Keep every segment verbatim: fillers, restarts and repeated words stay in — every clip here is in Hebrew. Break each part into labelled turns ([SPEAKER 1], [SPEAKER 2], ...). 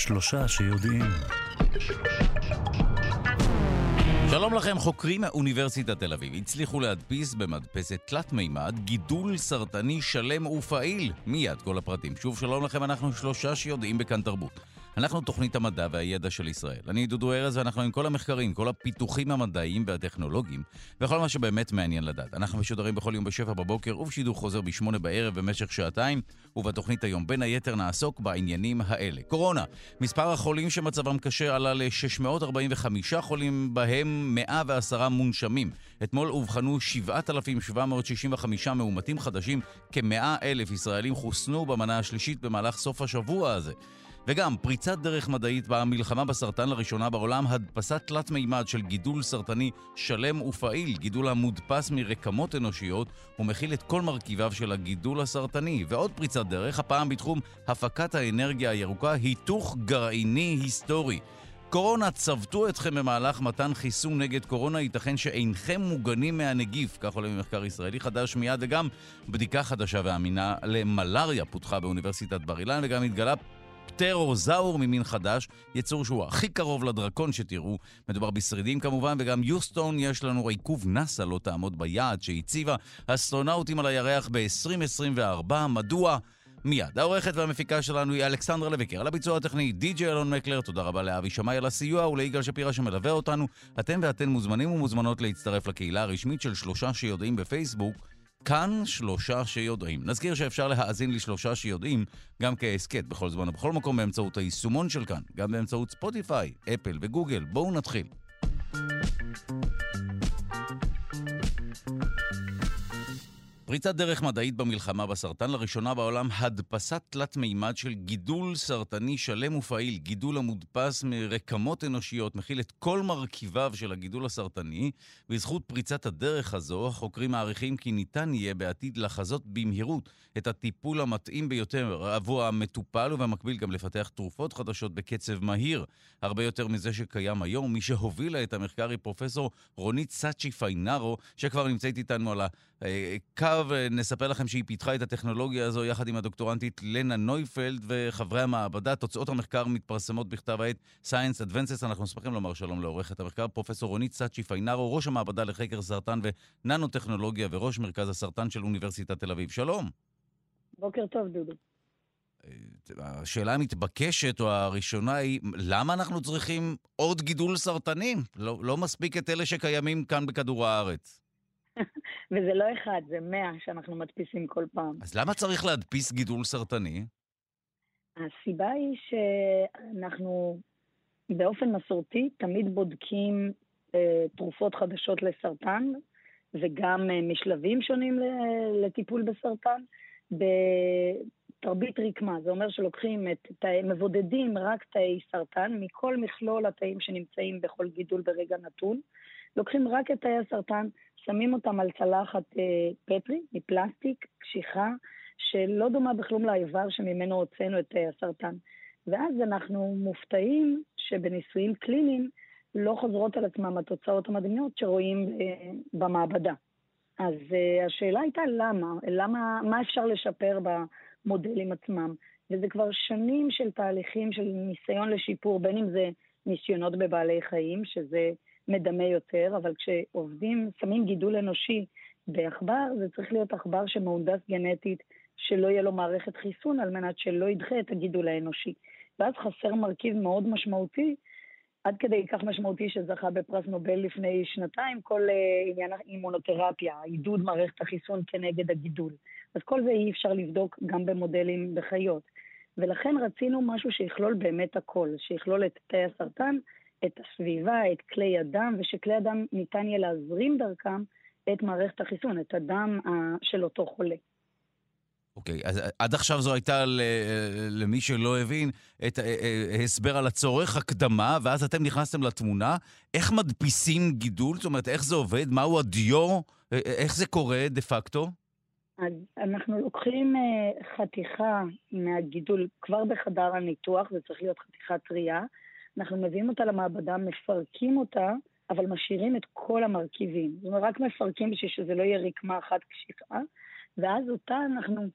[SPEAKER 1] שלושה שיודעים.
[SPEAKER 2] שלום לכם, חוקרים מאוניברסיטת תל אביב הצליחו להדפיס במדפסת תלת מימד גידול סרטני שלם ופעיל. מיד כל הפרטים. שוב שלום לכם, אנחנו שלושה שיודעים בכאן תרבות. אנחנו תוכנית המדע והידע של ישראל. אני דודו ארז ואנחנו עם כל המחקרים, כל הפיתוחים המדעיים והטכנולוגיים וכל מה שבאמת מעניין לדעת. אנחנו משודרים בכל יום בשבע בבוקר ובשידור חוזר בשמונה בערב במשך שעתיים, ובתוכנית היום בין היתר נעסוק בעניינים האלה. קורונה. מספר החולים שמצבם קשה עלה ל-שש מאות ארבעים וחמישה חולים, בהם מאה ועשרה מונשמים. אתמול הובחנו שבעת אלפים שבע מאות שישים וחמישה מאומתים חדשים, כ-מאה אלף ישראלים חוסנו במנה השלישית במהלך סוף השבוע הזה. וגם פריצת דרך מדעית במלחמה בסרטן לראשונה בעולם, הדפסת תלת מימד של גידול סרטני שלם ופעיל. גידול המודפס מרקמות אנושיות ומכיל את כל מרכיביו של הגידול הסרטני. ועוד פריצת דרך, הפעם בתחום הפקת האנרגיה הירוקה, היתוך גרעיני היסטורי. קורונה, צוותו אתכם במהלך מתן חיסון נגד קורונה, ייתכן שאינכם מוגנים מהנגיף, כך עולה ממחקר ישראלי חדש מיד, וגם בדיקה חדשה ואמינה למלריה פותחה באוניברסיטת בר אילן, וגם התגלה פטרוזאור ממין חדש, יצור שהוא הכי קרוב לדרקון שתראו. מדובר בשרידים כמובן, וגם יוסטון יש לנו עיכוב. נאסא לא תעמוד ביעד שהציבה אסטרונאוטים על הירח ב-עשרים עשרים וארבע. מדוע? מיד. העורכת והמפיקה שלנו היא אלכסנדרה לויקר, על הביצוע הטכני די-ג'יי אלון מקלר. תודה רבה לאבי שמאי על הסיוע וליגאל שפירא שמלווה אותנו. אתם ואתן מוזמנים ומוזמנות להצטרף לקהילה הרשמית של שלושה שיודעים בפייסבוק, כאן שלושה שיודעים. נזכיר שאפשר להאזין לשלושה שיודעים גם כעסקט בכל זמן ובכל מקום באמצעות היישומון של כאן, גם באמצעות ספוטיפיי, אפל וגוגל. בואו נתחיל. פריצת דרך מדעית במלחמה בסרטן לראשונה בעולם, הדפסת תלת מימד של גידול סרטני שלם ופעיל. גידול המודפס מרקמות אנושיות מכיל את כל מרכיביו של הגידול הסרטני. בזכות פריצת הדרך הזו, החוקרים מעריכים כי ניתן יהיה בעתיד לחזות במהירות את הטיפול המתאים ביותר עבור המטופל, ובמקביל גם לפתח תרופות חדשות בקצב מהיר הרבה יותר מזה שקיים היום. מי שהובילה את המחקר היא פרופסור רונית סאצ'י פיינארו, שכבר נמצאת איתנו על הקו. נספר לכם שהיא פיתחה את הטכנולוגיה הזו יחד עם הדוקטורנטית לנה נויפלד וחברי המעבדה. תוצאות המחקר מתפרסמות בכתב העת Science Advances. אנחנו שמחים לומר שלום לעורכת המחקר פרופסור רונית סאצ'י פיינארו, ראש המעבדה לחקר סרטן וננו-טכנולוגיה וראש מרכז הסרטן של אוניברסיטת תל אביב. שלום.
[SPEAKER 3] בוקר טוב, דודו.
[SPEAKER 2] השאלה המתבקשת או הראשונה היא, למה אנחנו צריכים עוד גידול סרטנים? לא, לא מספיק את אלה שקיימים כאן בכדור הארץ.
[SPEAKER 3] וזה לא אחד, זה מאה שאנחנו מדפיסים כל פעם.
[SPEAKER 2] אז למה צריך להדפיס גידול סרטני?
[SPEAKER 3] הסיבה היא שאנחנו באופן מסורתי תמיד בודקים אה, תרופות חדשות לסרטן, וגם אה, משלבים שונים לטיפול בסרטן, בתרבית רקמה. זה אומר שלוקחים את תאי, מבודדים רק תאי סרטן, מכל מכלול התאים שנמצאים בכל גידול ברגע נתון, לוקחים רק את תאי הסרטן, שמים אותם על צלחת אה, פטרי, מפלסטיק, קשיחה, שלא דומה בכלום לאיבר שממנו הוצאנו את תאי הסרטן. ואז אנחנו מופתעים שבניסויים קליניים לא חוזרות על עצמם התוצאות המדהימות שרואים אה, במעבדה. אז אה, השאלה הייתה למה, למה, מה אפשר לשפר במודלים עצמם. וזה כבר שנים של תהליכים של ניסיון לשיפור, בין אם זה ניסיונות בבעלי חיים, שזה מדמה יותר, אבל כשעובדים, שמים גידול אנושי בעכבר, זה צריך להיות עכבר שמהונדס גנטית, שלא יהיה לו מערכת חיסון, על מנת שלא ידחה את הגידול האנושי. ואז חסר מרכיב מאוד משמעותי, עד כדי כך משמעותי שזכה בפרס נובל לפני שנתיים, כל uh, עניין האימונותרפיה, עידוד מערכת החיסון כנגד הגידול. אז כל זה אי אפשר לבדוק גם במודלים בחיות. ולכן רצינו משהו שיכלול באמת הכל, שיכלול את תאי הסרטן, את הסביבה, את כלי הדם, ושכלי הדם ניתן יהיה להזרים דרכם את מערכת החיסון, את הדם של אותו חולה.
[SPEAKER 2] אוקיי, אז עד עכשיו זו הייתה למי שלא הבין את הסבר על הצורך, הקדמה, ואז אתם נכנסתם לתמונה. איך מדפיסים גידול? זאת אומרת, איך זה עובד? מהו הדיו? איך זה קורה דה פקטו?
[SPEAKER 3] אז אנחנו לוקחים חתיכה מהגידול כבר בחדר הניתוח, זה צריך להיות חתיכה טריה, אנחנו מביאים אותה למעבדה, מפרקים אותה, אבל משאירים את כל המרכיבים. זאת אומרת, רק מפרקים בשביל שזה לא יהיה רקמה אחת קשיחה, ואז אותה אנחנו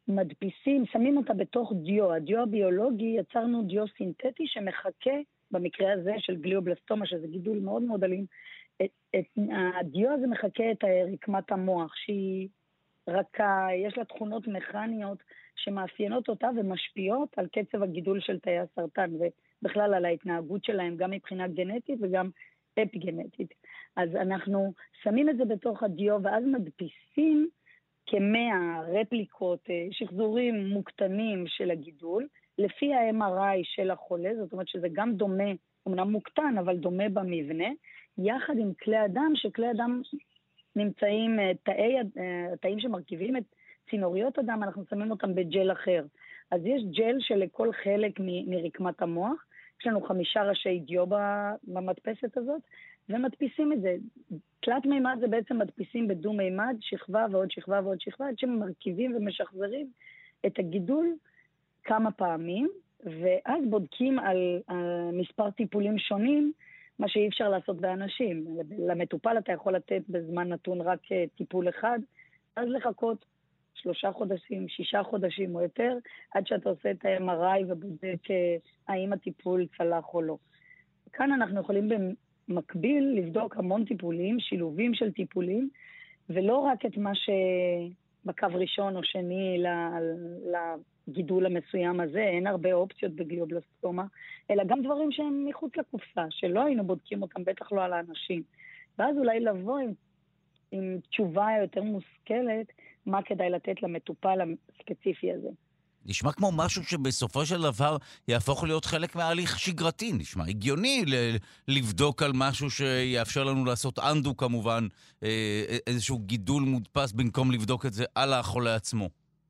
[SPEAKER 3] מדפיסים, שמים אותה בתוך דיו. הדיו הביולוגי, יצרנו דיו סינתטי שמחכה, במקרה הזה של גליובלסטומה, שזה גידול מאוד מאוד אלים, את, את, הדיו הזה מחכה את רקמת המוח, שהיא רכה, יש לה תכונות מכניות שמאפיינות אותה ומשפיעות על קצב הגידול של תאי הסרטן, ובכלל על ההתנהגות שלהם, גם מבחינה גנטית וגם אפי-גנטית. אז אנחנו שמים את זה בתוך הדיו, ואז מדפיסים כמאה רפליקות, שחזורים מוקטנים של הגידול, לפי ה-אם אר איי של החולה, זאת אומרת שזה גם דומה, אמנם מוקטן, אבל דומה במבנה, יחד עם כלי אדם, שכלי אדם נמצאים, תאי, תאים שמרכיבים את צינוריות אדם, אנחנו שמים אותם בג'ל אחר. אז יש ג'ל שלכל חלק מ- מרקמת המוח, יש לנו חמישה ראשי דיו במדפסת הזאת, ומדפיסים את זה. תלת מימד זה בעצם מדפיסים בדו מימד, שכבה ועוד שכבה ועוד שכבה, עד שמרכיבים ומשחזרים את הגידול כמה פעמים, ואז בודקים על, על מספר טיפולים שונים, מה שאי אפשר לעשות באנשים. למטופל אתה יכול לתת בזמן נתון רק טיפול אחד, אז לחכות שלושה חודשים, שישה חודשים או יותר, עד שאתה עושה את ה-אם אר איי ובודק האם הטיפול צלח או לא. כאן אנחנו יכולים במקביל לבדוק המון טיפולים, שילובים של טיפולים, ולא רק את מה שבקו ראשון או שני לגידול המסוים הזה, אין הרבה אופציות בגליובלסטומה, אלא גם דברים שהם מחוץ לקופסה, שלא היינו בודקים אותם, בטח לא על האנשים. ואז אולי לבוא עם, עם תשובה יותר מושכלת, מה כדאי לתת למטופל הספציפי הזה.
[SPEAKER 2] נשמע כמו משהו שבסופו של דבר יהפוך להיות חלק מההליך שגרתי. נשמע הגיוני ל- לבדוק על משהו שיאפשר לנו לעשות אנדו כמובן, איזשהו גידול מודפס במקום לבדוק את זה על החולה עצמו.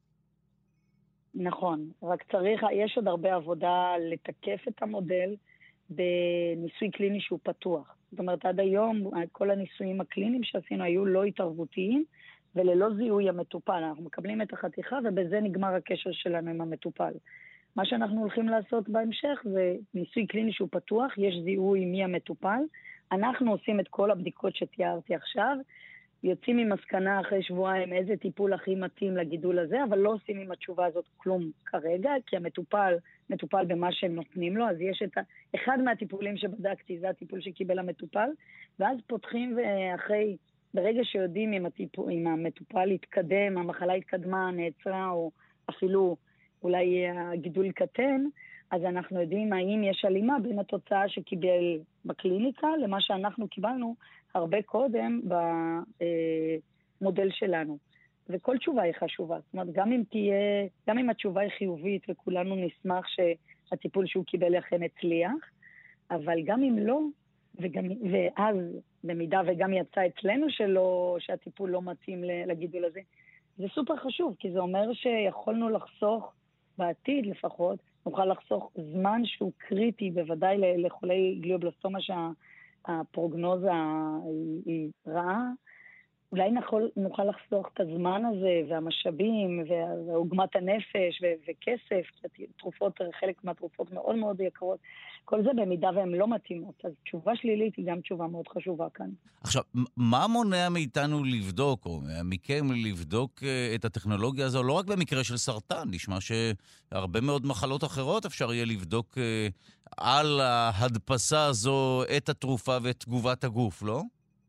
[SPEAKER 3] נכון, רק צריך, יש עוד הרבה עבודה לתקף את המודל בניסוי קליני שהוא פתוח. זאת אומרת, עד היום כל הניסויים הקליניים שעשינו היו לא התערבותיים, וללא זיהוי המטופל. אנחנו מקבלים את החתיכה, ובזה נגמר הקשר שלנו עם המטופל. מה שאנחנו הולכים לעשות בהמשך זה ניסוי קליני שהוא פתוח, יש זיהוי מי המטופל, אנחנו עושים את כל הבדיקות שתיארתי עכשיו, יוצאים ממסקנה אחרי שבועיים איזה טיפול הכי מתאים לגידול הזה, אבל לא עושים עם התשובה הזאת כלום כרגע, כי המטופל מטופל במה שהם נותנים לו, אז יש את ה... אחד מהטיפולים שבדקתי, זה הטיפול שקיבל המטופל, ואז פותחים אחרי... ברגע שיודעים אם, הטיפ... אם המטופל התקדם, המחלה התקדמה, נעצרה, או אפילו אולי הגידול קטן, אז אנחנו יודעים האם יש הלימה בין התוצאה שקיבל בקליניקה, למה שאנחנו קיבלנו הרבה קודם במודל שלנו. וכל תשובה היא חשובה. זאת אומרת, גם אם תהיה, גם אם התשובה היא חיובית, וכולנו נשמח שהטיפול שהוא קיבל אכן הצליח, אבל גם אם לא, וגם, ואז במידה וגם יצא אצלנו שלא, שהטיפול לא מתאים לגידול הזה, זה סופר חשוב, כי זה אומר שיכולנו לחסוך, בעתיד לפחות, נוכל לחסוך זמן שהוא קריטי, בוודאי לחולי גליובלסטומה שהפרוגנוזה היא, היא רעה, אולי נוכל, נוכל לחסוך את הזמן הזה, והמשאבים, ועוגמת הנפש, ו- וכסף, כי תרופות, חלק מהתרופות מאוד מאוד יקרות, כל זה במידה והן לא מתאימות. אז תשובה שלילית היא גם תשובה מאוד חשובה כאן.
[SPEAKER 2] עכשיו, מה מונע מאיתנו לבדוק, או מכם לבדוק את הטכנולוגיה הזו, לא רק במקרה של סרטן, נשמע שהרבה מאוד מחלות אחרות אפשר יהיה לבדוק על ההדפסה הזו את התרופה ואת תגובת הגוף, לא?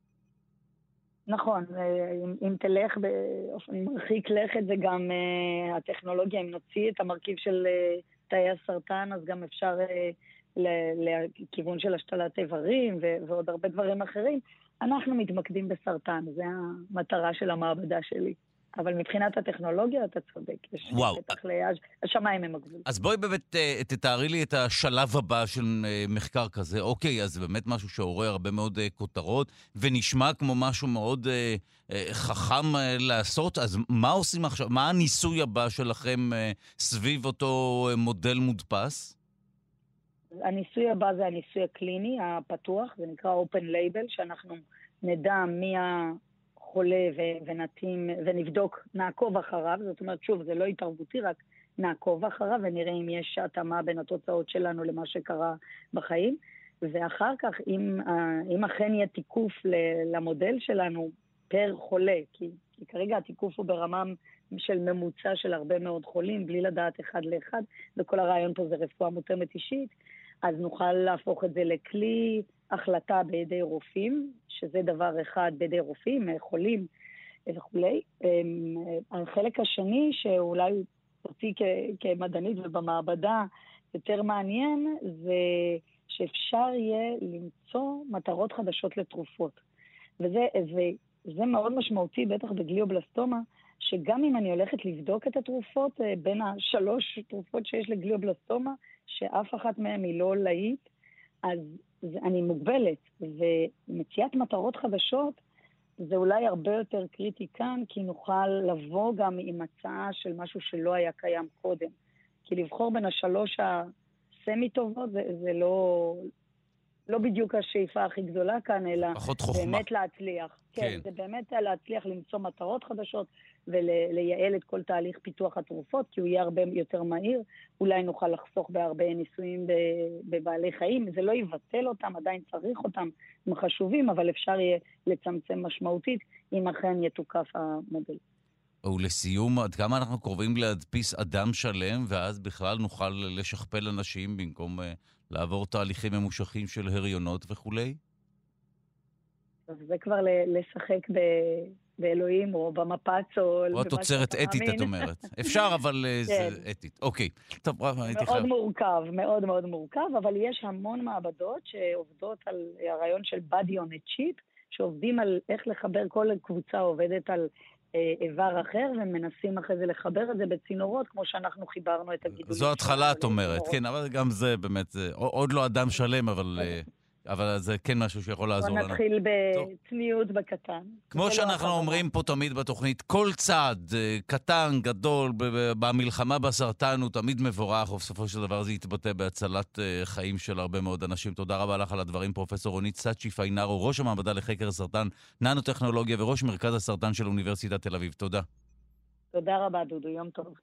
[SPEAKER 3] נכון, אם, אם תלך באופן מרחיק לכת, זה גם uh, הטכנולוגיה, אם נוציא את המרכיב של uh, תאי הסרטן, אז גם אפשר uh, לכיוון של השתלת איברים ו- ועוד הרבה דברים אחרים. אנחנו מתמקדים בסרטן, זה המטרה של המעבדה שלי. אבל מבחינת הטכנולוגיה אתה צודק. יש בטח ליד, השמיים הם הגבול.
[SPEAKER 2] אז בואי באמת תתארי לי את השלב הבא של מחקר כזה. אוקיי, אז זה באמת משהו שעורר הרבה מאוד כותרות, ונשמע כמו משהו מאוד חכם לעשות. אז מה עושים עכשיו? מה הניסוי הבא שלכם סביב אותו מודל מודפס?
[SPEAKER 3] הניסוי הבא זה הניסוי הקליני הפתוח, זה נקרא open label, שאנחנו נדע מי ה... חולה ונתאים, ונבדוק, נעקוב אחריו, זאת אומרת, שוב, זה לא התערבותי, רק נעקוב אחריו ונראה אם יש התאמה בין התוצאות שלנו למה שקרה בחיים, ואחר כך, אם, אם אכן יהיה תיקוף למודל שלנו פר חולה, כי, כי כרגע התיקוף הוא ברמה של ממוצע של הרבה מאוד חולים, בלי לדעת אחד לאחד, וכל הרעיון פה זה רפואה מותאמת אישית, אז נוכל להפוך את זה לכלי החלטה בידי רופאים, שזה דבר אחד בידי רופאים, חולים וכולי. החלק השני, שאולי אותי כמדענית ובמעבדה יותר מעניין, זה שאפשר יהיה למצוא מטרות חדשות לתרופות. וזה זה, זה מאוד משמעותי, בטח בגליובלסטומה, שגם אם אני הולכת לבדוק את התרופות, בין השלוש תרופות שיש לגליובלסטומה, שאף אחת מהן היא לא להיט, אז אני מוגבלת. ומציאת מטרות חדשות, זה אולי הרבה יותר קריטי כאן, כי נוכל לבוא גם עם הצעה של משהו שלא היה קיים קודם. כי לבחור בין השלוש הסמי טובות, זה, זה לא, לא בדיוק השאיפה הכי גדולה כאן, אלא באמת להצליח. כן. כן, זה באמת להצליח למצוא מטרות חדשות, ולייעל את כל תהליך פיתוח התרופות, כי הוא יהיה הרבה יותר מהיר. אולי נוכל לחסוך בהרבה ניסויים בבעלי חיים. זה לא יבטל אותם, עדיין צריך אותם, הם חשובים, אבל אפשר יהיה לצמצם משמעותית, אם אכן יתוקף המודל.
[SPEAKER 2] ולסיום, עד כמה אנחנו קרובים להדפיס אדם שלם, ואז בכלל נוכל לשכפל אנשים במקום uh, לעבור תהליכים ממושכים של הריונות וכולי?
[SPEAKER 3] זה כבר לשחק ב... באלוהים או במפץ או...
[SPEAKER 2] או התוצרת אתית, את אומרת. אפשר, אבל זה אתית. אוקיי. טוב, הייתי חייב.
[SPEAKER 3] מאוד מורכב, מאוד מאוד מורכב, אבל יש המון מעבדות שעובדות על הרעיון של body on a chip, שעובדים על איך לחבר, כל קבוצה עובדת על איבר אחר, ומנסים אחרי זה לחבר את זה בצינורות, כמו שאנחנו חיברנו את הגידולים.
[SPEAKER 2] זו התחלה, את אומרת, כן, אבל גם זה באמת, עוד לא אדם שלם, אבל... אבל זה כן משהו שיכול לעזור לנו.
[SPEAKER 3] בוא נתחיל בצניעות בקטן.
[SPEAKER 2] כמו שאנחנו אומרים פה תמיד בתוכנית, כל צעד קטן, גדול, במלחמה בסרטן הוא תמיד מבורך, ובסופו של דבר זה יתבטא בהצלת חיים של הרבה מאוד אנשים. תודה רבה לך על הדברים, פרופסור רונית סאצ'י-פיינארו, ראש המעבדה לחקר סרטן, ננו-טכנולוגיה וראש מרכז הסרטן של אוניברסיטת תל אביב. תודה.
[SPEAKER 3] תודה רבה, דודו. יום טוב.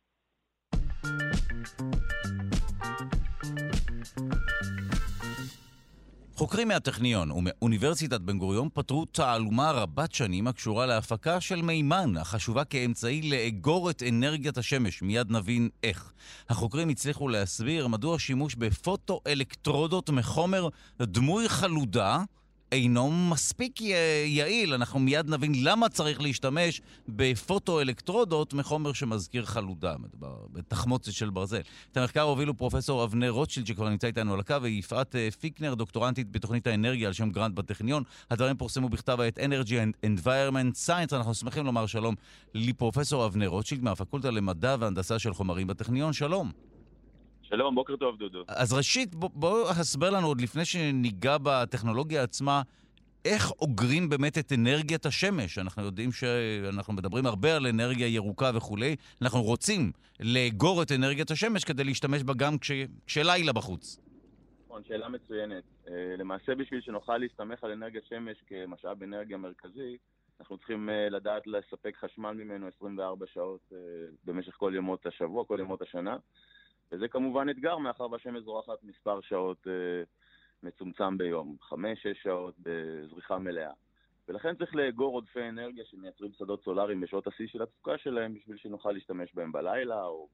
[SPEAKER 2] חוקרים מהטכניון ומאוניברסיטת בן גוריון פתרו תעלומה רבת שנים הקשורה להפקה של מימן, החשובה כאמצעי לאגור את אנרגיית השמש. מיד נבין איך. החוקרים הצליחו להסביר מדוע שימוש בפוטו-אלקטרודות מחומר דמוי חלודה אינו מספיק יעיל. אנחנו מיד נבין למה צריך להשתמש בפוטו-אלקטרודות מחומר שמזכיר חלודה, מדובר בתחמוצת של ברזל. את המחקר הובילו פרופסור אבנר רוטשילד, שכבר נמצא איתנו על הקו, ויפעת פיקנר, דוקטורנטית בתוכנית האנרגיה על שם גרנט בטכניון. הדברים פורסמו בכתב העת Energy and Environment Science. אנחנו שמחים לומר שלום לפרופסור אבנר רוטשילד מהפקולטה למדע והנדסה של חומרים בטכניון. שלום.
[SPEAKER 1] שלום, בוקר טוב, דודו.
[SPEAKER 2] אז ראשית, בוא, בוא הסבר לנו עוד לפני שניגע בטכנולוגיה עצמה, איך אוגרים באמת את אנרגיית השמש? אנחנו יודעים שאנחנו מדברים הרבה על אנרגיה ירוקה וכולי, אנחנו רוצים לאגור את אנרגיית השמש כדי להשתמש בה גם כש, כשלילה בחוץ.
[SPEAKER 1] נכון, שאלה מצוינת. למעשה, בשביל שנוכל להסתמך על אנרגיית שמש כמשאב אנרגיה מרכזי, אנחנו צריכים לדעת לספק חשמל ממנו עשרים וארבע שעות במשך כל ימות השבוע, כל ימות השנה. וזה כמובן אתגר, מאחר והשמש זורחת מספר שעות אה, מצומצם ביום, חמש, שש שעות בזריחה מלאה. ולכן צריך לאגור עודפי אנרגיה שמייצרים שדות סולאריים בשעות השיא של התפוקה שלהם, בשביל שנוכל להשתמש בהם בלילה, או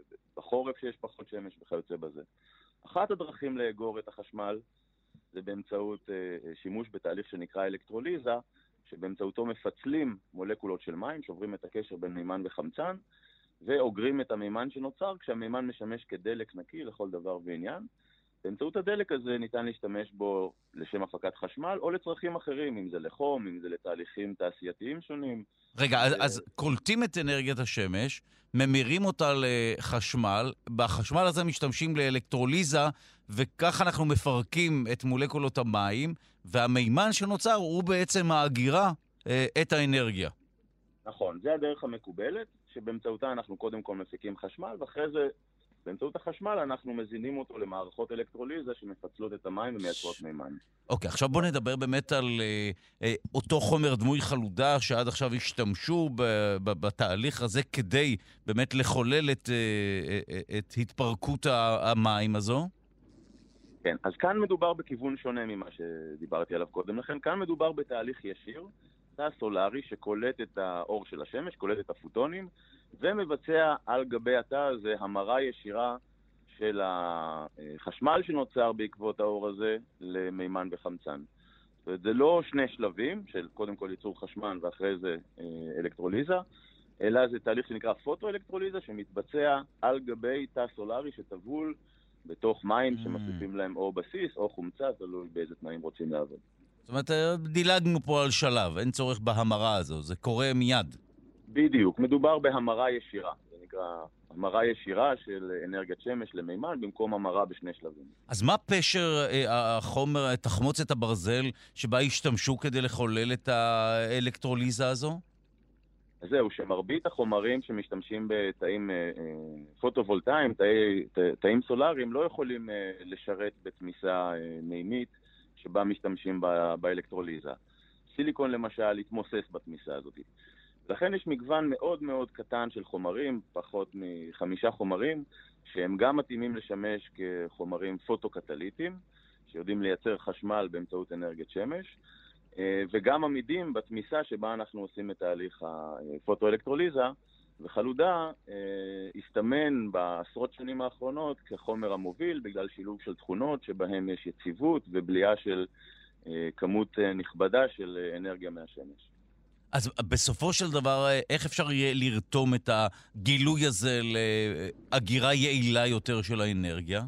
[SPEAKER 1] בחורף שיש פחות שמש וכיוצא בזה. אחת הדרכים לאגור את החשמל זה באמצעות אה, שימוש בתהליך שנקרא אלקטרוליזה, שבאמצעותו מפצלים מולקולות של מים, שוברים את הקשר בין מימן וחמצן, ואוגרים את המימן שנוצר כשהמימן משמש כדלק נקי לכל דבר ועניין. באמצעות הדלק הזה ניתן להשתמש בו לשם הפקת חשמל או לצרכים אחרים, אם זה לחום, אם זה לתהליכים תעשייתיים שונים.
[SPEAKER 2] רגע, אז, אז קולטים את אנרגיית השמש, ממירים אותה לחשמל, בחשמל הזה משתמשים לאלקטרוליזה, וכך אנחנו מפרקים את מולקולות המים, והמימן שנוצר הוא בעצם האגירה אה, את האנרגיה.
[SPEAKER 1] נכון, זה הדרך המקובלת, שבאמצעותה אנחנו קודם כל מפיקים חשמל, ואחרי זה, באמצעות החשמל, אנחנו מזינים אותו למערכות אלקטרוליזה שמפצלות את המים ומייצרות מימן.
[SPEAKER 2] אוקיי, עכשיו בוא נדבר באמת על אה, אה, אותו חומר דמוי חלודה שעד עכשיו השתמשו ב, ב, בתהליך הזה כדי באמת לחולל את, אה, אה, את התפרקות המים הזו.
[SPEAKER 1] כן, אז כאן מדובר בכיוון שונה ממה שדיברתי עליו קודם לכן. כאן מדובר בתהליך ישיר, תא סולארי שקולט את האור של השמש, קולט את הפוטונים, ומבצע על גבי התא הזה המרה ישירה של החשמל שנוצר בעקבות האור הזה למימן וחמצן. זאת אומרת, זה לא שני שלבים של קודם כל ייצור חשמל ואחרי זה אלקטרוליזה, אלא זה תהליך שנקרא פוטו-אלקטרוליזה שמתבצע על גבי תא סולארי שטבול בתוך מים שמוסיפים להם או בסיס או חומצה, תלוי באיזה תנאים רוצים לעבוד.
[SPEAKER 2] זאת אומרת, דילגנו פה על שלב, אין צורך בהמרה הזו, זה קורה מיד.
[SPEAKER 1] בדיוק, מדובר בהמרה ישירה, זה נקרא המרה ישירה של אנרגיית שמש למימן במקום המרה בשני שלבים.
[SPEAKER 2] אז מה פשר אה, החומר, תחמוצת הברזל שבה השתמשו כדי לחולל את האלקטרוליזה הזו?
[SPEAKER 1] אז זהו, שמרבית החומרים שמשתמשים בתאים אה, פוטו-וולטאיים, תאי, ת, תאים סולאריים, לא יכולים אה, לשרת בתמיסה אה, מימית שבה משתמשים ב, באלקטרוליזה. סיליקון למשל יתמוסס בתמיסה הזאת. לכן יש מגוון מאוד מאוד קטן של חומרים, פחות מחמישה חומרים, שהם גם מתאימים לשמש כחומרים פוטו-קטליטיים, שיודעים לייצר חשמל באמצעות אנרגיית שמש, וגם עמידים בתמיסה שבה אנחנו עושים את תהליך הפוטו-אלקטרוליזה, וחלודה הסתמן בעשרות שנים האחרונות כחומר המוביל, בגלל שילוב של תכונות שבהם יש יציבות ובליעה של כמות נכבדה של אנרגיה מהשמש.
[SPEAKER 2] אז בסופו של דבר, איך אפשר יהיה לרתום את הגילוי הזה לאגירה יעילה יותר של האנרגיה?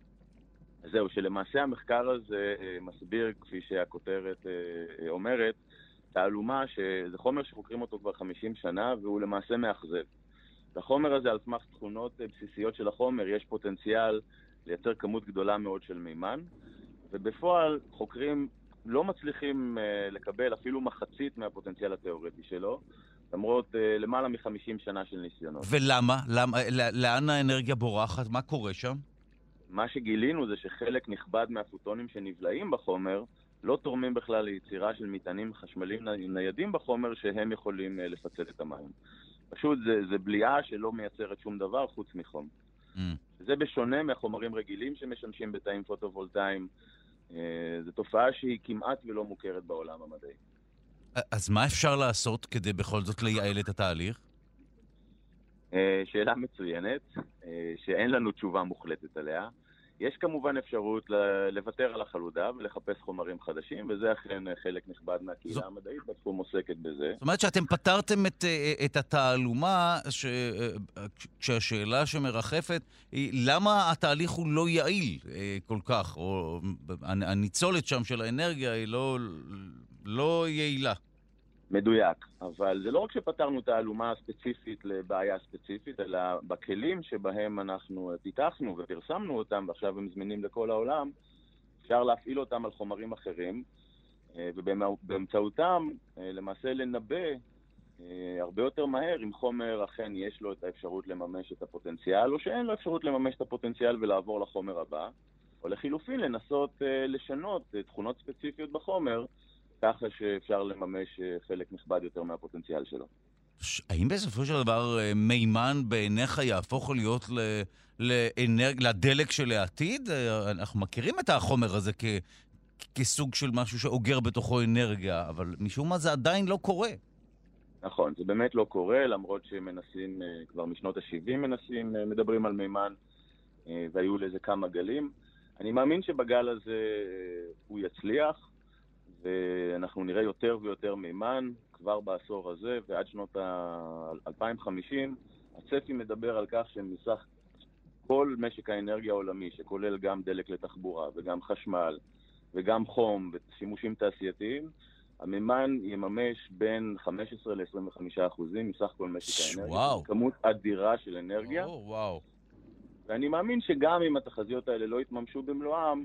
[SPEAKER 1] זהו, שלמעשה המחקר הזה מסביר, כפי שהכותרת אומרת, תעלומה שזה חומר שחוקרים אותו כבר חמישים שנה, והוא למעשה מאכזב. לחומר הזה, על סמך תכונות בסיסיות של החומר, יש פוטנציאל לייצר כמות גדולה מאוד של מימן, ובפועל חוקרים לא מצליחים uh, לקבל אפילו מחצית מהפוטנציאל התיאורטי שלו, למרות uh, למעלה מ-חמישים שנה של ניסיונות.
[SPEAKER 2] ולמה? למה? לאן האנרגיה בורחת? מה קורה שם?
[SPEAKER 1] מה שגילינו זה שחלק נכבד מהפוטונים שנבלעים בחומר לא תורמים בכלל ליצירה של מטענים חשמליים ניידים בחומר שהם יכולים uh, לפצל את המים. פשוט זה, זה בליעה שלא מייצרת שום דבר חוץ מחום. Mm. זה בשונה מהחומרים רגילים שמשמשים בתאים פוטו-וולטאיים, זו תופעה שהיא כמעט ולא מוכרת בעולם המדעי.
[SPEAKER 2] אז מה אפשר לעשות כדי בכל זאת לייעל את התהליך?
[SPEAKER 1] שאלה מצוינת, שאין לנו תשובה מוחלטת עליה. יש כמובן אפשרות לוותר על החלודה ולחפש חומרים חדשים, וזה אכן חלק נכבד מהקהילה זו... המדעית בתחום עוסקת בזה.
[SPEAKER 2] זאת אומרת שאתם פתרתם את, את התעלומה, ש... כשהשאלה שמרחפת היא למה התהליך הוא לא יעיל כל כך, או הניצולת שם של האנרגיה היא לא, לא יעילה.
[SPEAKER 1] מדויק, אבל זה לא רק שפתרנו את העלומה הספציפית לבעיה ספציפית, אלא בכלים שבהם אנחנו פיתחנו ופרסמנו אותם, ועכשיו הם זמינים לכל העולם, אפשר להפעיל אותם על חומרים אחרים, ובאמצעותם למעשה לנבא הרבה יותר מהר אם חומר אכן יש לו את האפשרות לממש את הפוטנציאל, או שאין לו אפשרות לממש את הפוטנציאל ולעבור לחומר הבא, או לחילופין לנסות לשנות תכונות ספציפיות בחומר, ככה שאפשר לממש חלק נכבד יותר מהפוטנציאל שלו.
[SPEAKER 2] האם בסופו של דבר מימן בעיניך יהפוך להיות לאנרג... לדלק של העתיד? אנחנו מכירים את החומר הזה כ... כסוג של משהו שאוגר בתוכו אנרגיה, אבל משום מה זה עדיין לא קורה.
[SPEAKER 1] נכון, זה באמת לא קורה, למרות שמנסים, כבר משנות ה-שבעים מנסים, מדברים על מימן, והיו לזה כמה גלים. אני מאמין שבגל הזה הוא יצליח, ואנחנו נראה יותר ויותר מימן כבר בעשור הזה, ועד שנות ה-אלפיים וחמישים, הצפי מדבר על כך שמסך כל משק האנרגיה העולמי, שכולל גם דלק לתחבורה, וגם חשמל, וגם חום, ושימושים תעשייתיים, המימן יממש בין חמישה עשר ל-עשרים וחמישה אחוזים מסך כל משק האנרגיה.
[SPEAKER 2] וואו.
[SPEAKER 1] כמות אדירה של אנרגיה.
[SPEAKER 2] וואו, וואו.
[SPEAKER 1] ואני מאמין שגם אם התחזיות האלה לא יתממשו במלואם,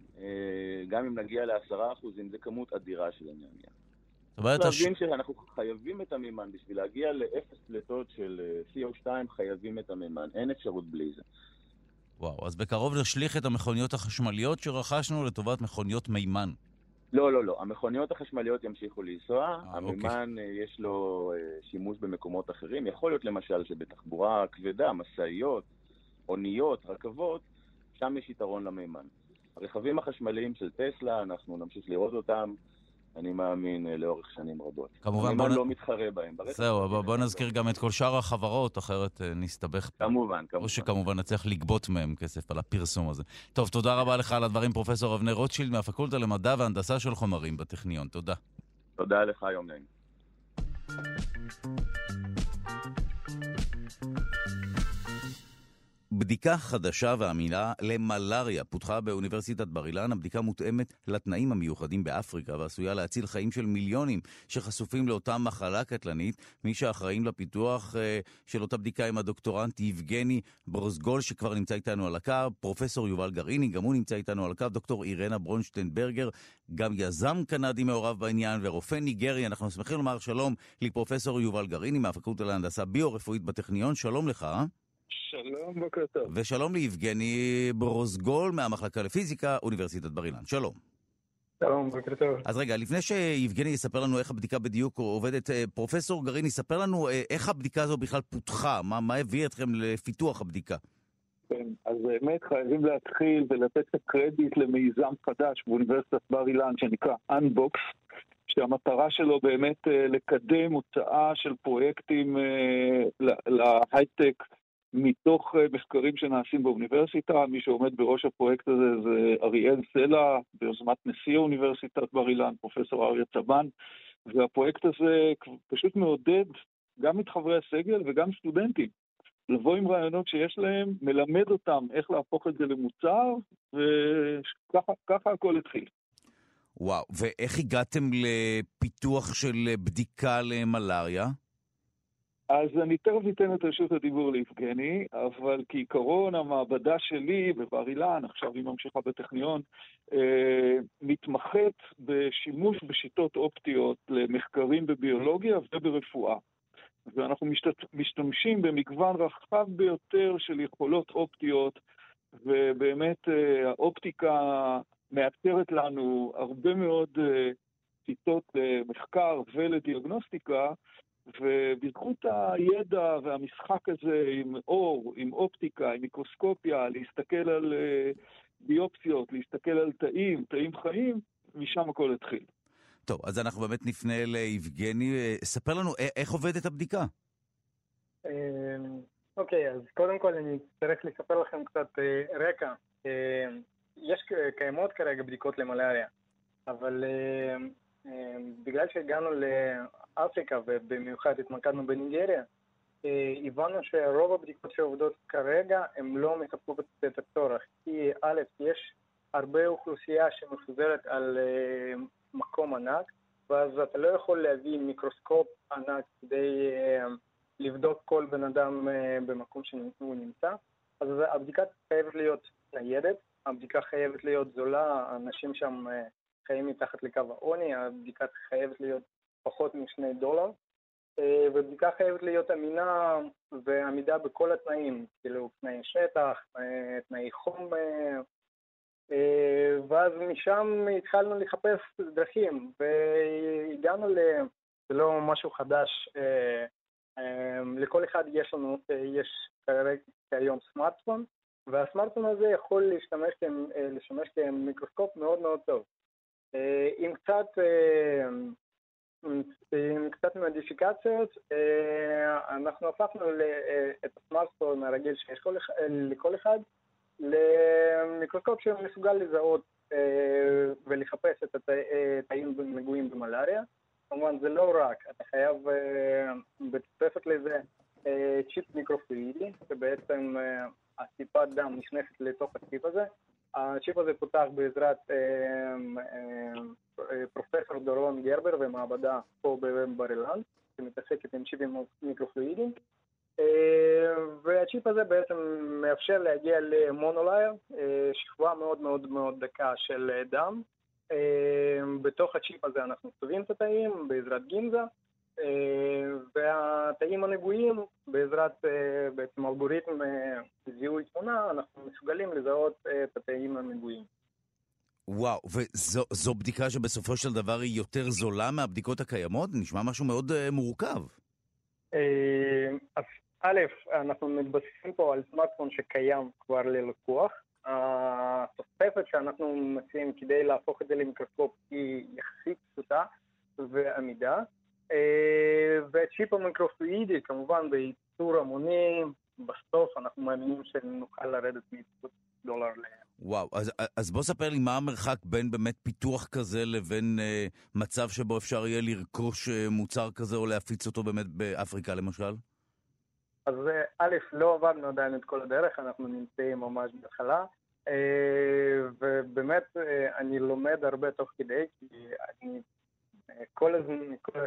[SPEAKER 1] גם אם נגיע לעשרה אחוזים, זה כמות אדירה של אנרגיה. צריך להבין שאנחנו חייבים את המימן, בשביל להגיע לאפס פליטות של סי או שתיים חייבים את המימן, אין אפשרות בלי זה.
[SPEAKER 2] וואו, אז בקרוב נשליך את המכוניות החשמליות שרכשנו לטובת מכוניות מימן.
[SPEAKER 1] לא, לא, לא, המכוניות החשמליות ימשיכו לנסוע, 아, המימן אוקיי. יש לו שימוש במקומות אחרים, יכול להיות למשל שבתחבורה כבדה, מסעיות, אוניות, רכבות, שם יש יתרון למימן. הרכבים החשמליים של טסלה, אנחנו נמשיך לראות אותם, אני מאמין לאורך שנים רבות.
[SPEAKER 2] כמובן,
[SPEAKER 1] אני
[SPEAKER 2] בוא
[SPEAKER 1] לא מתחרה בהם.
[SPEAKER 2] זהו, בוא נזכיר גם את כל שאר החברות, אחרת נסתבך פה.
[SPEAKER 1] כמובן, כמובן.
[SPEAKER 2] או שכמובן נצליח לגבות מהם כסף על הפרסום הזה. טוב, תודה רבה לך על הדברים, פרופסור אבנר רוטשילד, מהפקולטה למדע והנדסה של חומרים בטכניון. תודה.
[SPEAKER 1] תודה לך, יום נעים.
[SPEAKER 2] בדיקה חדשה ואמינה למלריה פותחה באוניברסיטת בר אילן. הבדיקה מותאמת לתנאים המיוחדים באפריקה ועשויה להציל חיים של מיליונים שחשופים לאותה מחלה קטלנית. מי שאחראים לפיתוח של אותה בדיקה עם הדוקטורנט יבגני ברוזגול שכבר נמצא איתנו על הקו, פרופסור יובל גרעיני, גם הוא נמצא איתנו על הקו, דוקטור אירנה ברונשטיין-ברגר, גם יזם קנדי מעורב בעניין ורופא ניגרי. אנחנו שמחים לומר שלום לפרופסור יובל גרעיני מהפקולטה להנדסה ביו-רפואית בטכניון. שלום לך.
[SPEAKER 4] שלום, בוקר טוב.
[SPEAKER 2] ושלום ליבגני ברוזגול מהמחלקה לפיזיקה, אוניברסיטת בר אילן. שלום.
[SPEAKER 4] שלום, בוקר טוב.
[SPEAKER 2] אז רגע, לפני שיבגני יספר לנו איך הבדיקה בדיוק עובדת, פרופסור גרעיני, יספר לנו איך הבדיקה הזו בכלל פותחה, מה, מה הביא אתכם לפיתוח הבדיקה?
[SPEAKER 4] כן, אז באמת חייבים להתחיל ולתת את הקרדיט למיזם חדש באוניברסיטת בר אילן שנקרא אנבוקס, שהמטרה שלו באמת לקדם הוצאה של פרויקטים להייטק, מתוך מחקרים שנעשים באוניברסיטה. מי שעומד בראש הפרויקט הזה זה אריאל סלע, ביוזמת נשיא האוניברסיטת בר אילן, פרופסור אריה צבן, והפרויקט הזה פשוט מעודד גם את חברי הסגל וגם סטודנטים לבוא עם רעיונות שיש להם, מלמד אותם איך להפוך את זה למוצר, וככה הכל התחיל.
[SPEAKER 2] וואו, ואיך הגעתם לפיתוח של בדיקה למלריה?
[SPEAKER 4] אז אני תכף אתן את רשות הדיבור ליבגני, אבל כעיקרון המעבדה שלי בבר אילן, עכשיו היא ממשיכה בטכניון, אה, מתמחת בשימוש בשיטות אופטיות למחקרים בביולוגיה וברפואה. ואנחנו משת, משתמשים במגוון רחב ביותר של יכולות אופטיות, ובאמת אה, האופטיקה מאפשרת לנו הרבה מאוד אה, שיטות למחקר ולדיאגנוסטיקה, ובזכות הידע והמשחק הזה עם אור, עם אופטיקה, עם מיקרוסקופיה, להסתכל על ביופסיות, להסתכל על תאים, תאים חיים, משם הכל התחיל.
[SPEAKER 2] טוב, אז אנחנו באמת נפנה ליבגני. ספר לנו איך עובדת הבדיקה.
[SPEAKER 5] אוקיי, אז קודם כל אני צריך לספר לכם קצת רקע. יש קיימות כרגע בדיקות למלריה, אבל בגלל שהגענו לאפריקה ובמיוחד התמקדנו בניגריה, הבנו שרוב הבדיקות שעובדות כרגע הן לא מספקות את הצורך. כי א', יש הרבה אוכלוסייה שמפוזרת על מקום ענק, ואז אתה לא יכול להביא מיקרוסקופ ענק כדי לבדוק כל בן אדם במקום שהוא נמצא. אז הבדיקה חייבת להיות ניידת, הבדיקה חייבת להיות זולה, אנשים שם חיים מתחת לקו העוני, הבדיקה חייבת להיות פחות משני דולר, ובדיקה חייבת להיות אמינה ועמידה בכל התנאים, כאילו תנאי שטח, תנאי חום, ואז משם התחלנו לחפש דרכים, והגענו ל... זה לא משהו חדש, לכל אחד יש לנו, יש כיום סמארטפון, והסמארטפון הזה יכול להשתמש, לשמש כמיקרוסקופ מאוד מאוד טוב. עם קצת, עם קצת מודיפיקציות, אנחנו הפכנו את הסמארטפון הרגיל שיש לכל אחד, למיקרוסקופ שמסוגל לזהות ולחפש את התאים נגועים במלריה. כמובן זה לא רק, אתה חייב בתוספת לזה צ'יפ מיקרופלואידי, שבעצם הטיפת דם נכנסת לתוך הצ'יפ הזה. הצ'יפ הזה פותח בעזרת פרופסור דורון גרבר ומעבדה פה בבר אילן, שמתעסקת עם צ'יפים מיקרופלואידיים. והצ'יפ הזה בעצם מאפשר להגיע למונולייר, שכבה מאוד מאוד מאוד דקה של דם. בתוך הצ'יפ הזה אנחנו צובעים את התאים בעזרת גינזה, והתאים הנגועים בעזרת בעצם אלגוריתם זיהוי תמונה, אנחנו מסוגלים לזהות את התאים הנגועים.
[SPEAKER 2] וואו, וזו בדיקה שבסופו של דבר היא יותר זולה מהבדיקות הקיימות? נשמע משהו מאוד מורכב.
[SPEAKER 5] אז א', אנחנו מתבססים פה על סמארטפון שקיים כבר ללקוח. התוספת שאנחנו מציעים כדי להפוך את זה למיקרוסקופ היא יחסית פשוטה ועמידה, והצ'יפ המיקרופלואידי כמובן בייצור המוני, בסוף אנחנו מאמינים שנוכל לרדת מ-עשרים דולר ל...
[SPEAKER 2] וואו, אז, אז בוא ספר לי מה המרחק בין באמת פיתוח כזה לבין אה, מצב שבו אפשר יהיה לרכוש אה, מוצר כזה או להפיץ אותו באמת באפריקה למשל?
[SPEAKER 5] אז א', לא עברנו עדיין את כל הדרך, אנחנו נמצאים ממש בהתחלה, ובאמת אני לומד הרבה תוך כדי, כי אני כל הזמן, כל,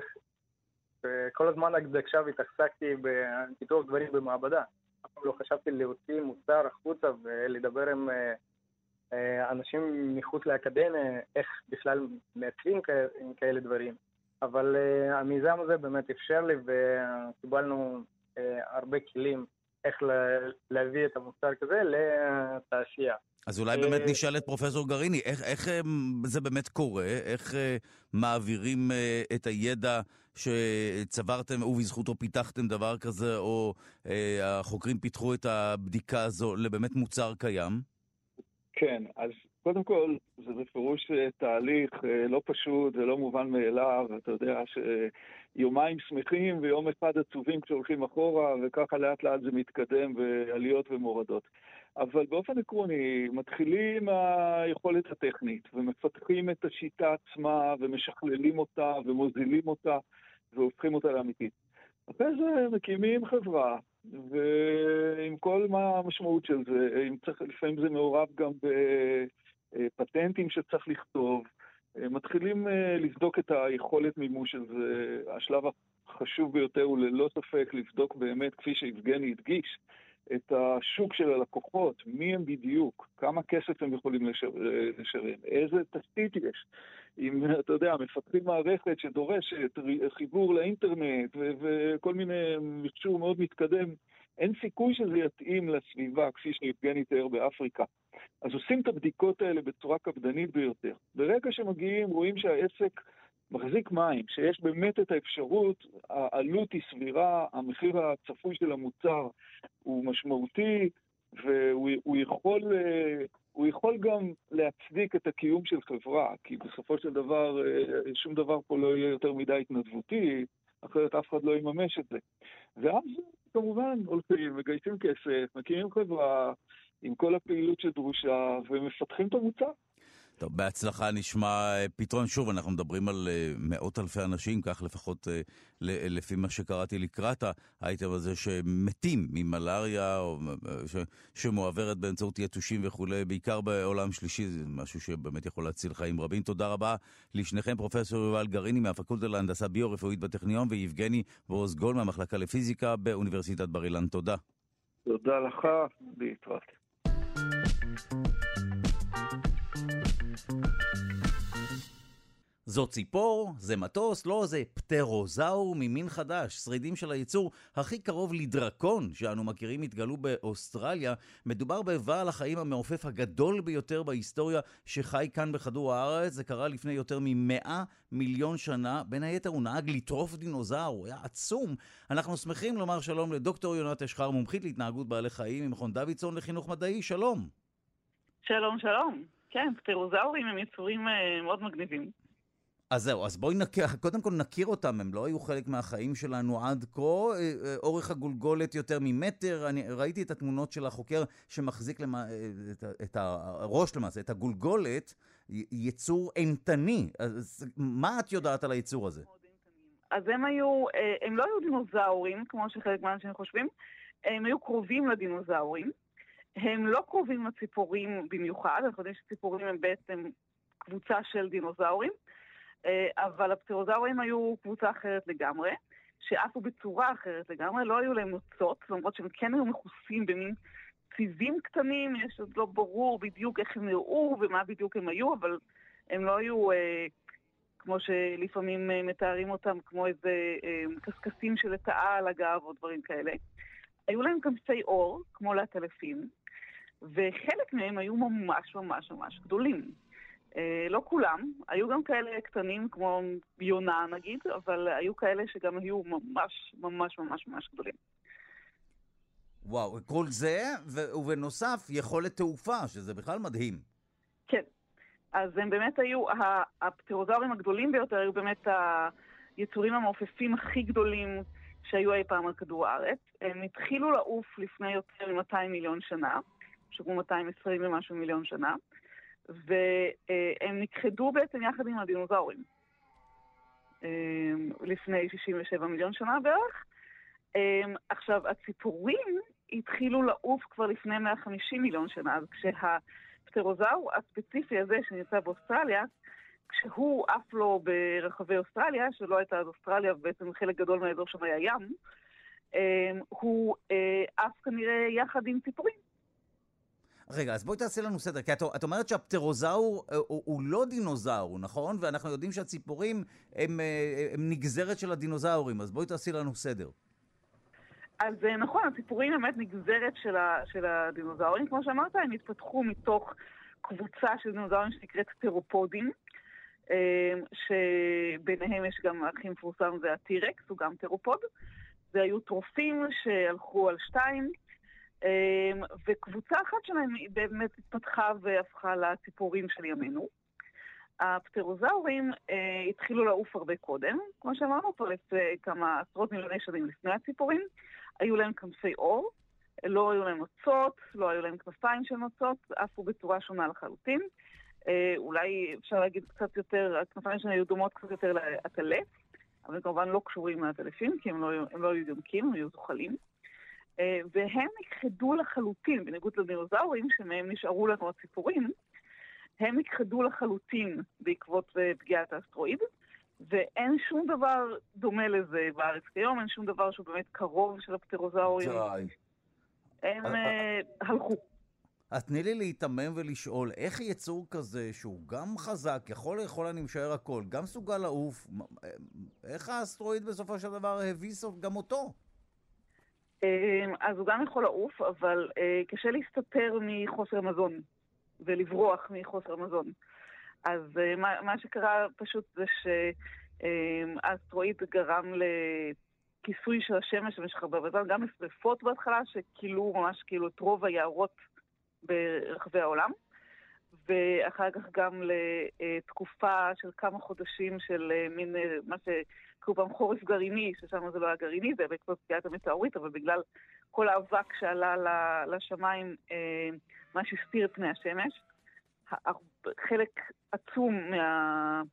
[SPEAKER 5] כל הזמן עכשיו התעסקתי בפיתוח דברים במעבדה. לא חשבתי להוציא מוצר החוצה ולדבר עם אנשים מחוץ לאקדמיה, איך בכלל מייצרים עם כאלה דברים. אבל המיזם הזה באמת אפשר לי וקיבלנו הרבה כלים איך להביא את המוצר כזה לתעשייה.
[SPEAKER 2] אז אולי באמת נשאל את פרופסור גריני, איך, איך זה באמת קורה? איך מעבירים את הידע שצברתם ובזכותו פיתחתם דבר כזה, או החוקרים פיתחו את הבדיקה הזו לבאמת מוצר קיים?
[SPEAKER 4] כן, אז קודם כל זה בפירוש תהליך לא פשוט ולא מובן מאליו, אתה יודע שיומיים שמחים ויום אחד עצובים כשהולכים אחורה, וככה לאט לאט זה מתקדם בעליות ומורדות. אבל באופן עקרוני מתחילים היכולת הטכנית ומפתחים את השיטה עצמה ומשכללים אותה ומוזילים אותה והופכים אותה לאמיתית. אחרי זה מקימים חברה, ועם כל מה המשמעות של זה, אם צריך, לפעמים זה מעורב גם בפטנטים שצריך לכתוב, מתחילים לבדוק את היכולת מימוש של זה. השלב החשוב ביותר הוא ללא ספק לבדוק באמת, כפי שיבגני הדגיש, את השוק של הלקוחות, מי הם בדיוק, כמה כסף הם יכולים לשלם, איזה תשתית יש. אם, אתה יודע, מפתחים מערכת שדורשת חיבור לאינטרנט ו- וכל מיני מכשור מאוד מתקדם, אין סיכוי שזה יתאים לסביבה, כפי שיבגני תיאר באפריקה. אז עושים את הבדיקות האלה בצורה קפדנית ביותר. ברגע שמגיעים, רואים שהעסק מחזיק מים, שיש באמת את האפשרות, העלות היא סבירה, המחיר הצפוי של המוצר הוא משמעותי, והוא יכול, הוא יכול גם להצדיק את הקיום של חברה, כי בסופו של דבר, שום דבר פה לא יהיה יותר מדי התנדבותי, אחרת אף אחד לא יממש את זה. ואז כמובן הולכים, מגייסים כסף, מקימים חברה עם כל הפעילות שדרושה, ומפתחים את המוצר.
[SPEAKER 2] טוב, בהצלחה נשמע פתרון. שוב, אנחנו מדברים על מאות אלפי אנשים, כך לפחות לפי מה שקראתי לקראת האייטם הזה, שמתים ממלאריה, או ש, שמועברת באמצעות יתושים וכו', בעיקר בעולם שלישי, זה משהו שבאמת יכול להציל חיים רבים. תודה רבה לשניכם, פרופסור יובל גריני מהפקולטה להנדסה ביו-רפואית בטכניון, ויבגני וורזגול מהמחלקה לפיזיקה באוניברסיטת בר אילן. תודה.
[SPEAKER 4] תודה לך, להתראות.
[SPEAKER 2] זו ציפור, זה מטוס, לא, זה פטרוזאור ממין חדש. שרידים של היצור הכי קרוב לדרקון שאנו מכירים התגלו באוסטרליה. מדובר בבעל החיים המעופף הגדול ביותר בהיסטוריה שחי כאן בכדור הארץ. זה קרה לפני יותר ממאה מיליון שנה. בין היתר הוא נהג לטרוף דינוזאור, הוא היה עצום. אנחנו שמחים לומר שלום לדוקטור יונת אשחר, מומחית להתנהגות בעלי חיים ממכון דוידסון לחינוך מדעי. שלום.
[SPEAKER 6] שלום, שלום. כן, פטרוזאורים הם יצורים מאוד מגניבים.
[SPEAKER 2] אז זהו, אז בואי נכיר, קודם כל נכיר אותם, הם לא היו חלק מהחיים שלנו עד כה, אורך הגולגולת יותר ממטר, אני ראיתי את התמונות של החוקר שמחזיק למה, את, את הראש למעשה, את הגולגולת, יצור אינטני, אז מה את יודעת על היצור הזה?
[SPEAKER 6] אז הם היו, הם לא היו דינוזאורים, כמו שחלק מהאנשים חושבים, הם היו קרובים לדינוזאורים, הם לא קרובים לציפורים במיוחד, אנחנו יודעים שציפורים הם בעצם קבוצה של דינוזאורים, אבל הפטרוזאורים היו קבוצה אחרת לגמרי, שעפו בצורה אחרת לגמרי, לא היו להם נוצות, למרות שהם כן היו מכוסים במין ציבים קטנים, יש עוד לא ברור בדיוק איך הם נראו ומה בדיוק הם היו, אבל הם לא היו, כמו שלפעמים מתארים אותם, כמו איזה קסקסים של לטאה על הגב או דברים כאלה. היו להם קמצי אור, כמו לעטלפים, וחלק מהם היו ממש ממש ממש גדולים. לא כולם, היו גם כאלה קטנים כמו יונה נגיד, אבל היו כאלה שגם היו ממש ממש ממש ממש גדולים.
[SPEAKER 2] וואו, כל זה, ו- ובנוסף, יכולת תעופה, שזה בכלל מדהים.
[SPEAKER 6] כן. אז הם באמת היו, הפטרוזאורים הגדולים ביותר היו באמת היצורים המעופפים הכי גדולים שהיו אי פעם על כדור הארץ. הם התחילו לעוף לפני יותר מ-מאתיים מיליון שנה, שגו מאתיים ועשרים ומשהו מיליון שנה, והם נכחדו בעצם יחד עם הדינוזאורים. לפני שישים ושבעה מיליון שנה בערך. עכשיו, הציפורים התחילו לעוף כבר לפני מאה וחמישים מיליון שנה, אז כשהפטרוזאור הספציפי הזה שנמצא באוסטרליה, כשהוא עף לו ברחבי אוסטרליה, שלא הייתה אז אוסטרליה, ובעצם חלק גדול מהאזור שם היה ים, הוא עף כנראה יחד עם ציפורים.
[SPEAKER 2] רגע, אז בואי תעשה לנו סדר, כי את, את אומרת שהפטרוזאור הוא, הוא לא דינוזאור, נכון? ואנחנו יודעים שהציפורים הם, הם נגזרת של הדינוזאורים, אז בואי תעשי לנו סדר.
[SPEAKER 6] אז נכון, הציפורים באמת נגזרת של, ה, של הדינוזאורים, כמו שאמרת, הם התפתחו מתוך קבוצה של דינוזאורים שנקראת טרופודים, שביניהם יש גם הכי מפורסם, זה הטירקס, הוא גם טרופוד. זה היו טרופים שהלכו על שתיים, וקבוצה אחת שלהם באמת התפתחה והפכה לציפורים של ימינו. הפטרוזאורים התחילו לעוף הרבה קודם, כמו שאמרנו פה, לפני כמה עשרות מיליוני שנים לפני הציפורים. היו להם כנפי עור, לא היו להם נוצות, לא היו להם כנפיים של נוצות, עפו בצורה שונה לחלוטין. אולי אפשר להגיד קצת יותר, הכנפיים שלהם היו דומות קצת יותר לעטלף, אבל כמובן לא קשורים לעטלפים, כי הם לא, הם לא היו יונקים, הם היו זוחלים. והם נכחדו לחלוטין, בניגוד לדינוזאורים, שמהם נשארו לנו הציפורים, הם נכחדו לחלוטין בעקבות פגיעת האסטרואיד, ואין שום דבר דומה לזה בארץ כיום, אין שום דבר שהוא באמת קרוב של הפטרוזאורים. הם הלכו.
[SPEAKER 2] אז תני לי להתאמם ולשאול, איך יצור כזה שהוא גם חזק, יכול לאכול אני משער הכל, גם סוגל לעוף, איך האסטרואיד בסופו של דבר הביס גם אותו?
[SPEAKER 6] אז הוא גם יכול לעוף, אבל קשה להסתתר מחוסר מזון, ולברוח מחוסר מזון. אז מה, מה שקרה פשוט זה שהאסטרואיד גרם לכיסוי של השמש במשך הרבה זמן, גם לשריפות בהתחלה שכילו ממש כאילו את רוב היערות ברחבי העולם, ואחר כך גם לתקופה של כמה חודשים של מין מה שקראו פעם חורף גרעיני, ששם זה לא היה גרעיני, זה בעקבות פגיעת המטאורית, אבל בגלל כל האבק שעלה לשמיים, מה שהסתיר את פני השמש, חלק עצום מה,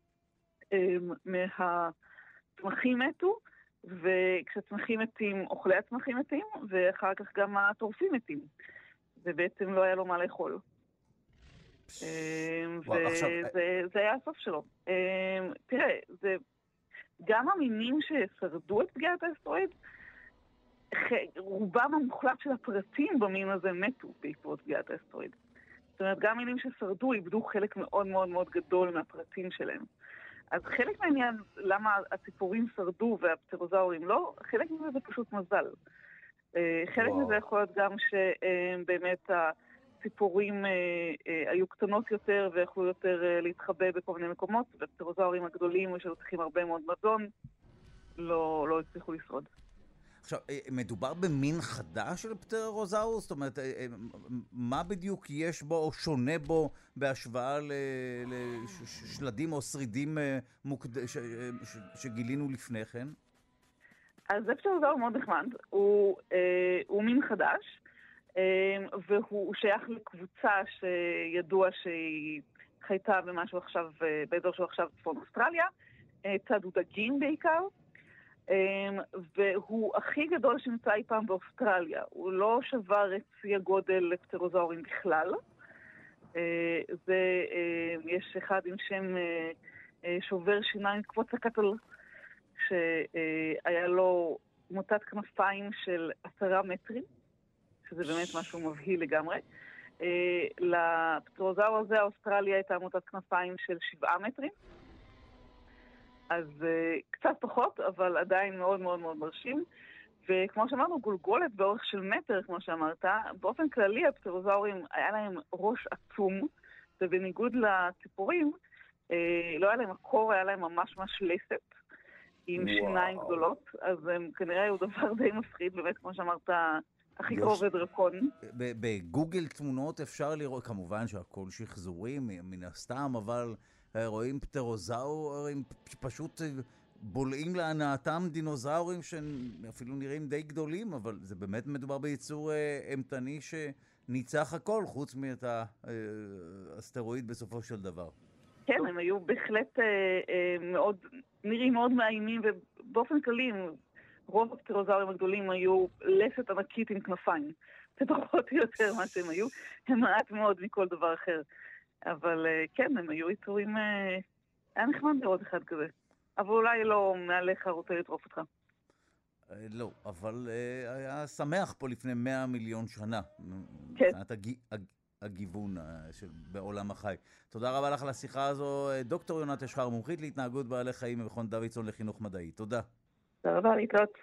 [SPEAKER 6] מהצמחים מתו, וכשהצמחים מתים, אוכלי הצמחים מתים, ואחר כך גם הטורפים מתים. ובעצם לא היה לו מה לאכול. וזה היה הסוף שלו. תראה, גם המינים ששרדו את פגיעת האסטרואיד, רובם המוחלט של הפרטים במין הזה מתו בעקבות פגיעת האסטרואיד. זאת אומרת, גם מינים ששרדו איבדו חלק מאוד מאוד מאוד גדול מהפרטים שלהם. אז חלק מהעניין, למה הציפורים שרדו והפטרוזאורים לא, חלק מזה זה פשוט מזל. חלק מזה יכול להיות גם שבאמת הציפורים היו קטנות יותר ויכולו יותר להתחבא בכל מיני מקומות, והפטרוזאורים הגדולים שהיו צריכים הרבה מאוד מזון, לא, לא הצליחו לשרוד.
[SPEAKER 2] עכשיו, מדובר במין חדש של פטרוזאורוס? זאת אומרת, מה בדיוק יש בו או שונה בו בהשוואה לשלדים או שרידים שגילינו לפני כן?
[SPEAKER 6] אז זה פטרוזאור מאוד נחמד. הוא, הוא מין חדש, והוא שייך לקבוצה שידוע שהיא חייתה במשהו עכשיו, באזור שהוא עכשיו צפון אוסטרליה, צד דגים בעיקר. והוא הכי גדול שנמצא אי פעם באוסטרליה. הוא לא שבר את צי הגודל לפטרוזאורים בכלל. זה, יש אחד עם שם שובר שיניים קבוץ הקטל, שהיה לו מוטת כנפיים של עשרה מטרים, שזה באמת משהו מבהיל לגמרי. לפטרוזאור הזה האוסטרליה הייתה מוטת כנפיים של שבעה מטרים, אז uh, קצת פחות, אבל עדיין מאוד מאוד מאוד מרשים. וכמו שאמרנו, גולגולת באורך של מטר, כמו שאמרת, באופן כללי הפטרוזאורים היה להם ראש עצום, ובניגוד לציפורים, uh, לא היה להם מקור, היה להם ממש ממש לסת, עם וואו. שיניים גדולות, אז הם כנראה היו דבר די מפחיד, באמת כמו שאמרת, הכי קרוב לדרקון.
[SPEAKER 2] בגוגל תמונות אפשר לראות, כמובן שהכל שחזורים מן הסתם, אבל רואים פטרוזאורים שפשוט בולעים להנאתם דינוזאורים שאפילו נראים די גדולים, אבל זה באמת מדובר ביצור אמתני שניצח הכל, חוץ מאת האסטרואיד בסופו של דבר.
[SPEAKER 6] כן, הם היו בהחלט מאוד, נראים מאוד מאיימים, ובאופן כללי רוב הפטרוזאורים הגדולים היו לסת ענקית עם כנפיים. זה פחות או יותר מה שהם היו, הם מעט מאוד מכל דבר אחר. אבל כן, הם היו יצורים, היה נחמד לראות אחד כזה. אבל אולי לא מעליך רוצה לטרוף אותך.
[SPEAKER 2] לא, אבל היה שמח פה לפני מאה מיליון שנה.
[SPEAKER 6] כן.
[SPEAKER 2] מבחינת הגיוון בעולם החי. תודה רבה לך על השיחה הזו. דוקטור יונת אשחר, מומחית להתנהגות בעלי חיים במכון דוידסון לחינוך מדעי. תודה.
[SPEAKER 6] תודה רבה, להתראות.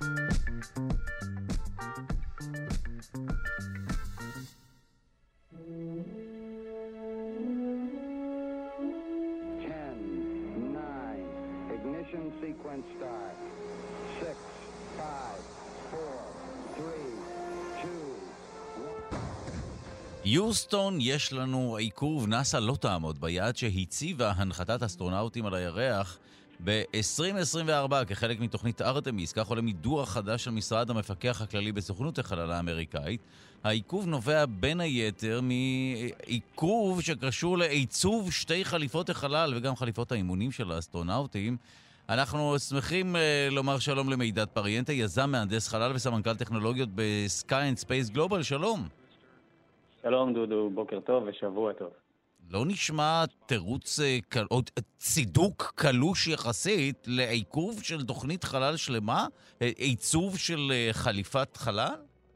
[SPEAKER 7] Sequence start. Six, five, four, three, two, one.
[SPEAKER 2] יוסטון, יש לנו עיכוב. נאסא לא תעמוד ביעד שהציבה הנחתת אסטרונאוטים על הירח ב-עשרים עשרים וארבע כחלק מתוכנית ארטמיס, כך עולה מדוח חדש של משרד המפקח הכללי בסוכנות החלל האמריקאית. העיכוב נובע בין היתר מעיכוב שקשור לעיצוב שתי חליפות החלל וגם חליפות האימונים של האסטרונאוטים. אנחנו שמחים uh, לומר שלום למידד פריאנטה, יזם, מהנדס חלל וסמנכ"ל טכנולוגיות ב-Sky and Space Global. שלום.
[SPEAKER 8] שלום דודו, בוקר טוב ושבוע טוב.
[SPEAKER 2] לא נשמע תירוץ uh, או צידוק קלוש יחסית לעיכוב של תוכנית חלל שלמה? עיצוב של uh, חליפת חלל?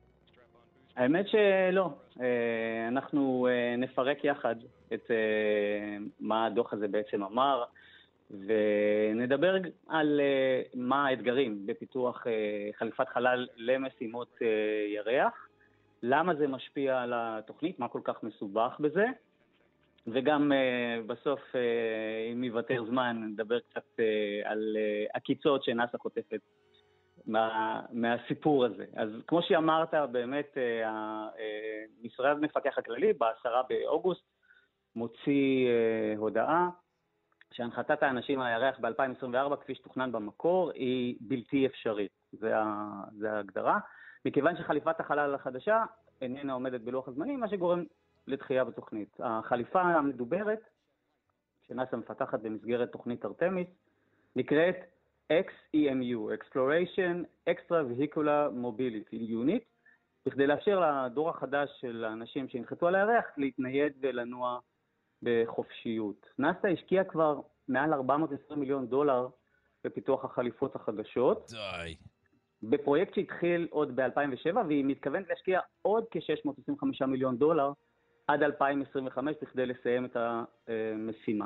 [SPEAKER 8] האמת שלא. Uh, אנחנו uh, נפרק יחד את uh, מה הדוח הזה בעצם אמר, ונדבר על uh, מה האתגרים בפיתוח uh, חליפת חלל למשימות uh, ירח, למה זה משפיע על התוכנית, מה כל כך מסובך בזה, וגם uh, בסוף, uh, אם יוותר זמן, נדבר קצת uh, על uh, הקיצות שנאסא חוטפת מה, מהסיפור הזה. אז כמו שאמרת, באמת uh, המשרד מפקח הכללי בעשרה באוגוסט מוציא uh, הודעה, שהנחתת האנשים על הירח ב-אלפיים עשרים וארבע, כפי שתוכנן במקור, היא בלתי אפשרית. זה, זה ההגדרה. מכיוון שחליפת החלל החדשה איננה עומדת בלוח הזמנים, מה שגורם לדחייה בתוכנית. החליפה המדוברת, שנאסא מפתחת במסגרת תוכנית ארטמיס, נקראת אקס אי אם יו, Exploration Extravehicular Mobility Unit, בכדי לאפשר לדור החדש של האנשים שהנחתו על הירח להתנייד ולנוע בחופשיות. נאסא השקיע כבר מעל ארבע מאות ועשרים מיליון דולר בפיתוח החליפות החדשות.
[SPEAKER 2] די.
[SPEAKER 8] בפרויקט שהתחיל עוד ב-אלפיים ושבע, והיא מתכוונת להשקיע עוד כ-שש מאות עשרים וחמישה מיליון דולר עד אלפיים עשרים וחמש בכדי לסיים את המשימה.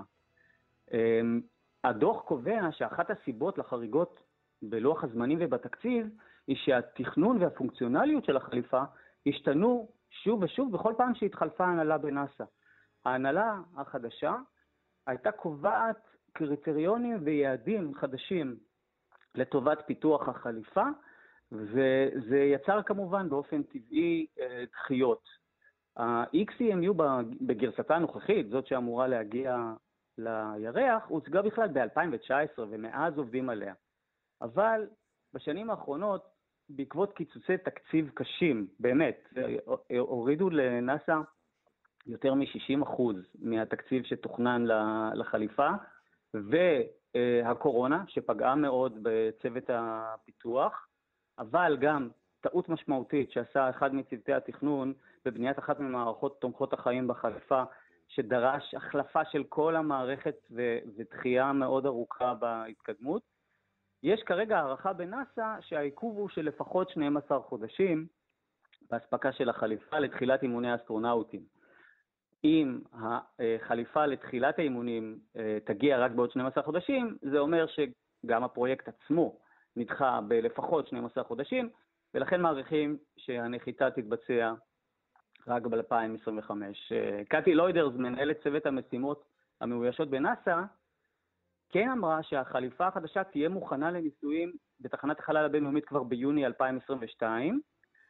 [SPEAKER 8] הדוח קובע שאחת הסיבות לחריגות בלוח הזמנים ובתקציב היא שהתכנון והפונקציונליות של החליפה השתנו שוב ושוב בכל פעם שהתחלפה ההנהלה בנאסא. ההנהלה החדשה הייתה קובעת קריטריונים ויעדים חדשים לטובת פיתוח החליפה, וזה יצר כמובן באופן טבעי דחיות. ה-אקס אי אם יו בגרסתה הנוכחית, זאת שאמורה להגיע לירח, הוצגה בכלל ב-אלפיים תשע עשרה ומאז עובדים עליה. אבל בשנים האחרונות, בעקבות קיצוצי תקציב קשים, באמת, הורידו לנאסא יותר מ-שישים אחוז מהתקציב שתוכנן לחליפה, והקורונה שפגעה מאוד בצוות הפיתוח, אבל גם טעות משמעותית שעשה אחד מצוותי התכנון בבניית אחת ממערכות תומכות החיים בחליפה, שדרש החלפה של כל המערכת ודחייה מאוד ארוכה בהתקדמות. יש כרגע הערכה בנאסא שהעיכוב הוא של לפחות שנים עשר חודשים בהספקה של החליפה לתחילת אימוני האסטרונאוטים. אם החליפה לתחילת האימונים תגיע רק בעוד שנים עשר חודשים, זה אומר שגם הפרויקט עצמו נדחה בלפחות שנים עשר חודשים, ולכן מעריכים שהנחיתה תתבצע רק ב-אלפיים עשרים וחמש. קאטי לוידרס, מנהלת צוות המשימות המאוישות בנאסא, כן אמרה שהחליפה החדשה תהיה מוכנה לניסויים בתחנת החלל הבינלאומית כבר ביוני אלפיים עשרים ושתיים,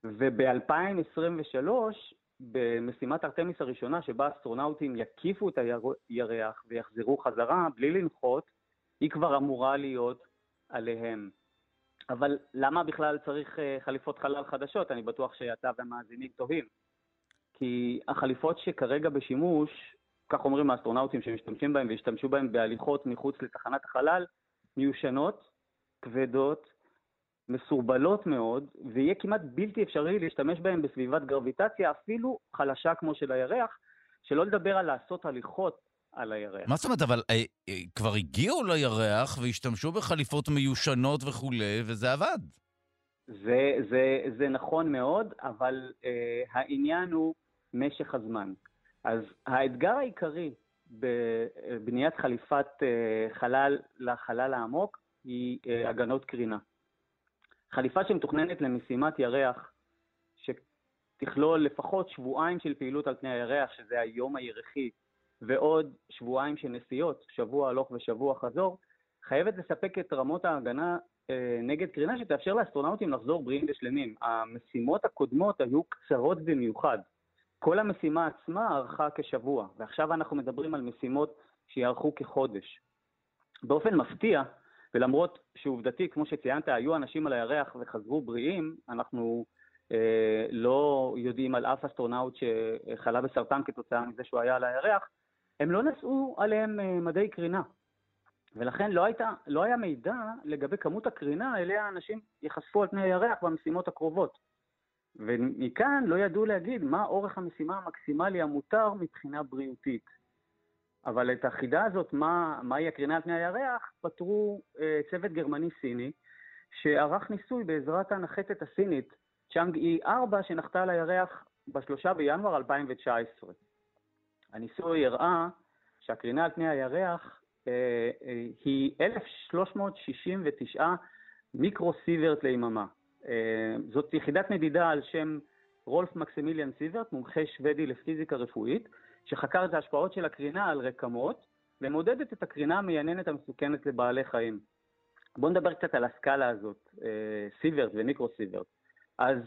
[SPEAKER 8] וב-אלפיים עשרים ושלוש, במשימת ארתמיס הראשונה, שבה אסטרונאוטים יקיפו את הירח ויחזרו חזרה בלי לנחות, היא כבר אמורה להיות עליהם. אבל למה בכלל צריך חליפות חלל חדשות? אני בטוח שאתה והמאזינים טובים. כי החליפות שכרגע בשימוש, כך אומרים האסטרונאוטים שמשתמשים בהם והשתמשו בהם בהליכות מחוץ לתחנת החלל, מיושנות, כבדות, מסורבלות מאוד, ויהיה כמעט בלתי אפשרי להשתמש בהם בסביבת גרביטציה, אפילו חלשה כמו של הירח, שלא לדבר על לעשות הליכות על הירח.
[SPEAKER 2] מה זאת אומרת? אבל אה, אה, כבר הגיעו לירח והשתמשו בחליפות מיושנות וכו', וזה עבד.
[SPEAKER 8] זה, זה, זה נכון מאוד, אבל אה, העניין הוא משך הזמן. אז האתגר העיקרי בבניית חליפת אה, חלל לחלל העמוק היא אה, הגנות קרינה. חליפה שמתוכננת למשימת ירח, שתכלול לפחות שבועיים של פעילות על פני הירח, שזה היום הירחי, ועוד שבועיים של נסיעות, שבוע הלוך ושבוע חזור, חייבת לספק את רמות ההגנה אה, נגד קרינה, שתאפשר לאסטרונאוטים לחזור בריאים ושלמים. המשימות הקודמות היו קצרות במיוחד. כל המשימה עצמה ארכה כשבוע, ועכשיו אנחנו מדברים על משימות שיארכו כחודש. באופן מפתיע, ולמרות שעובדתי, כמו שציינת, היו אנשים על הירח וחזרו בריאים, אנחנו אה, לא יודעים על אף אסטרונאוט שחלה בסרטן כתוצאה מזה שהוא היה על הירח, הם לא נשאו עליהם אה, מדעי קרינה. ולכן לא, הייתה, לא היה מידע לגבי כמות הקרינה אליה האנשים יחשפו על פני הירח במשימות הקרובות. ומכאן לא ידעו להגיד מה אורך המשימה המקסימלי המותר מבחינה בריאותית. אבל את החידה הזאת, מה, מהי הקרינה על פני הירח, פתרו אה, צוות גרמני-סיני, שערך ניסוי בעזרת הנחתת הסינית, צ'אנג-אי ארבע, שנחתה על הירח בשלושה בינואר אלפיים תשע עשרה. הניסוי הראה שהקרינה על פני הירח אה, אה, היא אלף שלוש מאות שישים ותשע מיקרו-סיברט ליממה. אה, זאת יחידת מדידה על שם רולף מקסימיליאן סיברט, מומחה שוודי לפיזיקה רפואית, שחקר את ההשפעות של הקרינה על רקמות, ומודדת את הקרינה המייננת המסוכנת לבעלי חיים. בואו נדבר קצת על הסקאלה הזאת, סיברט ומיקרו-סיברט. אז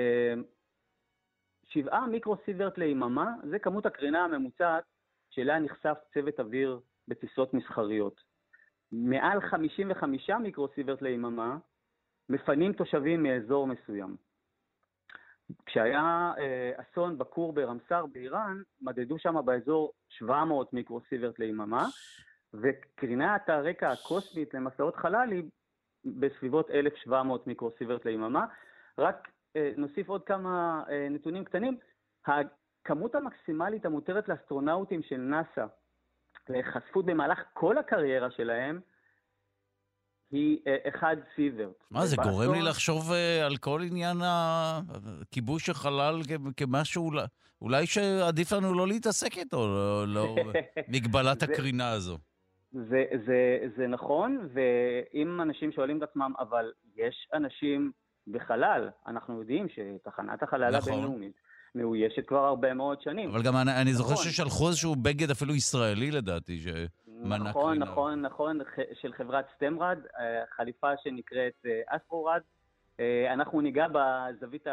[SPEAKER 8] שבעה מיקרו-סיברט ליממה, זה כמות הקרינה הממוצעת שאליה נחשף צוות אוויר בטיסות מסחריות. מעל חמישים וחמישה מיקרו-סיברט ליממה, מפנים תושבים מאזור מסוים. כשהיה אה, אסון בכור ברמסר באיראן, מדדו שם באזור שבע מאות מיקרו-סיברט ליממה, וקרינת הרקע הקוסמית למסעות חלל היא בסביבות אלף שבע מאות מיקרו-סיברט ליממה. רק אה, נוסיף עוד כמה אה, נתונים קטנים. הכמות המקסימלית המותרת לאסטרונאוטים של נאסא לחשפות במהלך כל הקריירה שלהם, היא אחד סיברט.
[SPEAKER 2] מה, זה גורם לי לחשוב על כל עניין הכיבוש החלל כמשהו, אולי שעדיף לנו לא להתעסק איתו, לא מגבלת הקרינה הזו.
[SPEAKER 8] זה, זה, זה נכון, ואם אנשים שואלים את עצמם, אבל יש אנשים בחלל, אנחנו יודעים שתחנת החלל הבינלאומית מאוישת כבר הרבה מאוד שנים.
[SPEAKER 2] אבל גם אני, אני זוכר ששלחו איזשהו בגד אפילו ישראלי לדעתי, ש...
[SPEAKER 8] נכון, נכון, נכון, של חברת סטמרד, חליפה שנקראת אסטרורד. אנחנו ניגע בזווית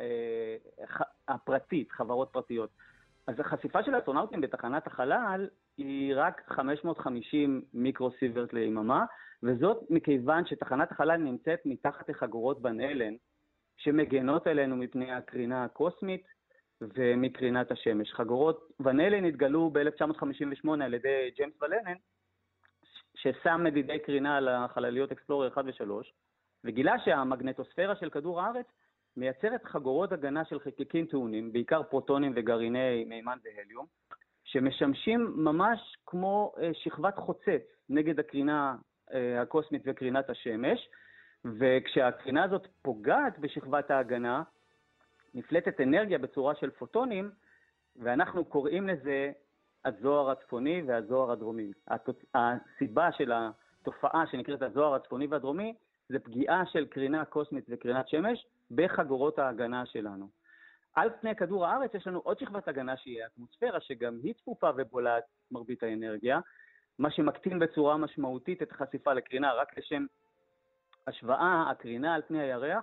[SPEAKER 8] הפרטית, חברות פרטיות. אז החשיפה של האסטרונאוטים בתחנת החלל היא רק חמש מאות וחמישים מיקרו-סיברט ליממה, וזאת מכיוון שתחנת החלל נמצאת מתחת לחגורות ון אלן, שמגנות עלינו מפני הקרינה הקוסמית ומקרינת השמש. חגורות ון אלן התגלו ב-אלף תשע מאות חמישים ושמונה על ידי ג'יימס ולנן, ששם מדידי קרינה על החלליות אקספלורר אחת ושלוש, וגילה שהמגנטוספירה של כדור הארץ מייצרת חגורות הגנה של חלקיקים טעונים, בעיקר פרוטונים וגרעיני מימן והליום, שמשמשים ממש כמו שכבת חוצץ נגד הקרינה הקוסמית וקרינת השמש, וכשהקרינה הזאת פוגעת בשכבת ההגנה, נפלטת אנרגיה בצורה של פוטונים, ואנחנו קוראים לזה הזוהר הצפוני והזוהר הדרומי. הסיבה של התופעה שנקראת הזוהר הצפוני והדרומי, זה פגיעה של קרינה קוסמית וקרינת שמש בחגורות ההגנה שלנו. על פני כדור הארץ יש לנו עוד שכבת הגנה שהיא האטמוספירה, שגם היא צפופה ובולעת מרבית האנרגיה, מה שמקטין בצורה משמעותית את החשיפה לקרינה. רק לשם השוואה, הקרינה על פני הירח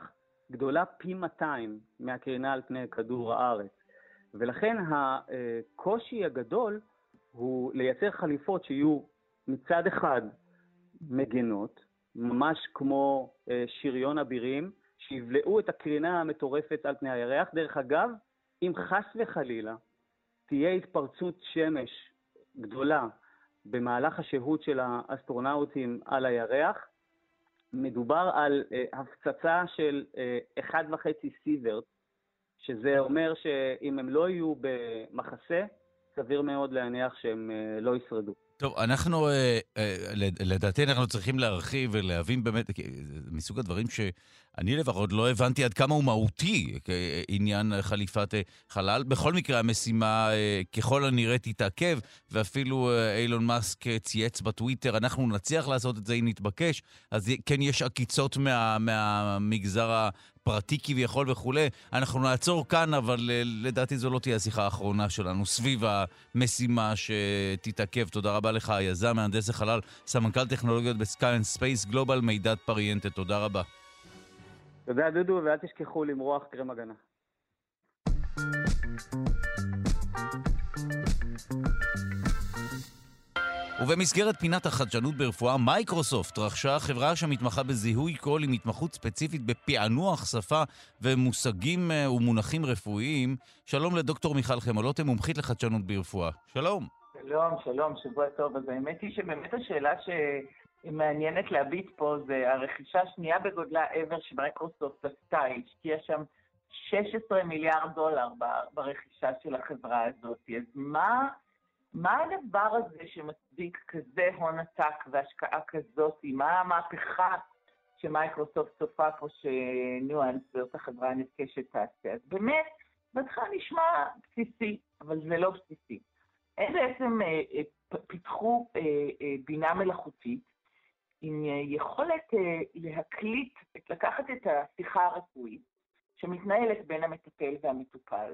[SPEAKER 8] גדולה פי מאתיים מהקרינה על פני כדור הארץ. ולכן הקושי הגדול הוא לייצר חליפות שיהיו מצד אחד מגנות, ממש כמו שריון אבירים, שיבלעו את הקרינה המטורפת על פני הירח. דרך אגב, אם חס וחלילה תהיה התפרצות שמש גדולה במהלך השהות של האסטרונאוטים על הירח, מדובר על uh, הפצצה של uh, אחד וחצי סיברט, שזה אומר שאם הם לא יהיו במחסה, סביר מאוד להניח שהם uh, לא ישרדו.
[SPEAKER 2] טוב, אנחנו, לדעתי אנחנו צריכים להרחיב ולהבין באמת, מסוג הדברים שאני לפחות לא הבנתי עד כמה הוא מהותי, עניין חליפת חלל. בכל מקרה, המשימה ככל הנראה תתעכב, ואפילו אילון מאסק צייץ בטוויטר, אנחנו נצליח לעשות את זה אם נתבקש, אז כן יש עקיצות מה, מהמגזר הפרטי כביכול וכו'. אנחנו נעצור כאן, אבל לדעתי זו לא תהיה השיחה האחרונה שלנו סביב המשימה שתתעכב. תודה רבה לך, היזם, מהנדס החלל, סמנכ"ל טכנולוגיות בסקאי אנד ספייס גלובל, מידד פריאנטה. תודה רבה.
[SPEAKER 8] תודה דודו, ואל תשכחו למרוח קרם הגנה.
[SPEAKER 2] ובמסגרת פינת החדשנות ברפואה, מייקרוסופט רכשה חברה שמתמחה בזיהוי קול עם התמחות ספציפית בפענוח שפה ומושגים ומונחים רפואיים. שלום לדוקטור מיכל חמולוטה, מומחית לחדשנות ברפואה. שלום.
[SPEAKER 9] שלום, שלום, שבוע טוב. אז האמת היא שבאמת השאלה שמעניינת להביט פה זה הרכישה השנייה בגודלה ever שמייקרוסופט עשתה. היא השקיעה שם שש עשרה מיליארד דולר ברכישה של החברה הזאת. אז מה... מה הדבר הזה שמצדיק כזה הון עתק והשקעה כזאת? מה המהפכה שמייקרוסופט צופה פה שניואנס ואותה חברה נרכשת תעשה? אז באמת, בהתחלה נשמע בסיסי, אבל זה לא בסיסי. הם בעצם אה, אה, פיתחו אה, אה, בינה מלאכותית עם אה, יכולת אה, להקליט, לקחת את השיחה הרפואית שמתנהלת בין המטפל והמטופל,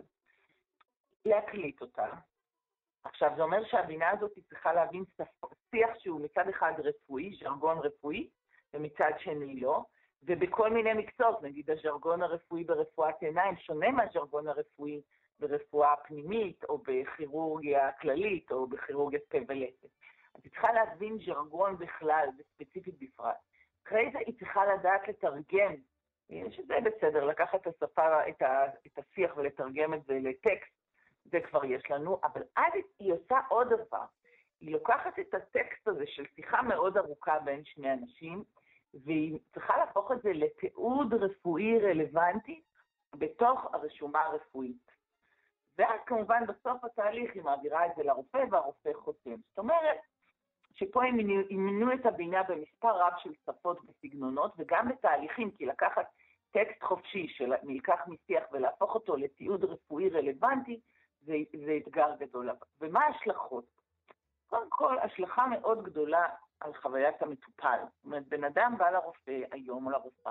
[SPEAKER 9] להקליט אותה. עכשיו, זה אומר שהבינה הזאת צריכה להבין שיח שהוא מצד אחד רפואי, ז'רגון רפואי, ומצד שני לא, ובכל מיני מקצועות, נגיד הז'רגון הרפואי ברפואת עיניים, שונה מהז'רגון הרפואי ברפואה פנימית, או בכירורגיה כללית, או בכירורגיה פה ולסת. אז היא צריכה להבין ז'רגון בכלל, וספציפית בפרט. אחרי זה היא צריכה לדעת לתרגם, שזה בסדר, לקחת את השפה, את, ה, את השיח ולתרגם את זה לטקסט, זה כבר יש לנו, אבל אז היא עושה עוד דבר. היא לוקחת את הטקסט הזה של שיחה מאוד ארוכה בין שני אנשים, והיא צריכה להפוך את זה לתיעוד רפואי רלוונטי בתוך הרשומה הרפואית. ואז כמובן בסוף התהליך היא מעבירה את זה לרופא, והרופא חותם. זאת אומרת שפה הם מינו את הבינה במספר רב של שפות וסגנונות, וגם בתהליכים, כי לקחת טקסט חופשי שנלקח משיח ולהפוך אותו לתיעוד רפואי רלוונטי, זה, זה אתגר גדול. ומה ההשלכות? קודם כל, השלכה מאוד גדולה על חוויית המטופל. זאת אומרת, בן אדם בא לרופא היום או לרופאה,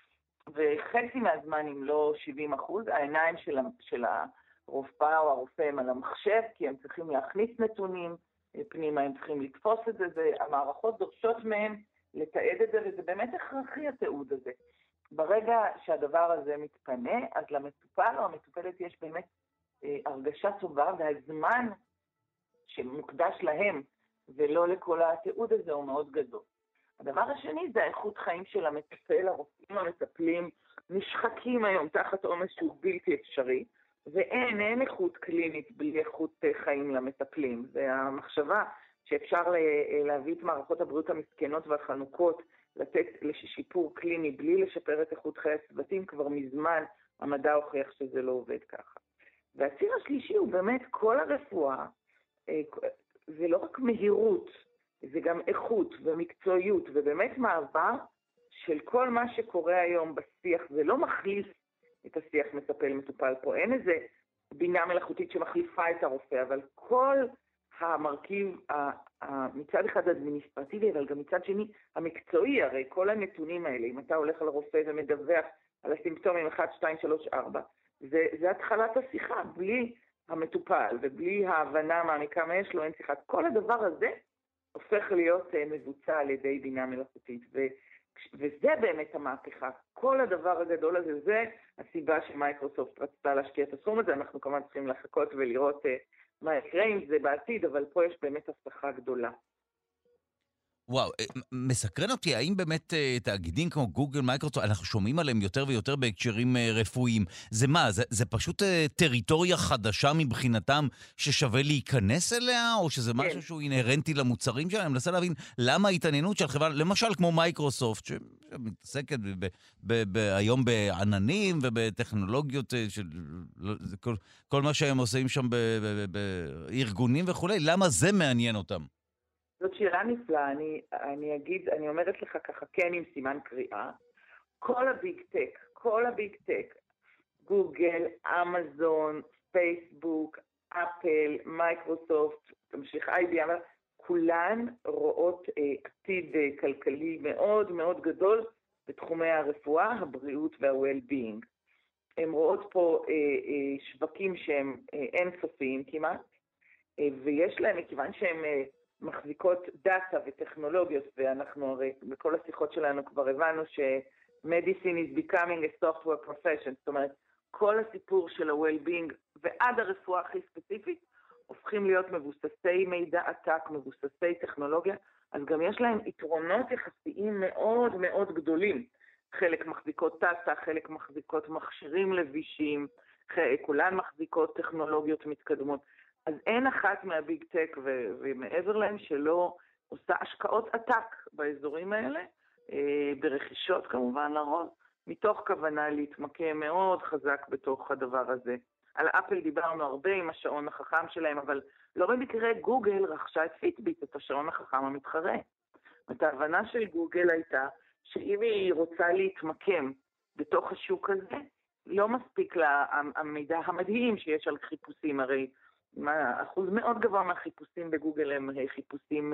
[SPEAKER 9] וחצי מהזמן, אם לא שבעים אחוז, העיניים של, של הרופאה או הרופא הם על המחשב, כי הם צריכים להכניס נתונים פנימה, הם צריכים לתפוס את זה, זה המערכות דורשות מהם לתעד את זה, וזה באמת הכרחי התיעוד הזה. ברגע שהדבר הזה מתפנה, אז למטופל או המטופלת יש באמת הרגשה טובה, והזמן שמוקדש להם ולא לכל התיעוד הזה הוא מאוד גדול. הדבר השני זה האיכות חיים של המטפל. הרופאים המטפלים נשחקים היום תחת עומס שהוא בלתי אפשרי, ואין, אין איכות קלינית בלי איכות חיים למטפלים. והמחשבה שאפשר להביא את מערכות הבריאות המסכנות והחנוכות, לתת לשיפור קליני בלי לשפר את איכות חיי הסביבתיים, כבר מזמן המדע הוכיח שזה לא עובד ככה. והציר השלישי הוא באמת כל הרפואה, זה לא רק מהירות, זה גם איכות ומקצועיות, ובאמת מעבר של כל מה שקורה היום בשיח, זה לא מחליף את השיח מטפל מטופל פה, אין איזה בינה מלאכותית שמחליפה את הרופא, אבל כל המרכיב, מצד אחד אדמיניסטרטיבי, אבל גם מצד שני המקצועי, הרי כל הנתונים האלה, אם אתה הולך לרופא ומדווח על הסימפטומים אחת, שתיים, שלוש, ארבע, זה, זה התחלת השיחה, בלי המטופל ובלי ההבנה מעמיקה מה יש לו, אין שיחה. כל הדבר הזה הופך להיות מבוצע על ידי בינה מלאכותית. וזה באמת המהפכה. כל הדבר הגדול הזה, זה הסיבה שמייקרוסופט רצתה להשקיע את הסכום הזה. אנחנו כמובן צריכים לחכות ולראות מה יקרה עם זה בעתיד, אבל פה יש באמת הבטחה גדולה.
[SPEAKER 2] וואו, מסקרן אותי, האם באמת תאגידים כמו גוגל, מייקרוסופט, אנחנו שומעים עליהם יותר ויותר בהקשרים רפואיים. זה מה? זה, זה פשוט טריטוריה חדשה מבחינתם ששווה להיכנס אליה, או שזה כן. משהו שהוא אינהרנטי למוצרים שלהם? אני מנסה להבין למה ההתעניינות של חברה, למשל כמו מייקרוסופט, שמתעסקת ב, ב, ב, היום בעננים ובטכנולוגיות, של, זה כל, כל מה שהם עושים שם בארגונים וכו', למה זה מעניין אותם?
[SPEAKER 9] זאת שאלה נפלאה, אני, אני אגיד, אני אומרת לך ככה, כן עם סימן קריאה, כל הביג טק, כל הביג טק, גוגל, אמזון, פייסבוק, אפל, מייקרוסופט, תמשיך איי בי אם, כולן רואות אה, עתיד אה, כלכלי מאוד מאוד גדול בתחומי הרפואה, הבריאות וה-well-being. הן רואות פה אה, אה, שווקים שהם אה, אינסופיים כמעט, אה, ויש להם, מכיוון שהם אה, מחזיקות דאטה וטכנולוגיות, ואנחנו הרי בכל השיחות שלנו כבר הבנו ש-medicine is becoming a software profession, זאת אומרת, כל הסיפור של ה-well-being ועד הרפואה הכי ספציפית, הופכים להיות מבוססי מידע עתק, מבוססי טכנולוגיה, אז גם יש להם יתרונות יחסיים מאוד מאוד גדולים. חלק מחזיקות דאטה, חלק מחזיקות מכשירים לבישים, כולן מחזיקות טכנולוגיות מתקדמות. אז אין אחת מהביג טק ו- ומעבר להם שלא עושה השקעות עתק באזורים האלה, אה, ברכישות כמובן לרוב, מתוך כוונה להתמקם מאוד חזק בתוך הדבר הזה. על אפל דיברנו הרבה עם השעון החכם שלהם, אבל לא במקרה גוגל רכשה את פיטביט, את השעון החכם המתחרה. את ההבנה של גוגל הייתה שאם היא רוצה להתמקם בתוך השוק הזה, לא מספיק לה המידע המדהים שיש על חיפושים, הרי אחוז מאוד גבוה מהחיפושים בגוגל הם חיפושים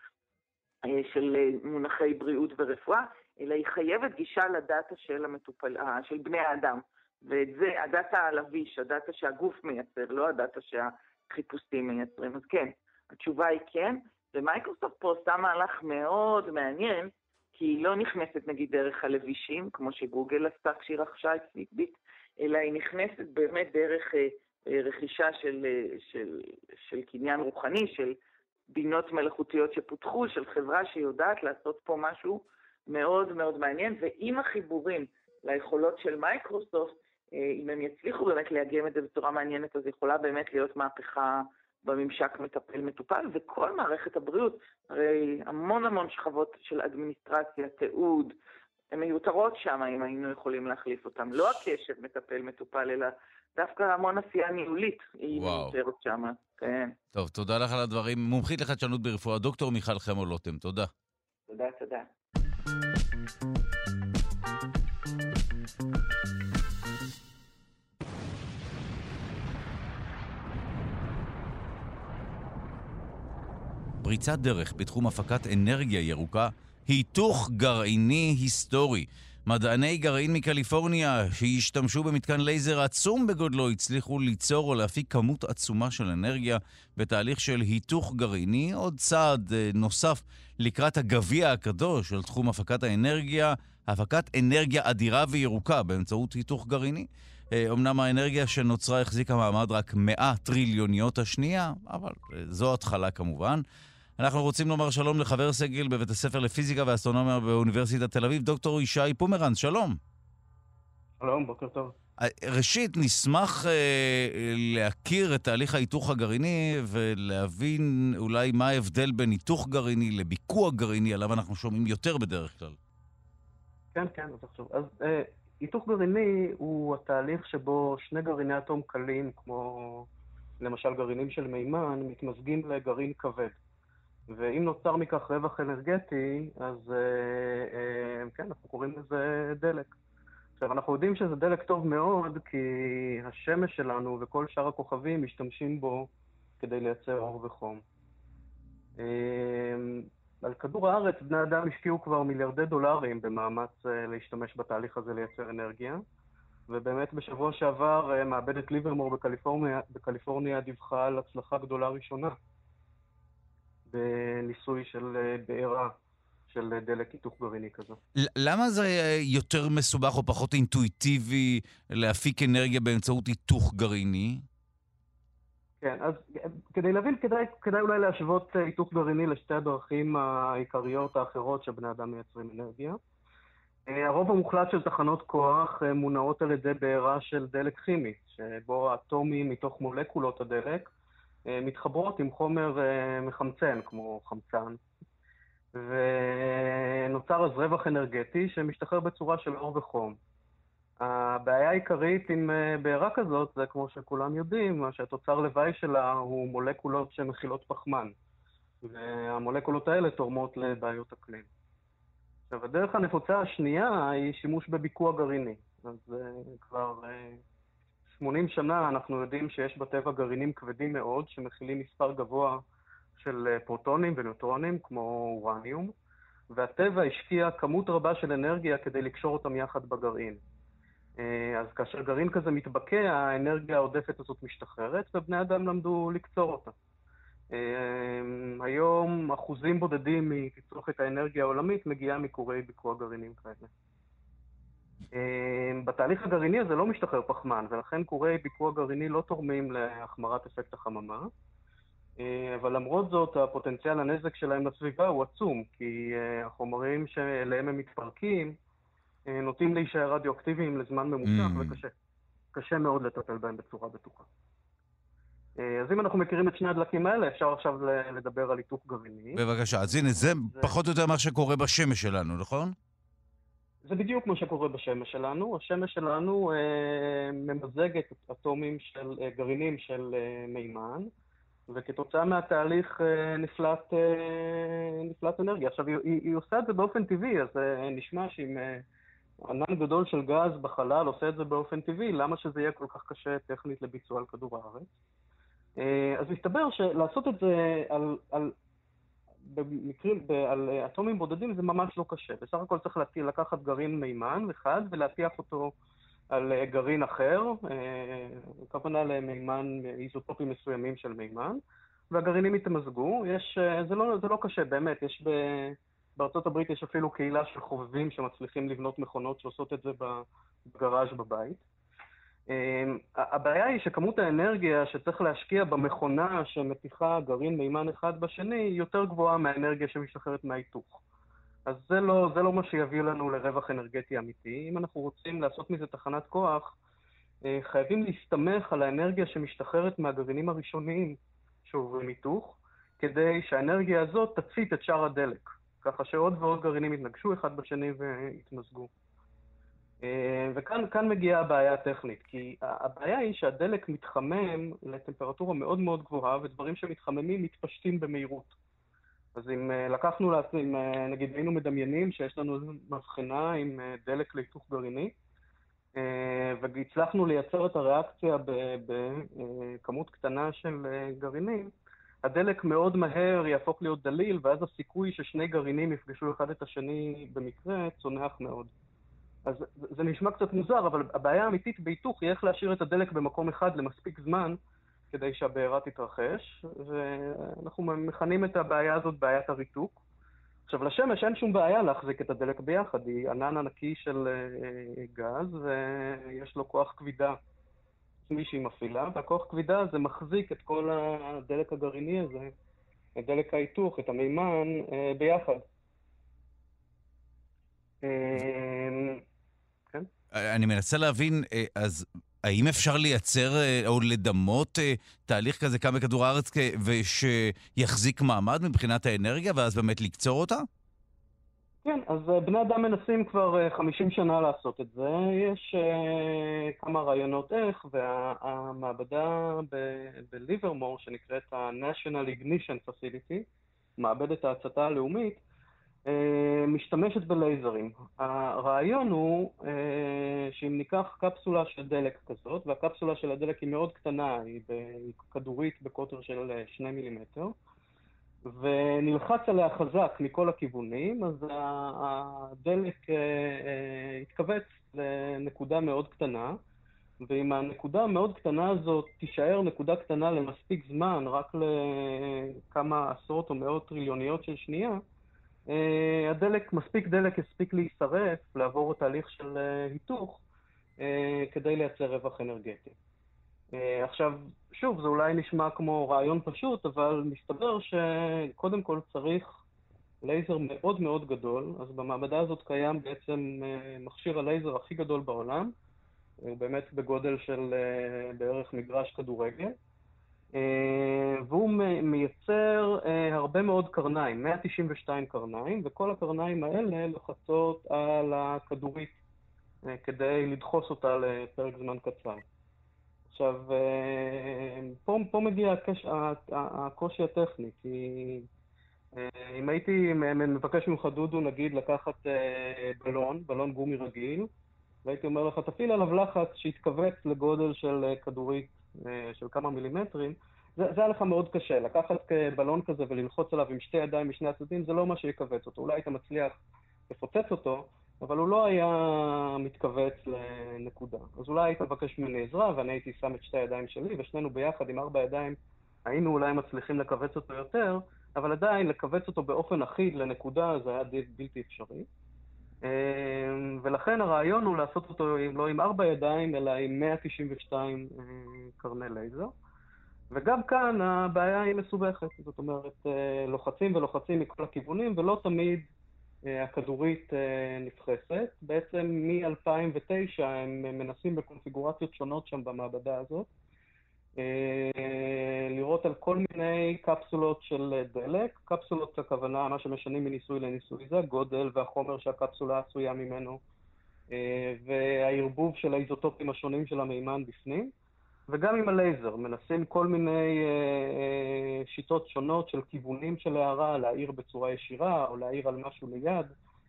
[SPEAKER 9] של מונחי בריאות ורפואה, אלא היא חייבת גישה לדאטה של המטופל, של בני האדם. ואת זה, הדאטה הלביש, הדאטה שהגוף מייצר, לא הדאטה שהחיפושים מייצרים. אז כן, התשובה היא כן, ומייקרוסופט פה עושה מהלך מאוד מעניין, כי היא לא נכנסת נגיד דרך הלבישים, כמו שגוגל עשתה כשהיא רכשה את פיטביט, אלא היא נכנסת באמת דרך רכישה של, של, של קניין רוחני, של בינות מלאכותיות שפותחו, של חברה שיודעת לעשות פה משהו מאוד מאוד מעניין, ועם החיבורים ליכולות של מייקרוסופט, אם הם יצליחו באמת להגיע את זה בצורה מעניינת, אז יכולה באמת להיות מהפכה בממשק מטפל מטופל, וכל מערכת הבריאות, הרי המון המון שכבות של אדמיניסטרציה, תיעוד, הן מיותרות שם אם היינו יכולים להחליף אותם. לא הקשר מטפל מטופל, אלא דווקא המון עשייה ניהולית היא מיותרת שם. כן.
[SPEAKER 2] טוב, תודה לך על הדברים. מומחית לחדשנות ברפואה, דוקטור מיכל חמו-לוטם. תודה.
[SPEAKER 9] תודה, תודה.
[SPEAKER 2] פריצת דרך בתחום הפקת אנרגיה ירוקה, היתוך גרעיני היסטורי. מדעני גרעין מקליפורניה שהשתמשו במתקן לייזר עצום בגודלו הצליחו ליצור או להפיק כמות עצומה של אנרגיה בתהליך של היתוך גרעיני, עוד צעד נוסף לקראת הגביע הקדוש של תחום הפקת האנרגיה, הפקת אנרגיה אדירה וירוקה באמצעות היתוך גרעיני. אמנם האנרגיה שנוצרה החזיקה מעמד רק מאה טריליוניות השנייה, אבל זו התחלה כמובן. אנחנו רוצים לומר שלום לחבר סגל בבית הספר לפיזיקה ואסטרונומיה באוניברסיטת תל אביב, דוקטור ישי פומרנץ, שלום.
[SPEAKER 10] שלום, בוקר טוב.
[SPEAKER 2] ראשית, נשמח אה, להכיר את תהליך ההיתוך הגרעיני ולהבין אולי מה ההבדל בין היתוך גרעיני לביקוע גרעיני, עליו אנחנו שומעים יותר בדרך כלל.
[SPEAKER 10] כן, כן, אז עכשיו. אז אה, היתוך גרעיני הוא התהליך שבו שני גרעיני אטום קלים, כמו למשל גרעינים של מימן, מתמזגים לגרעין כבד. ואם נוצר מכך רווח אנרגטי, אז אה, אה, כן, אנחנו קוראים לזה דלק. עכשיו, אנחנו יודעים שזה דלק טוב מאוד, כי השמש שלנו וכל שאר הכוכבים משתמשים בו כדי לייצר אור וחום. אה, על כדור הארץ, בני אדם השקיעו כבר מיליארדי דולרים במאמץ אה, להשתמש בתהליך הזה לייצר אנרגיה, ובאמת בשבוע שעבר אה, מעבדת ליברמור בקליפורניה, בקליפורניה דיווחה על הצלחה גדולה ראשונה. בניסוי של בעירה של דלק היתוך גרעיני כזה.
[SPEAKER 2] למה זה יותר מסובך או פחות אינטואיטיבי להפיק אנרגיה באמצעות היתוך גרעיני?
[SPEAKER 10] כן, אז כדי להבין, כדאי, כדאי אולי להשוות היתוך גרעיני לשתי הדרכים העיקריות האחרות שבני אדם מייצרים אנרגיה. הרוב המוחלט של תחנות כוח מונעות על ידי בעירה של דלק כימי, שבו האטומים מתוך מולקולות הדלק מתחברות עם חומר מחמצן, כמו חמצן, ונוצר אז רווח אנרגטי שמשתחרר בצורה של אור וחום. הבעיה העיקרית עם בעירה כזאת זה, כמו שכולם יודעים, שהתוצר לוואי שלה הוא מולקולות שמכילות פחמן, והמולקולות האלה תורמות לבעיות אקלים. עכשיו, הדרך הנפוצה השנייה היא שימוש בביקוע גרעיני. אז uh, כבר uh, שמונים שנה אנחנו יודעים שיש בטבע גרעינים כבדים מאוד, שמכילים מספר גבוה של uh, פרוטונים ונוטרונים, כמו אורניום, והטבע השקיע כמות רבה של אנרגיה כדי לקשור אותם יחד בגרעין. Uh, אז כאשר גרעין כזה מתבקע, האנרגיה העודפת הזאת משתחררת, ובני אדם למדו לקצור אותה. Uh, היום אחוזים בודדים מתצרוכת האנרגיה העולמית מגיעה מקורי ביקוע גרעינים כאלה. Uh, בתהליך הגרעיני הזה לא משתחרר פחמן, ולכן קורי ביקוע גרעיני לא תורמים להחמרת אפקט החממה. Uh, אבל למרות זאת, הפוטנציאל הנזק שלהם לסביבה הוא עצום, כי uh, החומרים שאליהם הם מתפרקים uh, נוטים להישאר רדיואקטיביים לזמן ממושך, mm. וקשה קשה מאוד לטפל בהם בצורה בטוחה. אז אם אנחנו מכירים את שני הדלקים האלה, אפשר עכשיו לדבר על היתוך גרעיני.
[SPEAKER 2] בבקשה, אז הנה, זה פחות או יותר מה שקורה בשמש שלנו, נכון?
[SPEAKER 10] זה בדיוק מה שקורה בשמש שלנו. השמש שלנו אה, ממזגת אטומים של אה, גרעינים של אה, מימן, וכתוצאה מהתהליך אה, נפלט, אה, נפלט אנרגיה. עכשיו, היא, היא עושה את זה באופן טבעי, אז אה, נשמע שאם אה, ענן גדול של גז בחלל עושה את זה באופן טבעי, למה שזה יהיה כל כך קשה טכנית לביצוע על כדור הארץ? אז מסתבר שלעשות את זה על, על, במקרים, על אטומים בודדים זה ממש לא קשה. בסך הכל צריך להטיח, לקחת גרעין מימן אחד ולהטיח אותו על גרעין אחר, הכוונה למימן, איזוטופים מסוימים של מימן, והגרעינים יתמזגו. יש, זה לא, זה לא קשה, באמת. יש ב, בארצות הברית יש אפילו קהילה של חובבים שמצליחים לבנות מכונות שעושות את זה בגראז' בבית. הבעיה היא שכמות האנרגיה שצריך להשקיע במכונה שמתיחה גרעין מימן אחד בשני היא יותר גבוהה מהאנרגיה שמשתחררת מההיתוך. אז זה לא, זה לא מה שיביא לנו לרווח אנרגטי אמיתי. אם אנחנו רוצים לעשות מזה תחנת כוח, חייבים להסתמך על האנרגיה שמשתחררת מהגרעינים הראשוניים שעוברים היתוך, כדי שהאנרגיה הזאת תצית את שאר הדלק, ככה שעוד ועוד גרעינים יתנגשו אחד בשני ויתמזגו. וכאן כאן מגיעה הבעיה הטכנית, כי הבעיה היא שהדלק מתחמם לטמפרטורה מאוד מאוד גבוהה, ודברים שמתחממים מתפשטים במהירות. אז אם לקחנו לעצמם, נגיד היינו מדמיינים שיש לנו מבחנה עם דלק להיתוך גרעיני, והצלחנו לייצר את הריאקציה בכמות קטנה של גרעינים, הדלק מאוד מהר יהפוך להיות דליל, ואז הסיכוי ששני גרעינים יפגשו אחד את השני במקרה צונח מאוד. אז זה נשמע קצת מוזר, אבל הבעיה האמיתית בהיתוך היא איך להשאיר את הדלק במקום אחד למספיק זמן כדי שהבעירה תתרחש, ואנחנו מכנים את הבעיה הזאת בעיית הריתוק. עכשיו, לשמש אין שום בעיה להחזיק את הדלק ביחד, היא ענן ענקי של גז, ויש לו כוח כבידה שהיא מפעילה, והכוח כבידה הזה מחזיק את כל הדלק הגרעיני הזה, את דלק ההיתוך, את המימן, ביחד.
[SPEAKER 2] כן? אני מנסה להבין, אז האם אפשר לייצר או לדמות תהליך כזה כאן בכדור הארץ ושיחזיק מעמד מבחינת האנרגיה ואז באמת לקצור אותה?
[SPEAKER 10] כן, אז בני אדם מנסים כבר חמישים שנה לעשות את זה. יש uh, כמה רעיונות איך, והמעבדה בליברמור שנקראת ה-National Ignition Facility, מעבדת ההצתה הלאומית, uh, משתמשת בלייזרים. הרעיון הוא uh, שאם ניקח קפסולה של דלק כזאת, והקפסולה של הדלק היא מאוד קטנה, היא כדורית בקוטר של שני מילימטר, ונלחץ עליה חזק מכל הכיוונים, אז הדלק יתכווץ לנקודה מאוד קטנה, ואם הנקודה המאוד קטנה הזאת תישאר נקודה קטנה למספיק זמן, רק לכמה עשרות או מאות טריליוניות של שנייה, הדלק, מספיק דלק הספיק להישרף, לעבור את תהליך של היתוך, כדי לייצר רווח אנרגטי. עכשיו, שוב, זה אולי נשמע כמו רעיון פשוט, אבל מסתבר שקודם כל צריך לייזר מאוד מאוד גדול. אז במעבדה הזאת קיים בעצם מכשיר הלייזר הכי גדול בעולם, הוא באמת בגודל של בערך מגרש כדורגל, והוא מייצר הרבה מאוד קרניים, מאה תשעים ושתיים קרניים, וכל הקרניים האלה לוחצות על הכדורית כדי לדחוס אותה לפרק זמן קצר. עכשיו, פה, פה מגיע הקש, הקושי הטכני, כי אם הייתי מבקש ממך דודו, נגיד, לקחת בלון, בלון גומי רגיל, והייתי אומר לך, תפעיל עליו לחץ שיתכווץ לגודל של כדורית של כמה מילימטרים, זה, זה היה לך מאוד קשה. לקחת בלון כזה וללחוץ עליו עם שתי ידיים משני הצדדים, זה לא מה שיקווץ אותו. אולי היית מצליח לפוצץ אותו, אבל הוא לא היה מתכווץ לנקודה. אז אולי היית מבקש ממני עזרה, ואני הייתי שם את שתי הידיים שלי, ושנינו ביחד עם ארבע ידיים היינו אולי מצליחים לכווץ אותו יותר, אבל עדיין לכווץ אותו באופן אחיד לנקודה זה היה בלתי אפשרי. ולכן הרעיון הוא לעשות אותו לא עם ארבע ידיים, אלא עם מאה תשעים ושתיים קרני לייזר. וגם כאן הבעיה היא מסובכת. זאת אומרת, לוחצים ולוחצים מכל הכיוונים, ולא תמיד הכדורית נפחסת. בעצם מ-אלפיים ותשע הם מנסים בקונפיגורציות שונות שם במעבדה הזאת, לראות על כל מיני קפסולות של דלק. קפסולות הכוונה, מה שמשנים מניסוי לניסוי, זה הגודל והחומר שהקפסולה עשויה ממנו, והערבוב של האיזוטופים השונים של המימן בפנים. וגם עם הלייזר, מנסים כל מיני שיטות שונות של כיוונים של הערה, להעיר בצורה ישירה או להעיר על משהו ליד,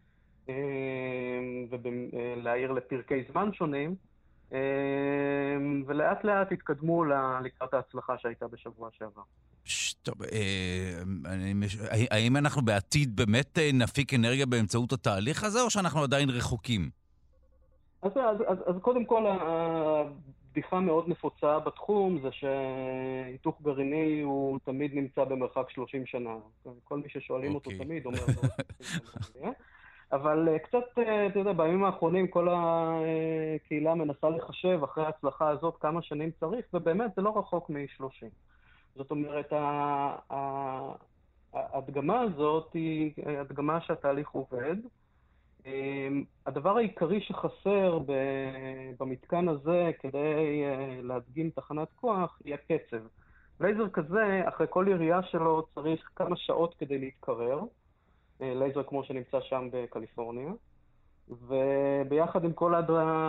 [SPEAKER 10] ולהעיר לפרקי זמן שונים. ולאט לאט התקדמו לקראת ההצלחה שהייתה בשבוע שעבר.
[SPEAKER 2] טוב, האם אנחנו בעתיד באמת נפיק אנרגיה באמצעות התהליך הזה, או שאנחנו עדיין רחוקים?
[SPEAKER 10] אז, אז, אז, אז קודם כל, הבדיחה מאוד נפוצה בתחום זה שהיתוך גרעיני הוא תמיד נמצא במרחק שלושים שנה. כל מי ששואלים אותו תמיד אומר לו, אבל קצת, אתה יודע, בימים האחרונים כל הקהילה מנסה לחשב אחרי ההצלחה הזאת כמה שנים צריך, ובאמת זה לא רחוק מ-שלושים. זאת אומרת, ההדגמה הזאת היא הדגמה שהתהליך עובד. הדבר העיקרי שחסר במתקן הזה כדי להדגים תחנת כוח היא הקצב. לייזר כזה, אחרי כל ירייה שלו צריך כמה שעות כדי להתקרר. לייזר כמו שנמצא שם בקליפורניה, וביחד עם כל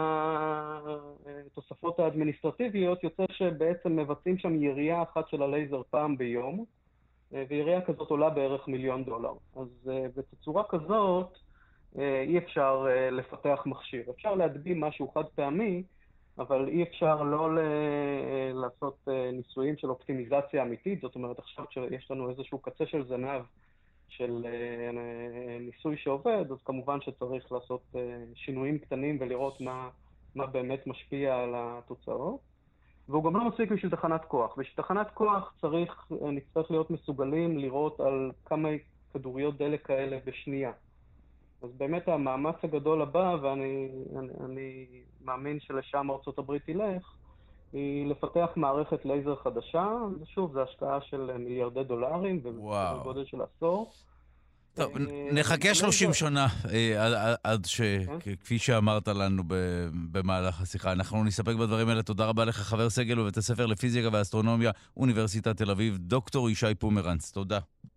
[SPEAKER 10] התוספות האדמיניסטרטיביות יוצא שבעצם מבצעים שם ירייה אחת של הלייזר פעם ביום, וירייה כזאת עולה בערך מיליון דולר. אז בצורה כזאת אי אפשר לפתח מכשיר. אפשר להדגים משהו חד פעמי, אבל אי אפשר לא לעשות ניסויים של אופטימיזציה אמיתית. זאת אומרת, עכשיו שיש לנו איזשהו קצה של זנב של ניסוי שעובד, אז כמובן שצריך לעשות שינויים קטנים ולראות מה, מה באמת משפיע על התוצאות. והוא גם לא מספיק בשביל תחנת כוח. בשביל תחנת כוח צריך, נצטרך להיות מסוגלים לראות על כמה כדוריות דלק כאלה בשנייה. אז באמת המאמץ הגדול הבא, ואני אני, אני מאמין שלשם ארצות הברית ילך, היא לפתח מערכת לייזר חדשה. ושוב, זו השקעה של מיליארדי דולרים, ובגודל של עשור.
[SPEAKER 2] טוב, נחכה שלושים שנה עד שכפי שאמרת לנו במהלך השיחה. אנחנו נסתפק בדברים האלה. תודה רבה לך, חבר סגל בבית הספר לפיזיקה ואסטרונומיה, אוניברסיטת תל אביב, דוקטור ישי פומרנץ. תודה.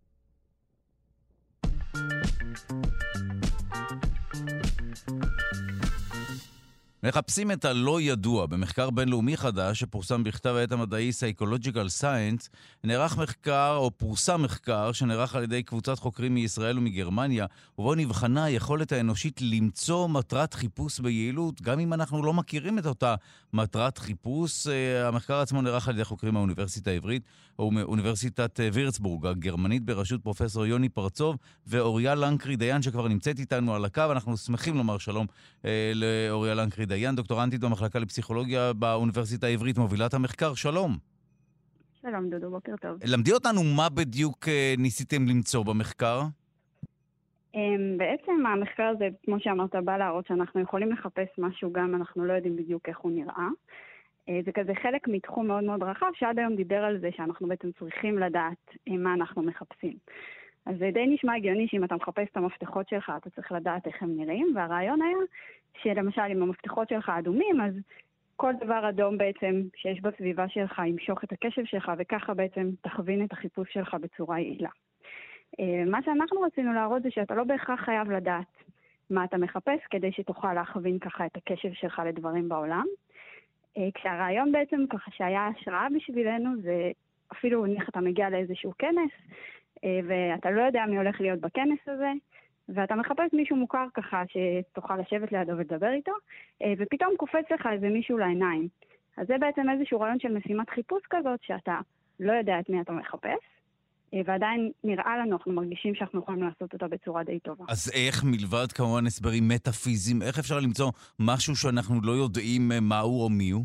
[SPEAKER 2] מחפשים את הלא ידוע. במחקר בינלאומי חדש שפורסם בכתב העת המדעי Psychological Science, נערך מחקר או פורסם מחקר שנערך על ידי קבוצת חוקרים מישראל ומגרמניה, ובו נבחנה היכולת האנושית למצוא מטרת חיפוש ביעילות, גם אם אנחנו לא מכירים את אותה מטרת חיפוש. המחקר עצמו נערך על ידי חוקרים מהאוניברסיטה העברית ומאוניברסיטת וירצבורג הגרמנית בראשות פרופסור יוני פרצוב ואוריה לנקרי דיין שכבר נמצאת איתנו על הקו. אנחנו שמחים לומר שלום אה, לאוריה לנקרי דיין, דוקטורנטית במחלקה לפסיכולוגיה באוניברסיטה העברית, מובילת המחקר. שלום.
[SPEAKER 11] שלום דודו, בוקר טוב.
[SPEAKER 2] למדי אותנו מה בדיוק אה, ניסיתם למצוא במחקר?
[SPEAKER 11] בעצם המחקר הזה, כמו שאמרת, בא להראות שאנחנו יכולים לחפש משהו גם, אנחנו לא יודעים בדיוק איך הוא נראה. זה כזה חלק מתחום מאוד מאוד רחב, שעד היום דיבר על זה שאנחנו בעצם צריכים לדעת מה אנחנו מחפשים. אז זה די נשמע הגיוני שאם אתה מחפש את המפתחות שלך, אתה צריך לדעת איך הם נראים, והרעיון היה שלמשל אם המפתחות שלך אדומים, אז כל דבר אדום בעצם שיש בסביבה שלך ימשוך את הקשב שלך, וככה בעצם תכווין את החיפוש שלך בצורה יעילה. מה שאנחנו רצינו להראות זה שאתה לא בהכרח חייב לדעת מה אתה מחפש, כדי שתוכל להכווין ככה את הקשב שלך לדברים בעולם. כשהרעיון בעצם ככה שהיה השראה בשבילנו, זה אפילו נניח אתה מגיע לאיזשהו כנס, ואתה לא יודע מי הולך להיות בכנס הזה, ואתה מחפש מישהו מוכר ככה שתוכל לשבת לידו ולדבר איתו, ופתאום קופץ לך איזה מישהו לעיניים. אז זה בעצם איזשהו רעיון של משימת חיפוש כזאת, שאתה לא יודע את מי אתה מחפש, ועדיין נראה לנו, אנחנו מרגישים שאנחנו יכולים לעשות אותה בצורה די טובה.
[SPEAKER 2] אז איך מלבד כמובן הסברים מטאפיזיים, איך אפשר למצוא משהו שאנחנו לא יודעים מהו או מיהו?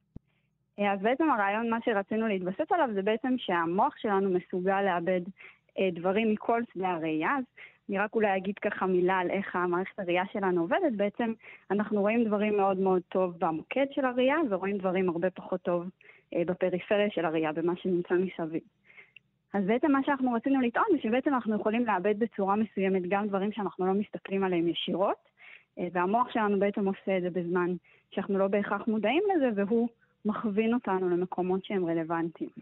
[SPEAKER 11] אז בעצם הרעיון, מה שרצינו להתבסס עליו, זה בעצם שהמוח שלנו מסוגל לאבד דברים מכל שדה הראייה. אז אני רק אולי אגיד ככה מילה על איך המערכת הראייה שלנו עובדת. בעצם אנחנו רואים דברים מאוד מאוד טוב במוקד של הראייה, ורואים דברים הרבה פחות טוב בפריפריה של הראייה, במה שנמצא מסביב. אז בעצם מה שאנחנו רצינו לטעון, זה שבעצם אנחנו יכולים לאבד בצורה מסוימת גם דברים שאנחנו לא מסתכלים עליהם ישירות, והמוח שלנו בעצם עושה את זה בזמן שאנחנו לא בהכרח מודעים לזה, והוא מכווין אותנו למקומות שהם רלוונטיים.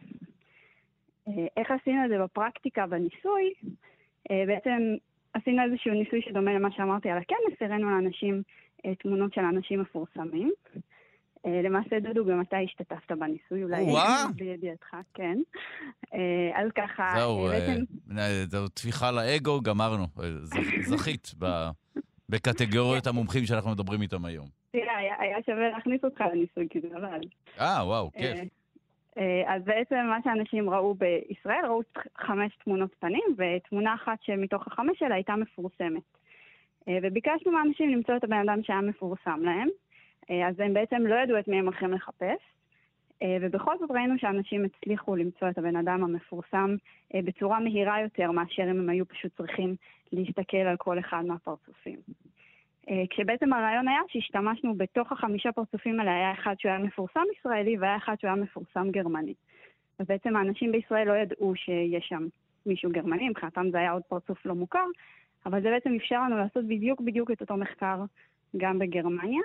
[SPEAKER 11] איך עשינו את זה בפרקטיקה, בניסוי? בעצם עשינו איזשהו ניסוי שדומה למה שאמרתי על הכנס, הראינו לאנשים תמונות של אנשים מפורסמים. למעשה דודו, גם אתה השתתפת בניסוי, אולי בידיעתך, כן. אז ככה...
[SPEAKER 2] זהו, זהו תפיחה לאגו, גמרנו. זכית בקטגוריות המומחים שאנחנו מדברים איתם היום.
[SPEAKER 11] תראה, היה שווה להכניס אותך לניסוי, כי זה אבל.
[SPEAKER 2] אה, וואו, כיף.
[SPEAKER 11] אז בעצם מה שאנשים ראו בישראל, ראו חמש תמונות פנים, ותמונה אחת שמתוך החמש שלה הייתה מפורסמת. וביקשנו מאנשים למצוא את הבן אדם שהיה מפורסם להם, אז הם בעצם לא ידעו את מי הם הולכים לחפש, ובכל זאת ראינו שאנשים הצליחו למצוא את הבן אדם המפורסם בצורה מהירה יותר, מאשר אם הם היו פשוט צריכים להסתכל על כל אחד מהפרצופים. כשבעצם הרעיון היה שהשתמשנו בתוך החמישה פרצופים האלה, היה אחד שהוא היה מפורסם ישראלי, והיה אחד שהוא היה מפורסם גרמני. אז בעצם האנשים בישראל לא ידעו שיש שם מישהו גרמני, מבחינתם זה היה עוד פרצוף לא מוכר, אבל זה בעצם אפשר לנו לעשות בדיוק בדיוק את אותו מחקר גם בגרמניה,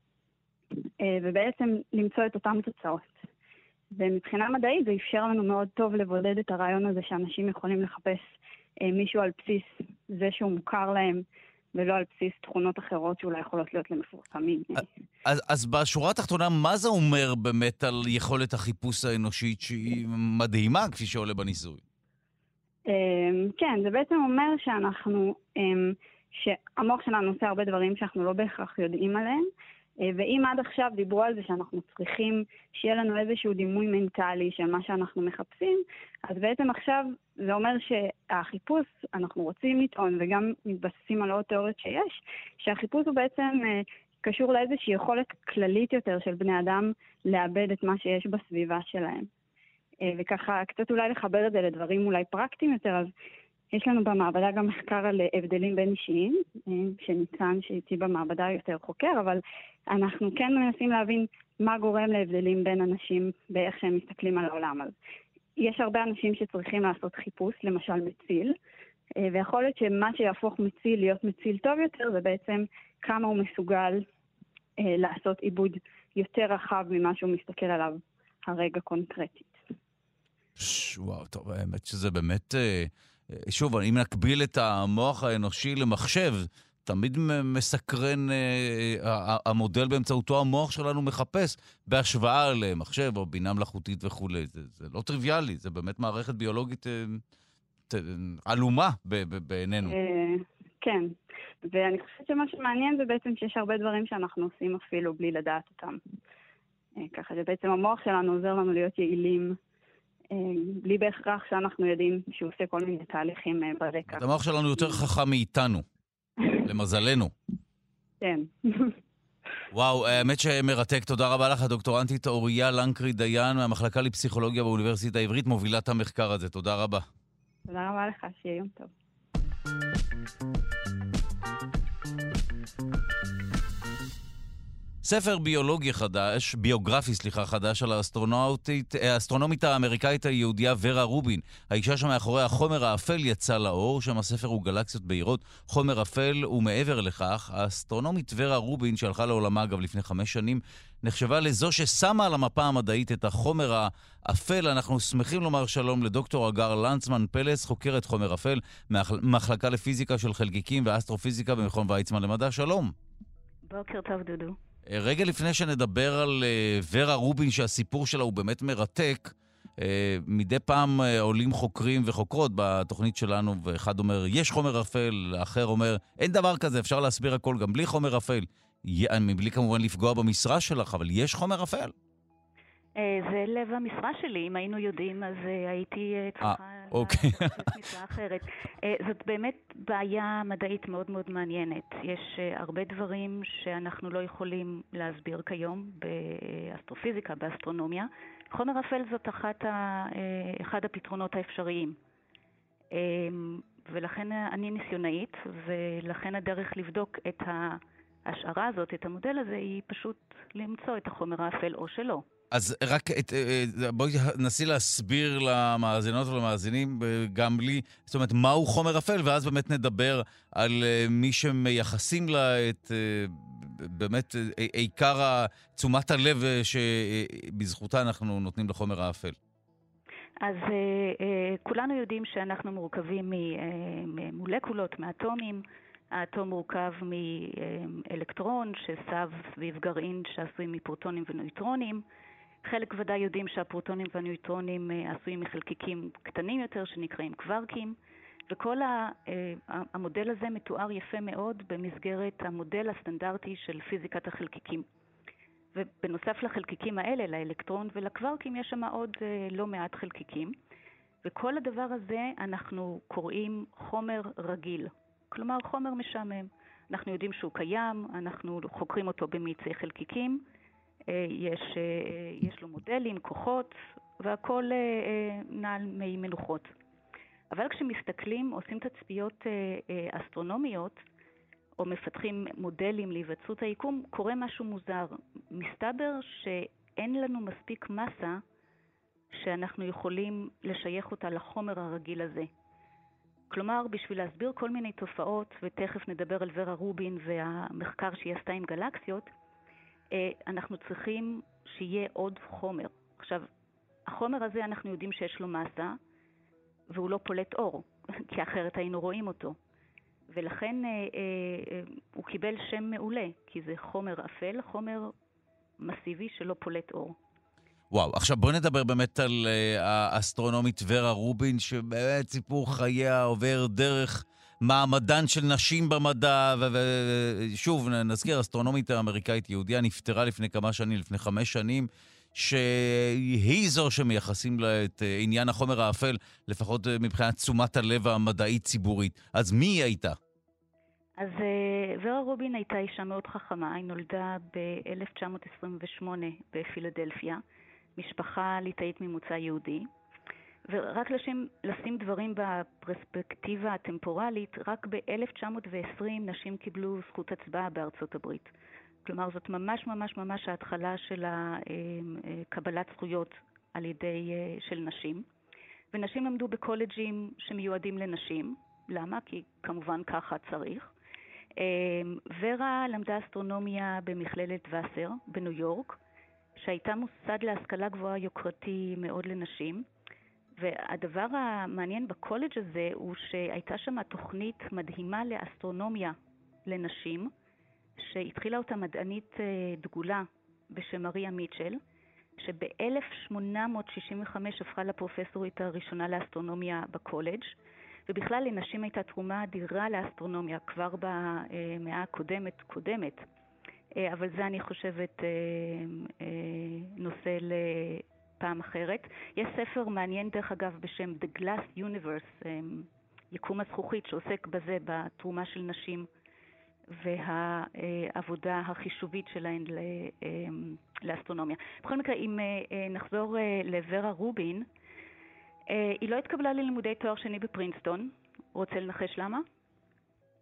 [SPEAKER 11] ובעצם למצוא את אותם תוצאות. ומבחינה מדעית זה אפשר לנו מאוד טוב לבודד את הרעיון הזה שאנשים יכולים לחפש מישהו על בסיס זה שהוא מוכר להם, ולא על בסיס תכונות אחרות שאולי יכולות להיות למפורסמים.
[SPEAKER 2] אז, אז בשורה התחתונה, מה זה אומר באמת על יכולת החיפוש האנושית שהיא מדהימה, כפי שעולה בניסוי?
[SPEAKER 11] כן, זה בעצם אומר שאנחנו, שהמוח שלנו עושה הרבה דברים שאנחנו לא בהכרח יודעים עליהם, ואם עד עכשיו דיברו על זה שאנחנו צריכים שיהיה לנו איזשהו דימוי מנטלי של מה שאנחנו מחפשים, אז בעצם עכשיו זה אומר שהחיפוש, אנחנו רוצים לטעון וגם מתבססים על עוד תיאוריות שיש, שהחיפוש הוא בעצם קשור לאיזושהי יכולת כללית יותר של בני אדם לאבד את מה שיש בסביבה שלהם. וככה קצת אולי לחבר את זה לדברים אולי פרקטיים יותר, אז יש לנו במעבדה גם מחקר על הבדלים בין אישיים, שניצן שאיתי במעבדה יותר חוקר, אבל אנחנו כן מנסים להבין מה גורם להבדלים בין אנשים באיך שהם מסתכלים על העולם. אז יש הרבה אנשים שצריכים לעשות חיפוש, למשל מציל, ויכול להיות שמה שיהפוך מציל להיות מציל טוב יותר, זה בעצם כמה הוא מסוגל לעשות עיבוד יותר רחב ממה שהוא מסתכל עליו הרגע קונקרטית.
[SPEAKER 2] וואו, טוב, האמת שזה באמת... שוב, אם נקביל את המוח האנושי למחשב, תמיד מסקרן המודל באמצעותו המוח שלנו מחפש, בהשוואה למחשב או בינה מלאכותית וכו'. זה, זה לא טריוויאלי, זה באמת מערכת ביולוגית עלומה בעינינו.
[SPEAKER 11] כן, ואני חושבת שמה שמעניין זה בעצם שיש הרבה דברים שאנחנו עושים אפילו בלי לדעת אותם. ככה שבעצם המוח שלנו עוזר לנו להיות יעילים, בלי בהכרח שאנחנו יודעים שהוא עושה כל מיני תהליכים ברקע.
[SPEAKER 2] המוח שלנו יותר חכם מאיתנו, למזלנו.
[SPEAKER 11] כן.
[SPEAKER 2] וואו, האמת שמרתק. תודה רבה לך, הדוקטורנטית אוריה לנקרי דיין, מהמחלקה לפסיכולוגיה באוניברסיטה העברית, מובילת המחקר הזה. תודה רבה.
[SPEAKER 11] תודה רבה לך, שיהיה יום טוב.
[SPEAKER 2] ספר ביולוגי חדש, ביוגרפי, סליחה, חדש על האסטרונאוטית, האסטרונומית האמריקאית היהודיה ורה רובין. האישה שמאחורי החומר האפל יצא לאור, שם הספר הוא גלקסיות בהירות, חומר אפל ומעבר לכך. האסטרונומית ורה רובין, שהלכה לעולמה אגב לפני חמש שנים, נחשבה לזו ששמה על המפה המדעית את החומר האפל. אנחנו שמחים לומר שלום לדוקטור אגר לנצמן פלס, חוקרת חומר אפל, מהמחלקה לפיזיקה של חלקיקים ואסטרופיזיקה במכון ויצמן למדע. שלום.
[SPEAKER 12] בוקר טוב דודו.
[SPEAKER 2] רגע לפני שנדבר על ורה רובין, שהסיפור שלה הוא באמת מרתק, מדי פעם עולים חוקרים וחוקרות בתוכנית שלנו, ואחד אומר, יש חומר אפל, האחר אומר, אין דבר כזה, אפשר להסביר הכל גם בלי חומר אפל. מבלי כמובן לפגוע במשרה שלך, אבל יש חומר אפל.
[SPEAKER 12] זה לב המשרה שלי, אם היינו יודעים, אז הייתי צריכה
[SPEAKER 2] אוקיי.
[SPEAKER 12] לעשות משרה אחרת. זאת באמת בעיה מדעית מאוד מאוד מעניינת. יש הרבה דברים שאנחנו לא יכולים להסביר כיום באסטרופיזיקה, באסטרונומיה. חומר אפל זאת אחת ה, אחד הפתרונות האפשריים. ולכן אני ניסיונאית, ולכן הדרך לבדוק את ההשערה הזאת, את המודל הזה, היא פשוט למצוא את החומר האפל או שלא.
[SPEAKER 2] אז רק את, בואי נסי להסביר למאזינות ולמאזינים, גם לי, זאת אומרת, מהו חומר אפל, ואז באמת נדבר על מי שמייחסים לה את, באמת, עיקר תשומת הלב שבזכותה אנחנו נותנים לחומר האפל.
[SPEAKER 12] אז כולנו יודעים שאנחנו מורכבים ממולקולות, מאטומים. האטום מורכב מאלקטרון שסב סביב גרעין שעשוי מפרוטונים ונויטרונים. חלק ודאי יודעים שהפרוטונים והניוטרונים עשויים מחלקיקים קטנים יותר שנקראים קווארקים, וכל המודל הזה מתואר יפה מאוד במסגרת המודל הסטנדרטי של פיזיקת החלקיקים. ובנוסף לחלקיקים האלה, לאלקטרון ולקווארקים, יש שם עוד לא מעט חלקיקים, וכל הדבר הזה אנחנו קוראים חומר רגיל, כלומר חומר משעמם. אנחנו יודעים שהוא קיים, אנחנו חוקרים אותו במיצי חלקיקים, יש, יש לו מודלים, כוחות, והכל נע על מי מנוחות. אבל כשמסתכלים, עושים תצפיות אסטרונומיות, או מפתחים מודלים להיווצרות היקום, קורה משהו מוזר. מסתבר שאין לנו מספיק מסה שאנחנו יכולים לשייך אותה לחומר הרגיל הזה. כלומר, בשביל להסביר כל מיני תופעות, ותכף נדבר על ורה רובין והמחקר שהיא עשתה עם גלקסיות, אנחנו צריכים שיהיה עוד חומר. עכשיו, החומר הזה אנחנו יודעים שיש לו מסה, והוא לא פולט אור, כי אחרת היינו רואים אותו. ולכן אה, אה, הוא קיבל שם מעולה, כי זה חומר אפל, חומר מסיבי שלא פולט אור.
[SPEAKER 2] וואו, עכשיו בואי נדבר באמת על uh, האסטרונומית ורה רובין, שבאמת סיפור חייה עובר דרך מעמדן של נשים במדע, ושוב, נזכיר, אסטרונומית האמריקאית יהודיה נפטרה לפני כמה שנים, לפני חמש שנים, שהיא זו שמייחסים לה את עניין החומר האפל, לפחות מבחינת תשומת הלב המדעית ציבורית. אז מי היא הייתה?
[SPEAKER 12] אז ורה רובין הייתה אישה מאוד חכמה, היא נולדה ב-אלף תשע מאות עשרים ושמונה בפילדלפיה, משפחה ליטאית ממוצא יהודי, ורק לשים, לשים דברים בפרספקטיבה הטמפורלית, רק ב-אלף תשע מאות ועשרים נשים קיבלו זכות הצבעה בארצות הברית. כלומר, זאת ממש ממש ממש ההתחלה של קבלת זכויות על ידי של נשים. ונשים למדו בקולג'ים שמיועדים לנשים. למה? כי כמובן ככה צריך. ורה למדה אסטרונומיה במכללת וסר בניו יורק, שהייתה מוסד להשכלה גבוהה יוקרתי מאוד לנשים. והדבר המעניין בקולג' הזה הוא שהייתה שם תוכנית מדהימה לאסטרונומיה לנשים, שהתחילה אותה מדענית דגולה בשם מריה מיטשל, שב-אלף שמונה מאות שישים וחמש הפכה לפרופסורית הראשונה לאסטרונומיה בקולג', ובכלל לנשים הייתה תרומה אדירה לאסטרונומיה כבר במאה הקודמת קודמת. אבל זה אני חושבת נושא לפעם אחרת. יש ספר מעניין דרך אגב בשם The Glass Universe, יקום הזכוכית, שעוסק בזה, בתרומה של נשים והעבודה החישובית שלהן לאסטרונומיה. בכל מקרה, אם נחזור לורה רובין, היא לא התקבלה ללימודי תואר שני בפרינסטון. רוצה לנחש למה?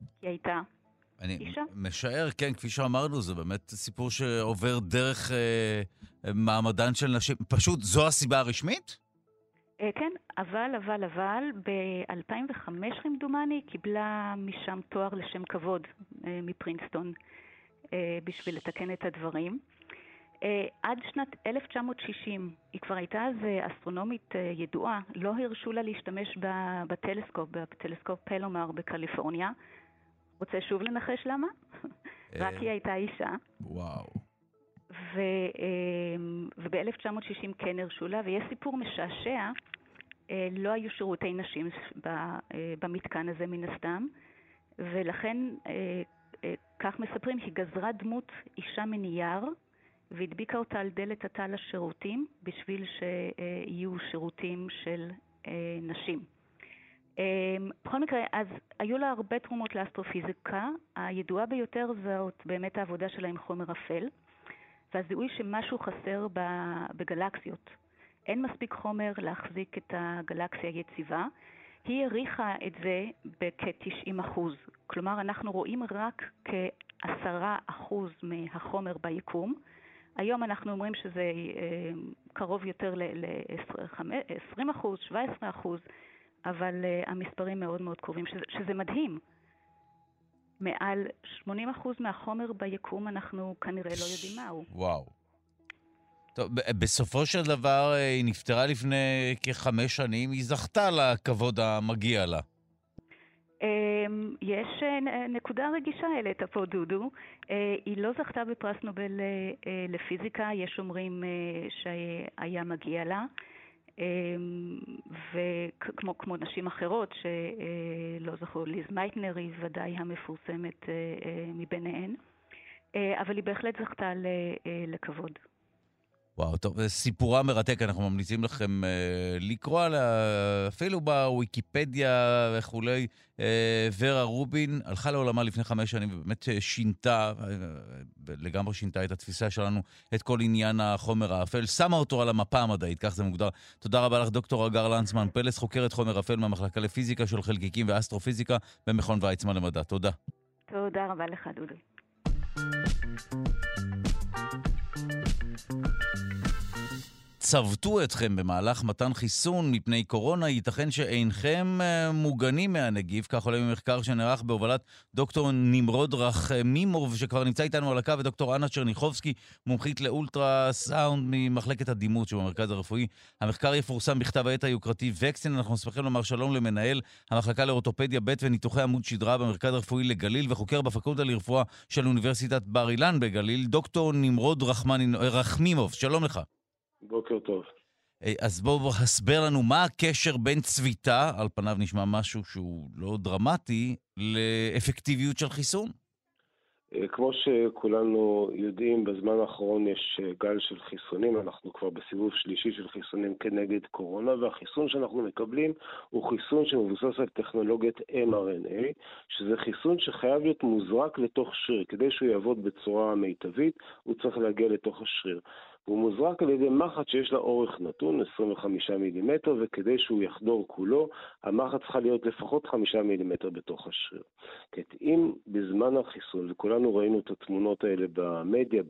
[SPEAKER 12] היא הייתה
[SPEAKER 2] אני
[SPEAKER 12] אישה.
[SPEAKER 2] משער, כן, כפי שאמרנו, זה באמת סיפור שעובר דרך אה, מעמדן של נשים. פשוט זו הסיבה הרשמית?
[SPEAKER 12] אה, כן, אבל, אבל, אבל, ב-אלפיים וחמש כמדומני קיבלה משם תואר לשם כבוד אה, מפרינסטון אה, בשביל לתקן את הדברים. אה, עד שנת אלף תשע מאות שישים, היא כבר הייתה אז אסטרונומית אה, ידועה, לא הרשו לה להשתמש ב- בטלסקופ, בטלסקופ פלומר בקליפורניה. רוצה שוב לנחש למה? רק היא הייתה אישה.
[SPEAKER 2] וואו.
[SPEAKER 12] וב-אלף תשע מאות שישים כן הרשו לה, ויש סיפור משעשע, לא היו שירותי נשים במתקן הזה מן הסתם, ולכן, כך מספרים, היא גזרה דמות אישה מנייר, והדביקה אותה על דלת התא לשירותים, בשביל שיהיו שירותים של נשים. בכל מקרה, אז היו לה הרבה תרומות לאסטרופיזיקה. הידועה ביותר זאת באמת העבודה שלה עם חומר אפל, והזיהוי שמשהו חסר בגלקסיות. אין מספיק חומר להחזיק את הגלקסיה יציבה. היא העריכה את זה בכ-תשעים אחוז. כלומר, אנחנו רואים רק כ-עשרה אחוז מהחומר ביקום. היום אנחנו אומרים שזה קרוב יותר ל-עשרים אחוז, שבע עשרה אחוז, אבל uh, המספרים מאוד מאוד קרובים, שזה, שזה מדהים. מעל שמונים אחוז מהחומר ביקום אנחנו כנראה לא יודעים מהו.
[SPEAKER 2] וואו. טוב, בסופו של דבר היא נפטרה לפני כחמש שנים, היא זכתה לכבוד המגיע לה.
[SPEAKER 12] יש נקודה רגישה העלית פה דודו, היא לא זכתה בפרס נובל לפיזיקה, יש אומרים שהיה מגיע לה, וכמו כמו נשים אחרות שלא זכו, ליז מייטנר היא ודאי המפורסמת מביניהן, אבל היא בהחלט זכתה לכבוד.
[SPEAKER 2] וואו, טוב, סיפורה מרתק, אנחנו ממליצים לכם אה, לקרוא עליה, אפילו בוויקיפדיה וכולי. אה, ורה רובין הלכה לעולמה לפני חמש שנים, ובאמת שינתה, אה, לגמרי שינתה את התפיסה שלנו, את כל עניין החומר האפל, שמה אותו על המפה המדעית, כך זה מוגדר. תודה רבה לך, דוקטור הגר לנצמן פלס, חוקרת חומר אפל מהמחלקה לפיזיקה של חלקיקים ואסטרופיזיקה במכון ויצמן למדע. תודה.
[SPEAKER 12] תודה רבה לך, דודו.
[SPEAKER 2] צוותו אתכם במהלך מתן חיסון מפני קורונה, ייתכן שאינכם מוגנים מהנגיף, כך עולה ממחקר שנערך בהובלת דוקטור נמרוד רחמימוב, שכבר נמצא איתנו על הקו, ודוקטור אנה צ'רניחובסקי, מומחית לאולטרה סאונד ממחלקת הדימות שבמרכז הרפואי. המחקר יפורסם בכתב העת היוקרתי וקסין. אנחנו שמחים לומר שלום למנהל המחלקה לאורתופדיה ב' וניתוחי עמוד שדרה במרכז הרפואי לגליל, וחוקר בפקולטה לרפואה של אוניברסיטת בר אילן בגליל, דוקטור נמרוד רחמימוב. שלום לך.
[SPEAKER 13] בוקר טוב.
[SPEAKER 2] אז בואו הסבר לנו מה הקשר בין צביטה, על פניו נשמע משהו שהוא לא דרמטי, לאפקטיביות של חיסון.
[SPEAKER 13] כמו שכולנו יודעים, בזמן האחרון יש גל של חיסונים, אנחנו כבר בסיבוב שלישי של חיסונים כנגד קורונה, והחיסון שאנחנו מקבלים הוא חיסון שמבוסס על טכנולוגיית אם אר אן איי, שזה חיסון שחייב להיות מוזרק לתוך שריר. כדי שהוא יעבוד בצורה מיטבית, הוא צריך להגיע לתוך השריר. הוא מוזרק על ידי מחט שיש לה אורך נתון, עשרים וחמישה מילימטר, וכדי שהוא יחדור כולו, המחט צריכה להיות לפחות חמישה מילימטר בתוך השריר. אם בזמן החיסון, וכולנו ראינו את התמונות האלה במדיה,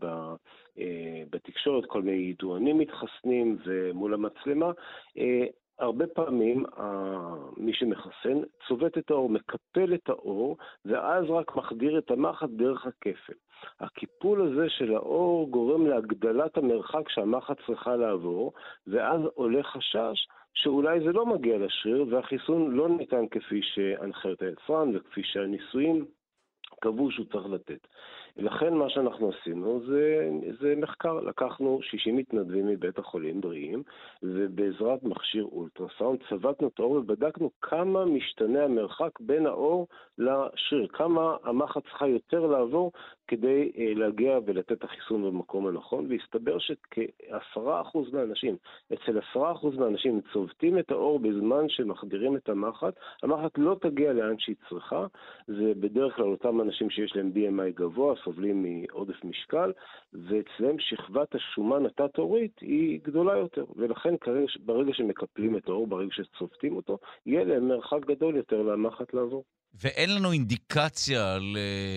[SPEAKER 13] בתקשורת, כל מיני ידוענים מתחסנים ומול המצלמה, הרבה פעמים מי שמחסן צובט את האור, מקפל את האור, ואז רק מחדיר את המחט דרך הכפל. הקיפול הזה של האור גורם להגדלת המרחק שהמחט צריכה לעבור, ואז עולה חשש שאולי זה לא מגיע לשריר, והחיסון לא ניתן כפי שהנחיות היצרן וכפי שהניסויים קבעו שהוא צריך לתת. לכן מה שאנחנו עשינו זה, זה מחקר. לקחנו שישים מתנדבים מבית החולים בריאים, ובעזרת מכשיר אולטרסאונד צבטנו את האור ובדקנו כמה משתנה המרחק בין האור לשריר, כמה המחט צריכה יותר לעבור כדי אה, להגיע ולתת את החיסון במקום הנכון, והסתבר שכ-עשרה אחוז מהאנשים, אצל עשרה אחוז מהאנשים צובטים את האור בזמן שמחדירים את המחט, המחט לא תגיע לאן שהיא צריכה, זה בדרך כלל אותם אנשים שיש להם בי אם איי גבוה, סובלים מעודף משקל, ואצלם שכבת השומן התת-עורית היא גדולה יותר, ולכן כרגע, ברגע שמקפלים את האור, ברגע שצובטים אותו, יהיה להם מרחק גדול יותר למחט לעבור.
[SPEAKER 2] ואין לנו אינדיקציה ל...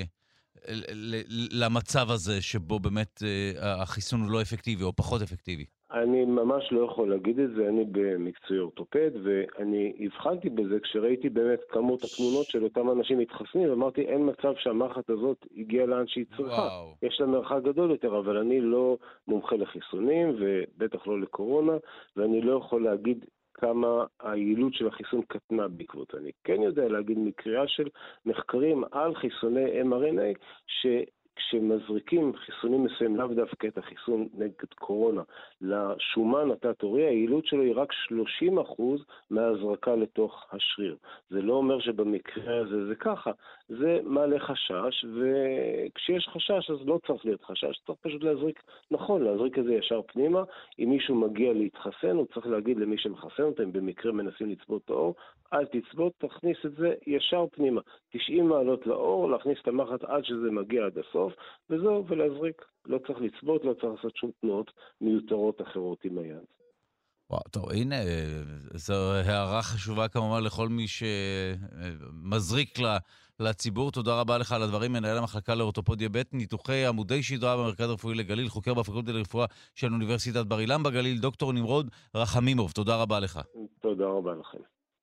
[SPEAKER 2] למצב הזה שבו באמת החיסון הוא לא אפקטיבי או פחות אפקטיבי?
[SPEAKER 13] אני ממש לא יכול להגיד את זה, אני במקצועי אורתופד, ואני הבחנתי בזה כשראיתי באמת כמות התמונות של אותם אנשים מתחסנים, ואמרתי, אין מצב שהמחט הזאת הגיעה לאן שהיא צריכה. יש לה מרחק גדול יותר, אבל אני לא מומחה לחיסונים, ובטח לא לקורונה, ואני לא יכול להגיד כמה היעילות של החיסון קטנה בעקבות. אני כן יודע להגיד מקריאה של מחקרים על חיסוני אם אר אן איי, שכשמזריקים חיסונים מסוים, לאו דווקא את החיסון נגד קורונה, לשומן התת-עורי, היעילות שלו היא רק שלושים אחוז מהזרקה לתוך השריר. זה לא אומר שבמקרה הזה זה ככה, זה מעלה חשש, וכשיש חשש אז לא צריך להיות חשש, צריך פשוט להזריק, נכון, להזריק את זה ישר פנימה. אם מישהו מגיע להתחסן, הוא צריך להגיד למי שמחסן אותם, במקרה מנסים לצבות את האור, אל תצבות, תכניס את זה ישר פנימה. תשעים מעלות לאור, להכניס את המחט עד שזה מגיע עד הסוף, וזהו, ולהזריק. לא צריך לצבות, לא צריך לעשות שום תנועות מיותרות אחרות עם היד.
[SPEAKER 2] וואו, טוב, הנה, זו הערה חשובה כמובן לכל מי שמזריק לציבור. תודה רבה לך על הדברים. מנהל המחלקה לאורתופודיה ב', ניתוחי עמודי שדרה במרכז הרפואי לגליל, חוקר בפקולטה לרפואה של אוניברסיטת בר אילן בגליל, דוקטור נמרוד רחמימוב. תודה רבה לך.
[SPEAKER 13] תודה רבה לכם.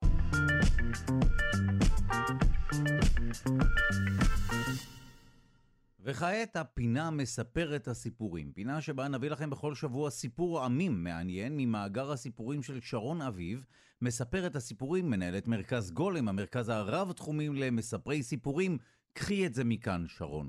[SPEAKER 2] וכעת הפינה מספרת הסיפורים, פינה שבה נביא לכם בכל שבוע סיפור עמים מעניין ממאגר הסיפורים של שרון אביב. מספרת הסיפורים מנהלת מרכז גולם, המרכז הרב-תחומים למספרי סיפורים. קחי את זה מכאן, שרון.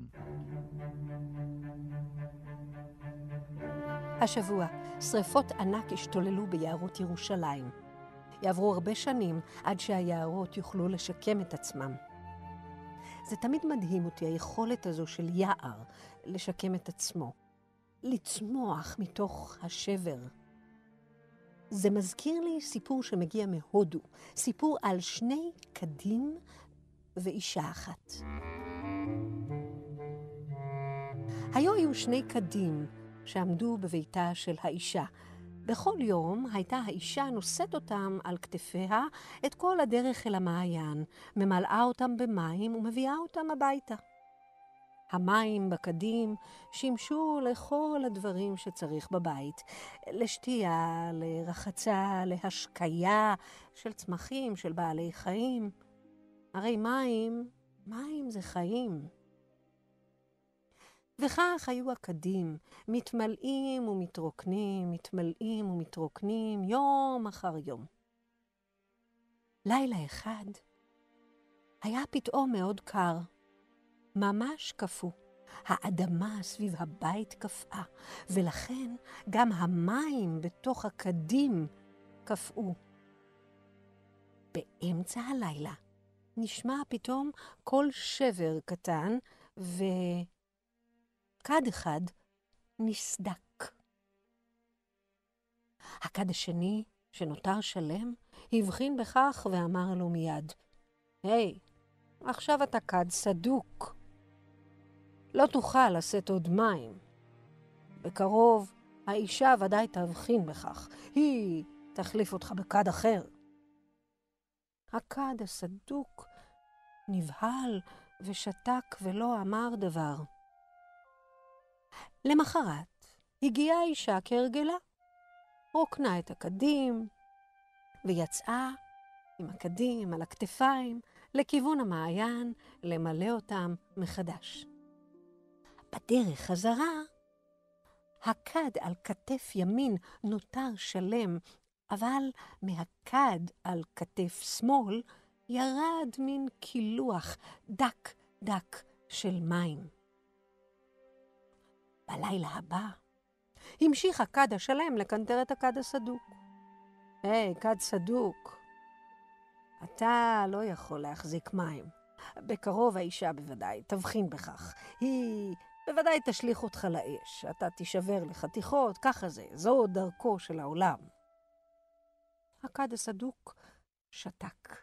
[SPEAKER 14] השבוע, שריפות ענק השתוללו ביערות ירושלים. יעברו הרבה שנים עד שהיערות יוכלו לשקם את עצמם. זה תמיד מדהים אותי, היכולת הזו של יער לשקם את עצמו, לצמוח מתוך השבר. זה מזכיר לי סיפור שמגיע מהודו, סיפור על שני קדים ואישה אחת. היו היו שני קדים שעמדו בביתה של האישה. בכל יום הייתה האישה נושאת אותם על כתפיה את כל הדרך אל המעיין, ממלאה אותם במים ומביאה אותם הביתה. המים בקדים שימשו לכל הדברים שצריך בבית, לשתייה, לרחצה, להשקיה של צמחים, של בעלי חיים. הרי מים, מים זה חיים. וכך היו הקדים, מתמלאים ומתרוקנים, מתמלאים ומתרוקנים, יום אחר יום. לילה אחד היה פתאום מאוד קר, ממש קפוא. האדמה סביב הבית קפאה, ולכן גם המים בתוך הקדים קפאו. באמצע הלילה נשמע פתאום קול שבר קטן, ו... כד אחד נסדק. הכד השני, שנותר שלם, הבחין בכך ואמר לו מיד, היי, hey, עכשיו אתה כד סדוק. לא תוכל לשאת עוד מים. בקרוב האישה ודאי תבחין בכך. היא תחליף אותך בכד אחר. הכד הסדוק נבהל ושתק ולא אמר דבר. למחרת הגיעה האישה כהרגלה, רוקנה את הקדים ויצאה עם הקדים על הכתפיים לכיוון המעיין למלא אותם מחדש. בדרך חזרה, הכד על כתף ימין נותר שלם, אבל מהכד על כתף שמאל ירד מין קילוח דק דק של מים. בלילה הבא המשיך הכד השלם לקנטר את הכד הסדוק. היי, כד סדוק, אתה לא יכול להחזיק מים. בקרוב האישה בוודאי תבחין בכך. היא בוודאי תשליך אותך לאש, אתה תישבר לחתיכות, ככה זה, זו דרכו של העולם. הכד הסדוק שתק.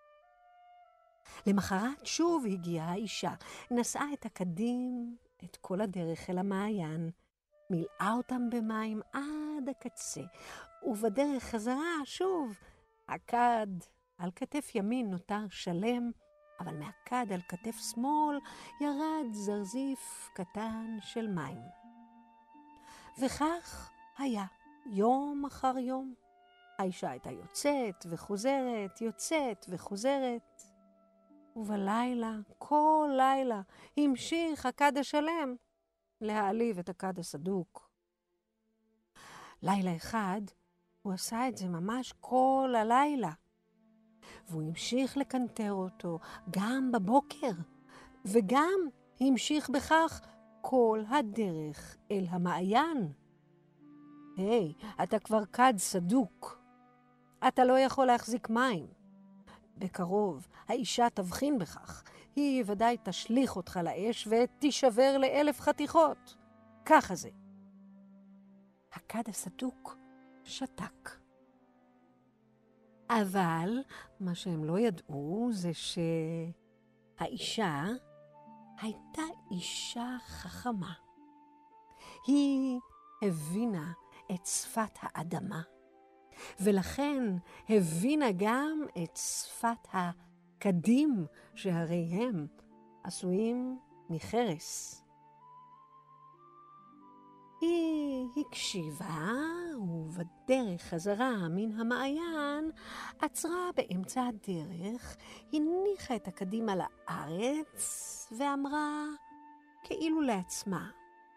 [SPEAKER 14] למחרת שוב הגיעה האישה, נשאה את הכדים את כל הדרך אל המעיין, מילאה אותם במים עד הקצה, ובדרך חזרה שוב, הכד על כתף ימין נותר שלם, אבל מהכד על כתף שמאל ירד זרזיף קטן של מים. וכך היה, יום אחר יום. האישה הייתה יוצאת וחוזרת, יוצאת וחוזרת. ובלילה, כל לילה, המשיך הכד השלם להעליב את הכד הסדוק. לילה אחד, הוא עשה את זה ממש כל הלילה. והוא המשיך לקנטר אותו גם בבוקר, וגם המשיך בכך כל הדרך אל המעיין. היי, אתה כבר כד סדוק. אתה לא יכול להחזיק מים. בקרוב האישה תבחין בכך. היא ודאי תשליך אותך לאש ותישבר לאלף חתיכות. ככה זה. הכד הסדוק שתק. אבל מה שהם לא ידעו זה שהאישה הייתה אישה חכמה. היא הבינה את שפת האדמה, ולכן הבינה גם את שפת הכדים, שהרי הם עשויים מחרס. היא הקשיבה, ובדרך חזרה מן המעיין עצרה באמצע הדרך, הניחה את הכדים על הארץ ואמרה כאילו לעצמה,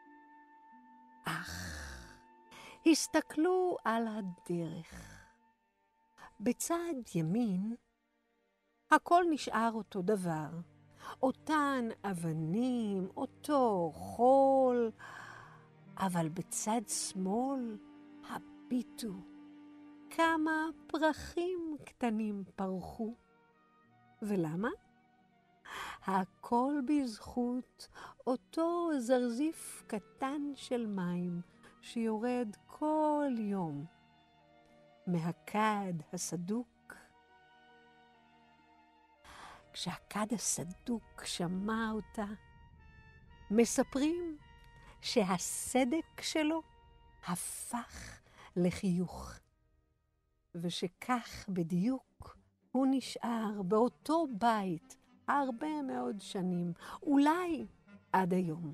[SPEAKER 14] אך הסתכלו על הדרך. בצד ימין הכל נשאר אותו דבר, אותן אבנים, אותו חול, אבל בצד שמאל הביטו כמה פרחים קטנים פרחו. ולמה? הכל בזכות אותו זרזיף קטן של מים שיורד כל יום מהכד הסדוק. כשהכד הסדוק שמע אותה, מספרים שהסדק שלו הפך לחיוך, ושכך בדיוק הוא נשאר באותו בית הרבה מאוד שנים, אולי עד היום.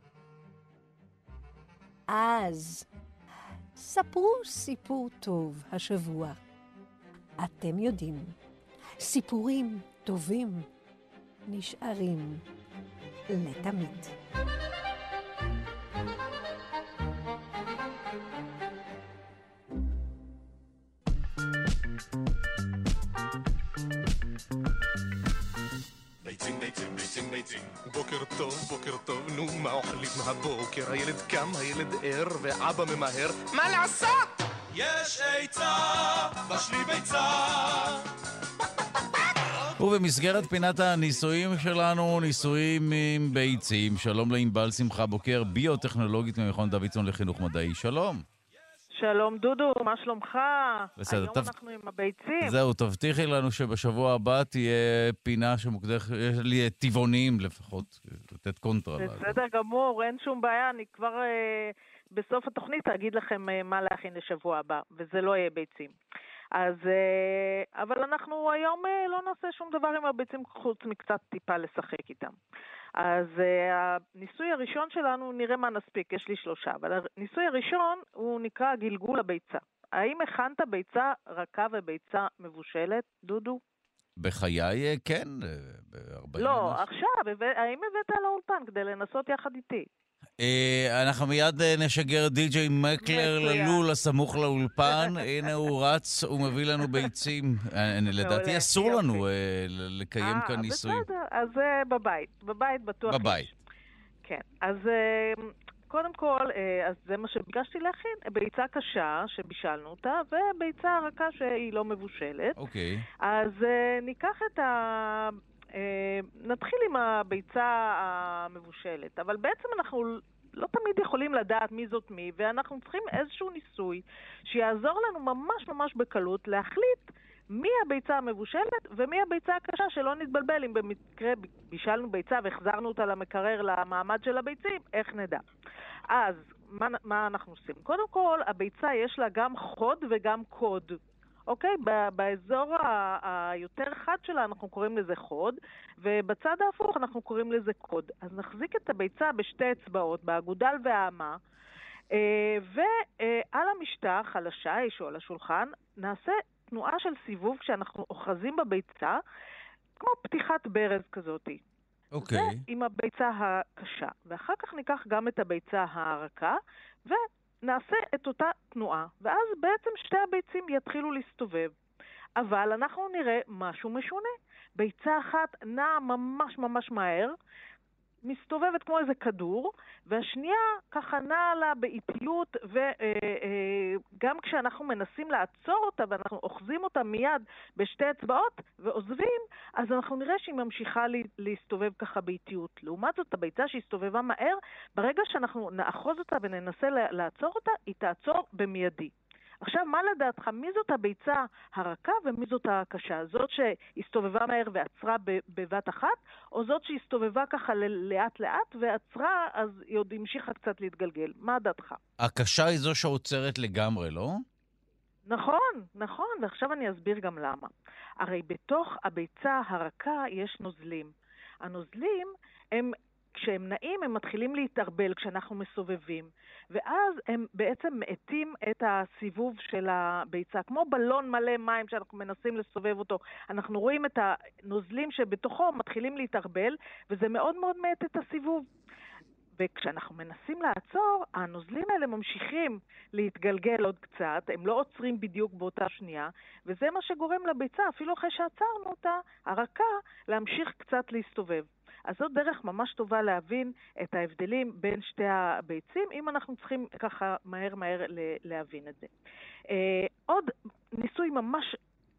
[SPEAKER 14] אז ספרו סיפור טוב השבוע. אתם יודעים, סיפורים טובים נשארים לתמיד.
[SPEAKER 15] ביצים, ביצים, ביצים, ביצים. בוקר טוב, בוקר טוב, נו, מה אוכלים הבוקר? הילד קם, הילד ער, ואבא ממהר. מה לעשות? יש עיצה, בשלי ביצה.
[SPEAKER 2] ובמסגרת פינת הניסויים שלנו, ניסויים עם ביצים. שלום לענבל שמחה בוקר, ביוטכנולוגית ממכון דוידסון לחינוך מדעי. שלום.
[SPEAKER 16] שלום דודו, מה שלומך?
[SPEAKER 2] בסדר,
[SPEAKER 16] היום
[SPEAKER 2] תב...
[SPEAKER 16] אנחנו עם הביצים.
[SPEAKER 2] זהו, תבטיחי לנו שבשבוע הבא תהיה פינה שמוקדש לי טבעונים לפחות, לתת קונטרה.
[SPEAKER 16] בסדר גמור, אין שום בעיה, אני כבר אה, בסוף התוכנית אגיד לכם אה, מה להכין לשבוע הבא, וזה לא יהיה ביצים. אז, אה, אבל אנחנו היום אה, לא נעשה שום דבר עם הביצים חוץ מקצת טיפה לשחק איתם. אז uh, הניסוי הראשון שלנו, נראה מה נספיק, יש לי שלושה, אבל הניסוי הראשון הוא נקרא גלגול הביצה. האם הכנת ביצה רכה וביצה מבושלת, דודו?
[SPEAKER 2] בחיי, כן. ב-ארבעים
[SPEAKER 16] לא,
[SPEAKER 2] מנש...
[SPEAKER 16] עכשיו, האם הבאת לאולפן כדי לנסות יחד איתי?
[SPEAKER 2] אנחנו מיד נשגר די-ג'יי מקלר ללול הסמוך לאולפן. הנה הוא רץ ומביא לנו ביצים. לדעתי אסור לנו לקיים כאן ניסוי.
[SPEAKER 16] בסדר, אז בבית. בבית בטוח.
[SPEAKER 2] בבית.
[SPEAKER 16] כן, אז קודם כל, אז זה מה שביקשתי להכין. ביצה קשה שבישלנו אותה, וביצה רכה שהיא לא מבושלת.
[SPEAKER 2] אוקיי.
[SPEAKER 16] אז ניקח את ה... נתחיל עם הביצה המבושלת, אבל בעצם אנחנו לא תמיד יכולים לדעת מי זאת מי, ואנחנו צריכים איזשהו ניסוי שיעזור לנו ממש ממש בקלות להחליט מי הביצה המבושלת ומי הביצה הקשה, שלא נתבלבל אם במקרה בישלנו ביצה והחזרנו אותה למקרר למעמד של הביצים, איך נדע. אז מה, מה אנחנו עושים? קודם כל, הביצה יש לה גם חוד וגם קוד. אוקיי? באזור היותר חד שלה אנחנו קוראים לזה חוד, ובצד ההפוך אנחנו קוראים לזה קוד. אז נחזיק את הביצה בשתי אצבעות, באגודל והאמה, ועל המשטח, על השיש או על השולחן, נעשה תנועה של סיבוב כשאנחנו אוחזים בביצה, כמו פתיחת ברז כזאת.
[SPEAKER 2] אוקיי.
[SPEAKER 16] זה עם הביצה הקשה. ואחר כך ניקח גם את הביצה הרכה, ונעשה את אותה תנועה. ואז בעצם שתי הביצים יתחילו להסתובב. אבל אנחנו נראה משהו משונה. ביצה אחת נעה ממש ממש מהר, מסתובבת כמו איזה כדור, והשנייה ככה נעה לה באיטיות, וגם כשאנחנו מנסים לעצור אותה, ואנחנו אוחזים אותה מיד בשתי אצבעות ועוזבים, אז אנחנו נראה שהיא ממשיכה להסתובב ככה באיטיות. לעומת זאת, הביצה שהסתובבה מהר, ברגע שאנחנו נאחוז אותה וננסה לעצור אותה, היא תעצור במיידי. עכשיו, מה לדעתך? מי זאת הביצה הרכה ומי זאת הקשה? זאת שהסתובבה מהר ועצרה בבת אחת, או זאת שהסתובבה ככה לאט לאט ועצרה, אז היא עוד המשיכה קצת להתגלגל. מה דעתך?
[SPEAKER 2] הקשה היא זו שעוצרת לגמרי, לא?
[SPEAKER 16] נכון, נכון, ועכשיו אני אסביר גם למה. הרי בתוך הביצה הרכה יש נוזלים. הנוזלים הם... כשהם נעים, הם מתחילים להתערבל כשאנחנו מסובבים, ואז הם בעצם מאטים את הסיבוב של הביצה, כמו בלון מלא מים שאנחנו מנסים לסובב אותו. אנחנו רואים את הנוזלים שבתוכו מתחילים להתערבל, וזה מאוד מאוד מאט את הסיבוב. וכשאנחנו מנסים לעצור, הנוזלים האלה ממשיכים להתגלגל עוד קצת, הם לא עוצרים בדיוק באותה שנייה, וזה מה שגורם לביצה, אפילו אחרי שעצרנו אותה, הרכה, להמשיך קצת להסתובב. אז זאת דרך ממש טובה להבין את ההבדלים בין שתי הביצים, אם אנחנו צריכים ככה מהר מהר להבין את זה. עוד ניסוי ממש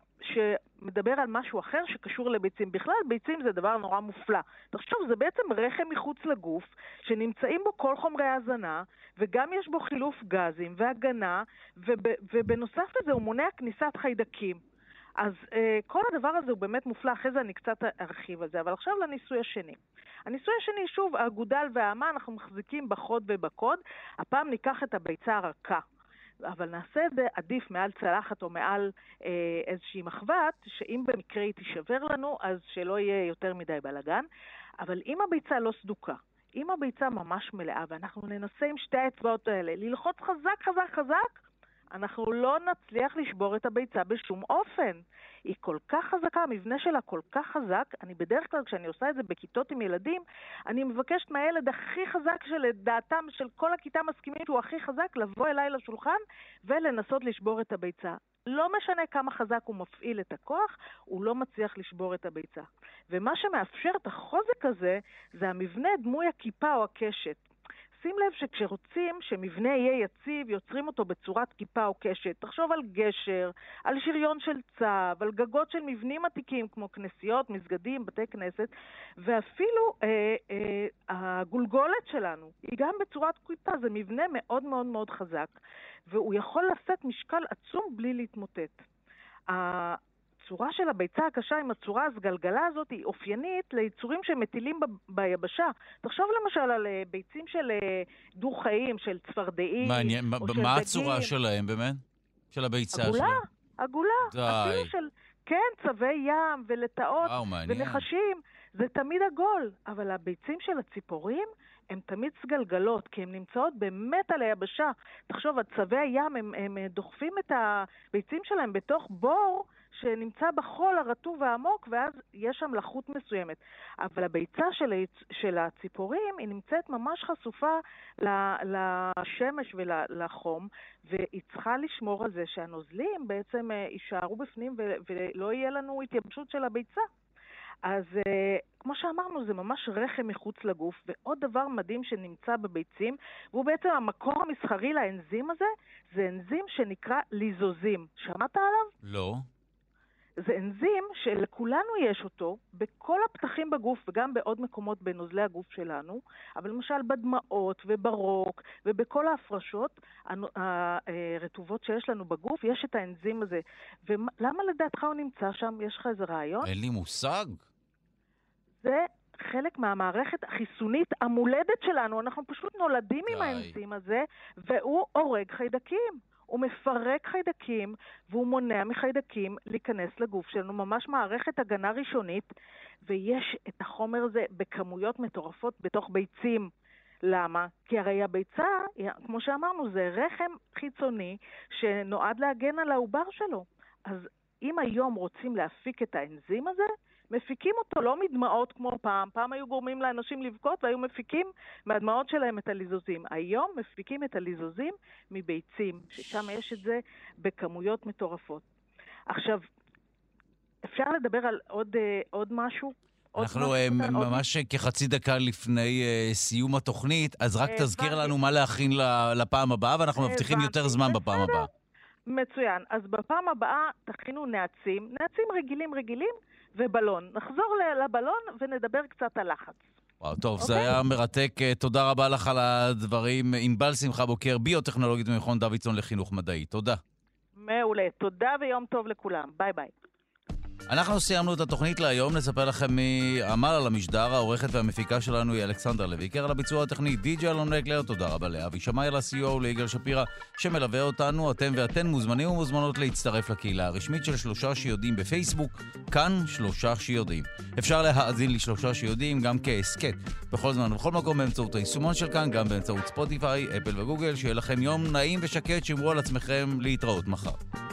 [SPEAKER 16] שמדבר על משהו אחר שקשור לביצים. בכלל, ביצים זה דבר נורא מופלא. תחשוב, זה בעצם רחם מחוץ לגוף, שנמצאים בו כל חומרי ההזנה, וגם יש בו חילוף גזים והגנה, ובנוסף לזה הוא מונע כניסת חיידקים. אז אה, כל הדבר הזה הוא באמת מופלא, אחרי זה אני קצת ארחיב על זה, אבל עכשיו לניסוי השני. הניסוי השני, שוב, האגודל והאמה, אנחנו מחזיקים בחוד ובקוד, הפעם ניקח את הביצה הרכה, אבל נעשה את זה עדיף מעל צלחת או מעל אה, איזושהי מחבת, שאם במקרה היא תישבר לנו, אז שלא יהיה יותר מדי בלגן, אבל אם הביצה לא סדוקה, אם הביצה ממש מלאה, ואנחנו ננסה עם שתי האצבעות האלה, ללחוץ חזק חזק חזק, אנחנו לא נצליח לשבור את הביצה בשום אופן. היא כל כך חזקה, המבנה שלה כל כך חזק, אני בדרך כלל כשאני עושה את זה בכיתות עם ילדים, אני מבקשת מהילד הכי חזק שלדעתם של כל הכיתה מסכימים שהוא הכי חזק, לבוא אליי לשולחן ולנסות לשבור את הביצה. לא משנה כמה חזק הוא מפעיל את הכוח, הוא לא מצליח לשבור את הביצה. ומה שמאפשר את החוזק הזה, זה המבנה דמוי הכיפה או הקשת. שים לב שכשרוצים שמבנה יהיה יציב, יוצרים אותו בצורת כיפה או קשת. תחשוב על גשר, על שריון של צב, על גגות של מבנים עתיקים כמו כנסיות, מסגדים, בתי כנסת, ואפילו אה, אה, הגולגולת שלנו היא גם בצורת כיפה. זה מבנה מאוד מאוד מאוד חזק, והוא יכול לשאת משקל עצום בלי להתמוטט. הצורה של הביצה הקשה עם הצורה הסגלגלה הזאת היא אופיינית ליצורים שמטילים ב- ביבשה. תחשוב למשל על ביצים של דור חיים, של צפרדעים,
[SPEAKER 2] מעניין,
[SPEAKER 16] או
[SPEAKER 2] מה,
[SPEAKER 16] של
[SPEAKER 2] מה
[SPEAKER 16] דגים.
[SPEAKER 2] הצורה שלהם באמת? של הביצה
[SPEAKER 16] עגולה,
[SPEAKER 2] שלהם?
[SPEAKER 16] עגולה.
[SPEAKER 2] די.
[SPEAKER 16] אפילו של, כן, צבי ים ולטאות ונחשים. זה תמיד עגול, אבל הביצים של הציפורים הן תמיד סגלגלות, כי הן נמצאות באמת על היבשה. תחשוב, צבי הים, הם, הם דוחפים את הביצים שלהם בתוך בור שנמצא בחול הרטוב והעמוק, ואז יש שם לחות מסוימת. אבל הביצה של, של הציפורים, היא נמצאת ממש חשופה לשמש ולחום, והיא צריכה לשמור על זה שהנוזלים בעצם יישארו בפנים ולא יהיה לנו התייבשות של הביצה. אז כמו שאמרנו, זה ממש רחם מחוץ לגוף, ועוד דבר מדהים שנמצא בביצים, והוא בעצם המקור המסחרי לאנזים הזה, זה אנזים שנקרא ליזוזים. שמעת עליו?
[SPEAKER 2] לא.
[SPEAKER 16] זה אנזים שלכולנו יש אותו בכל הפתחים בגוף וגם בעוד מקומות בנוזלי הגוף שלנו, אבל למשל בדמעות וברוק ובכל ההפרשות הרטובות שיש לנו בגוף יש את האנזים הזה. ולמה לדעתך הוא נמצא שם? יש לך איזה רעיון?
[SPEAKER 2] אין לי מושג.
[SPEAKER 16] זה חלק מהמערכת החיסונית המולדת שלנו. אנחנו פשוט נולדים עם האנזים הזה והוא הורג חיידקים. הוא מפרק חיידקים, והוא מונע מחיידקים להיכנס לגוף שלנו, ממש מערכת הגנה ראשונית, ויש את החומר הזה בכמויות מטורפות בתוך ביצים. למה? כי הרי הביצה, כמו שאמרנו, זה רחם חיצוני שנועד להגן על העובר שלו. אז אם היום רוצים להפיק את האנזים הזה, מפיקים אותו לא מדמעות כמו פעם. פעם היו גורמים לאנשים לבכות והיו מפיקים מהדמעות שלהם את הליזוזים. היום מפיקים את הליזוזים מביצים, ששם יש את זה בכמויות מטורפות. עכשיו, אפשר לדבר על עוד, עוד משהו?
[SPEAKER 2] אנחנו עוד ממש עוד... כחצי דקה לפני סיום התוכנית, אז רק תזכיר לנו מה להכין לפעם הבאה, ואנחנו מבטיחים יותר זמן בפעם הבאה.
[SPEAKER 16] מצוין. אז בפעם הבאה תכינו נעצים, נעצים רגילים רגילים, ובלון. נחזור לבלון ונדבר קצת על לחץ.
[SPEAKER 2] וואו, טוב, זה היה מרתק. תודה רבה לך על הדברים. ענבל שמחה בוקר, ביוטכנולוגית במכון דוידסון לחינוך מדעי. תודה.
[SPEAKER 16] מעולה. תודה ויום טוב לכולם. ביי ביי.
[SPEAKER 2] אנחנו סיימנו את התוכנית להיום, נספר לכם מי עמל על המשדר, העורכת והמפיקה שלנו היא אלכסנדר לויקר, על הביצוע הטכני די.ג'יי אלון לקלר, תודה רבה לאבי שמאי על הסיוע וליגאל שפירא שמלווה אותנו. אתם ואתן מוזמנים ומוזמנות להצטרף לקהילה הרשמית של שלושה שיודעים בפייסבוק, כאן שלושה שיודעים. אפשר להאזין לשלושה שיודעים גם כעסקט, בכל זמן ובכל מקום באמצעות היישומון של כאן, גם באמצעות ספוטיפיי, אפל וגוגל. שיהיה לכם יום נעים ושקט, שמרו על עצמכם, להתראות מחר.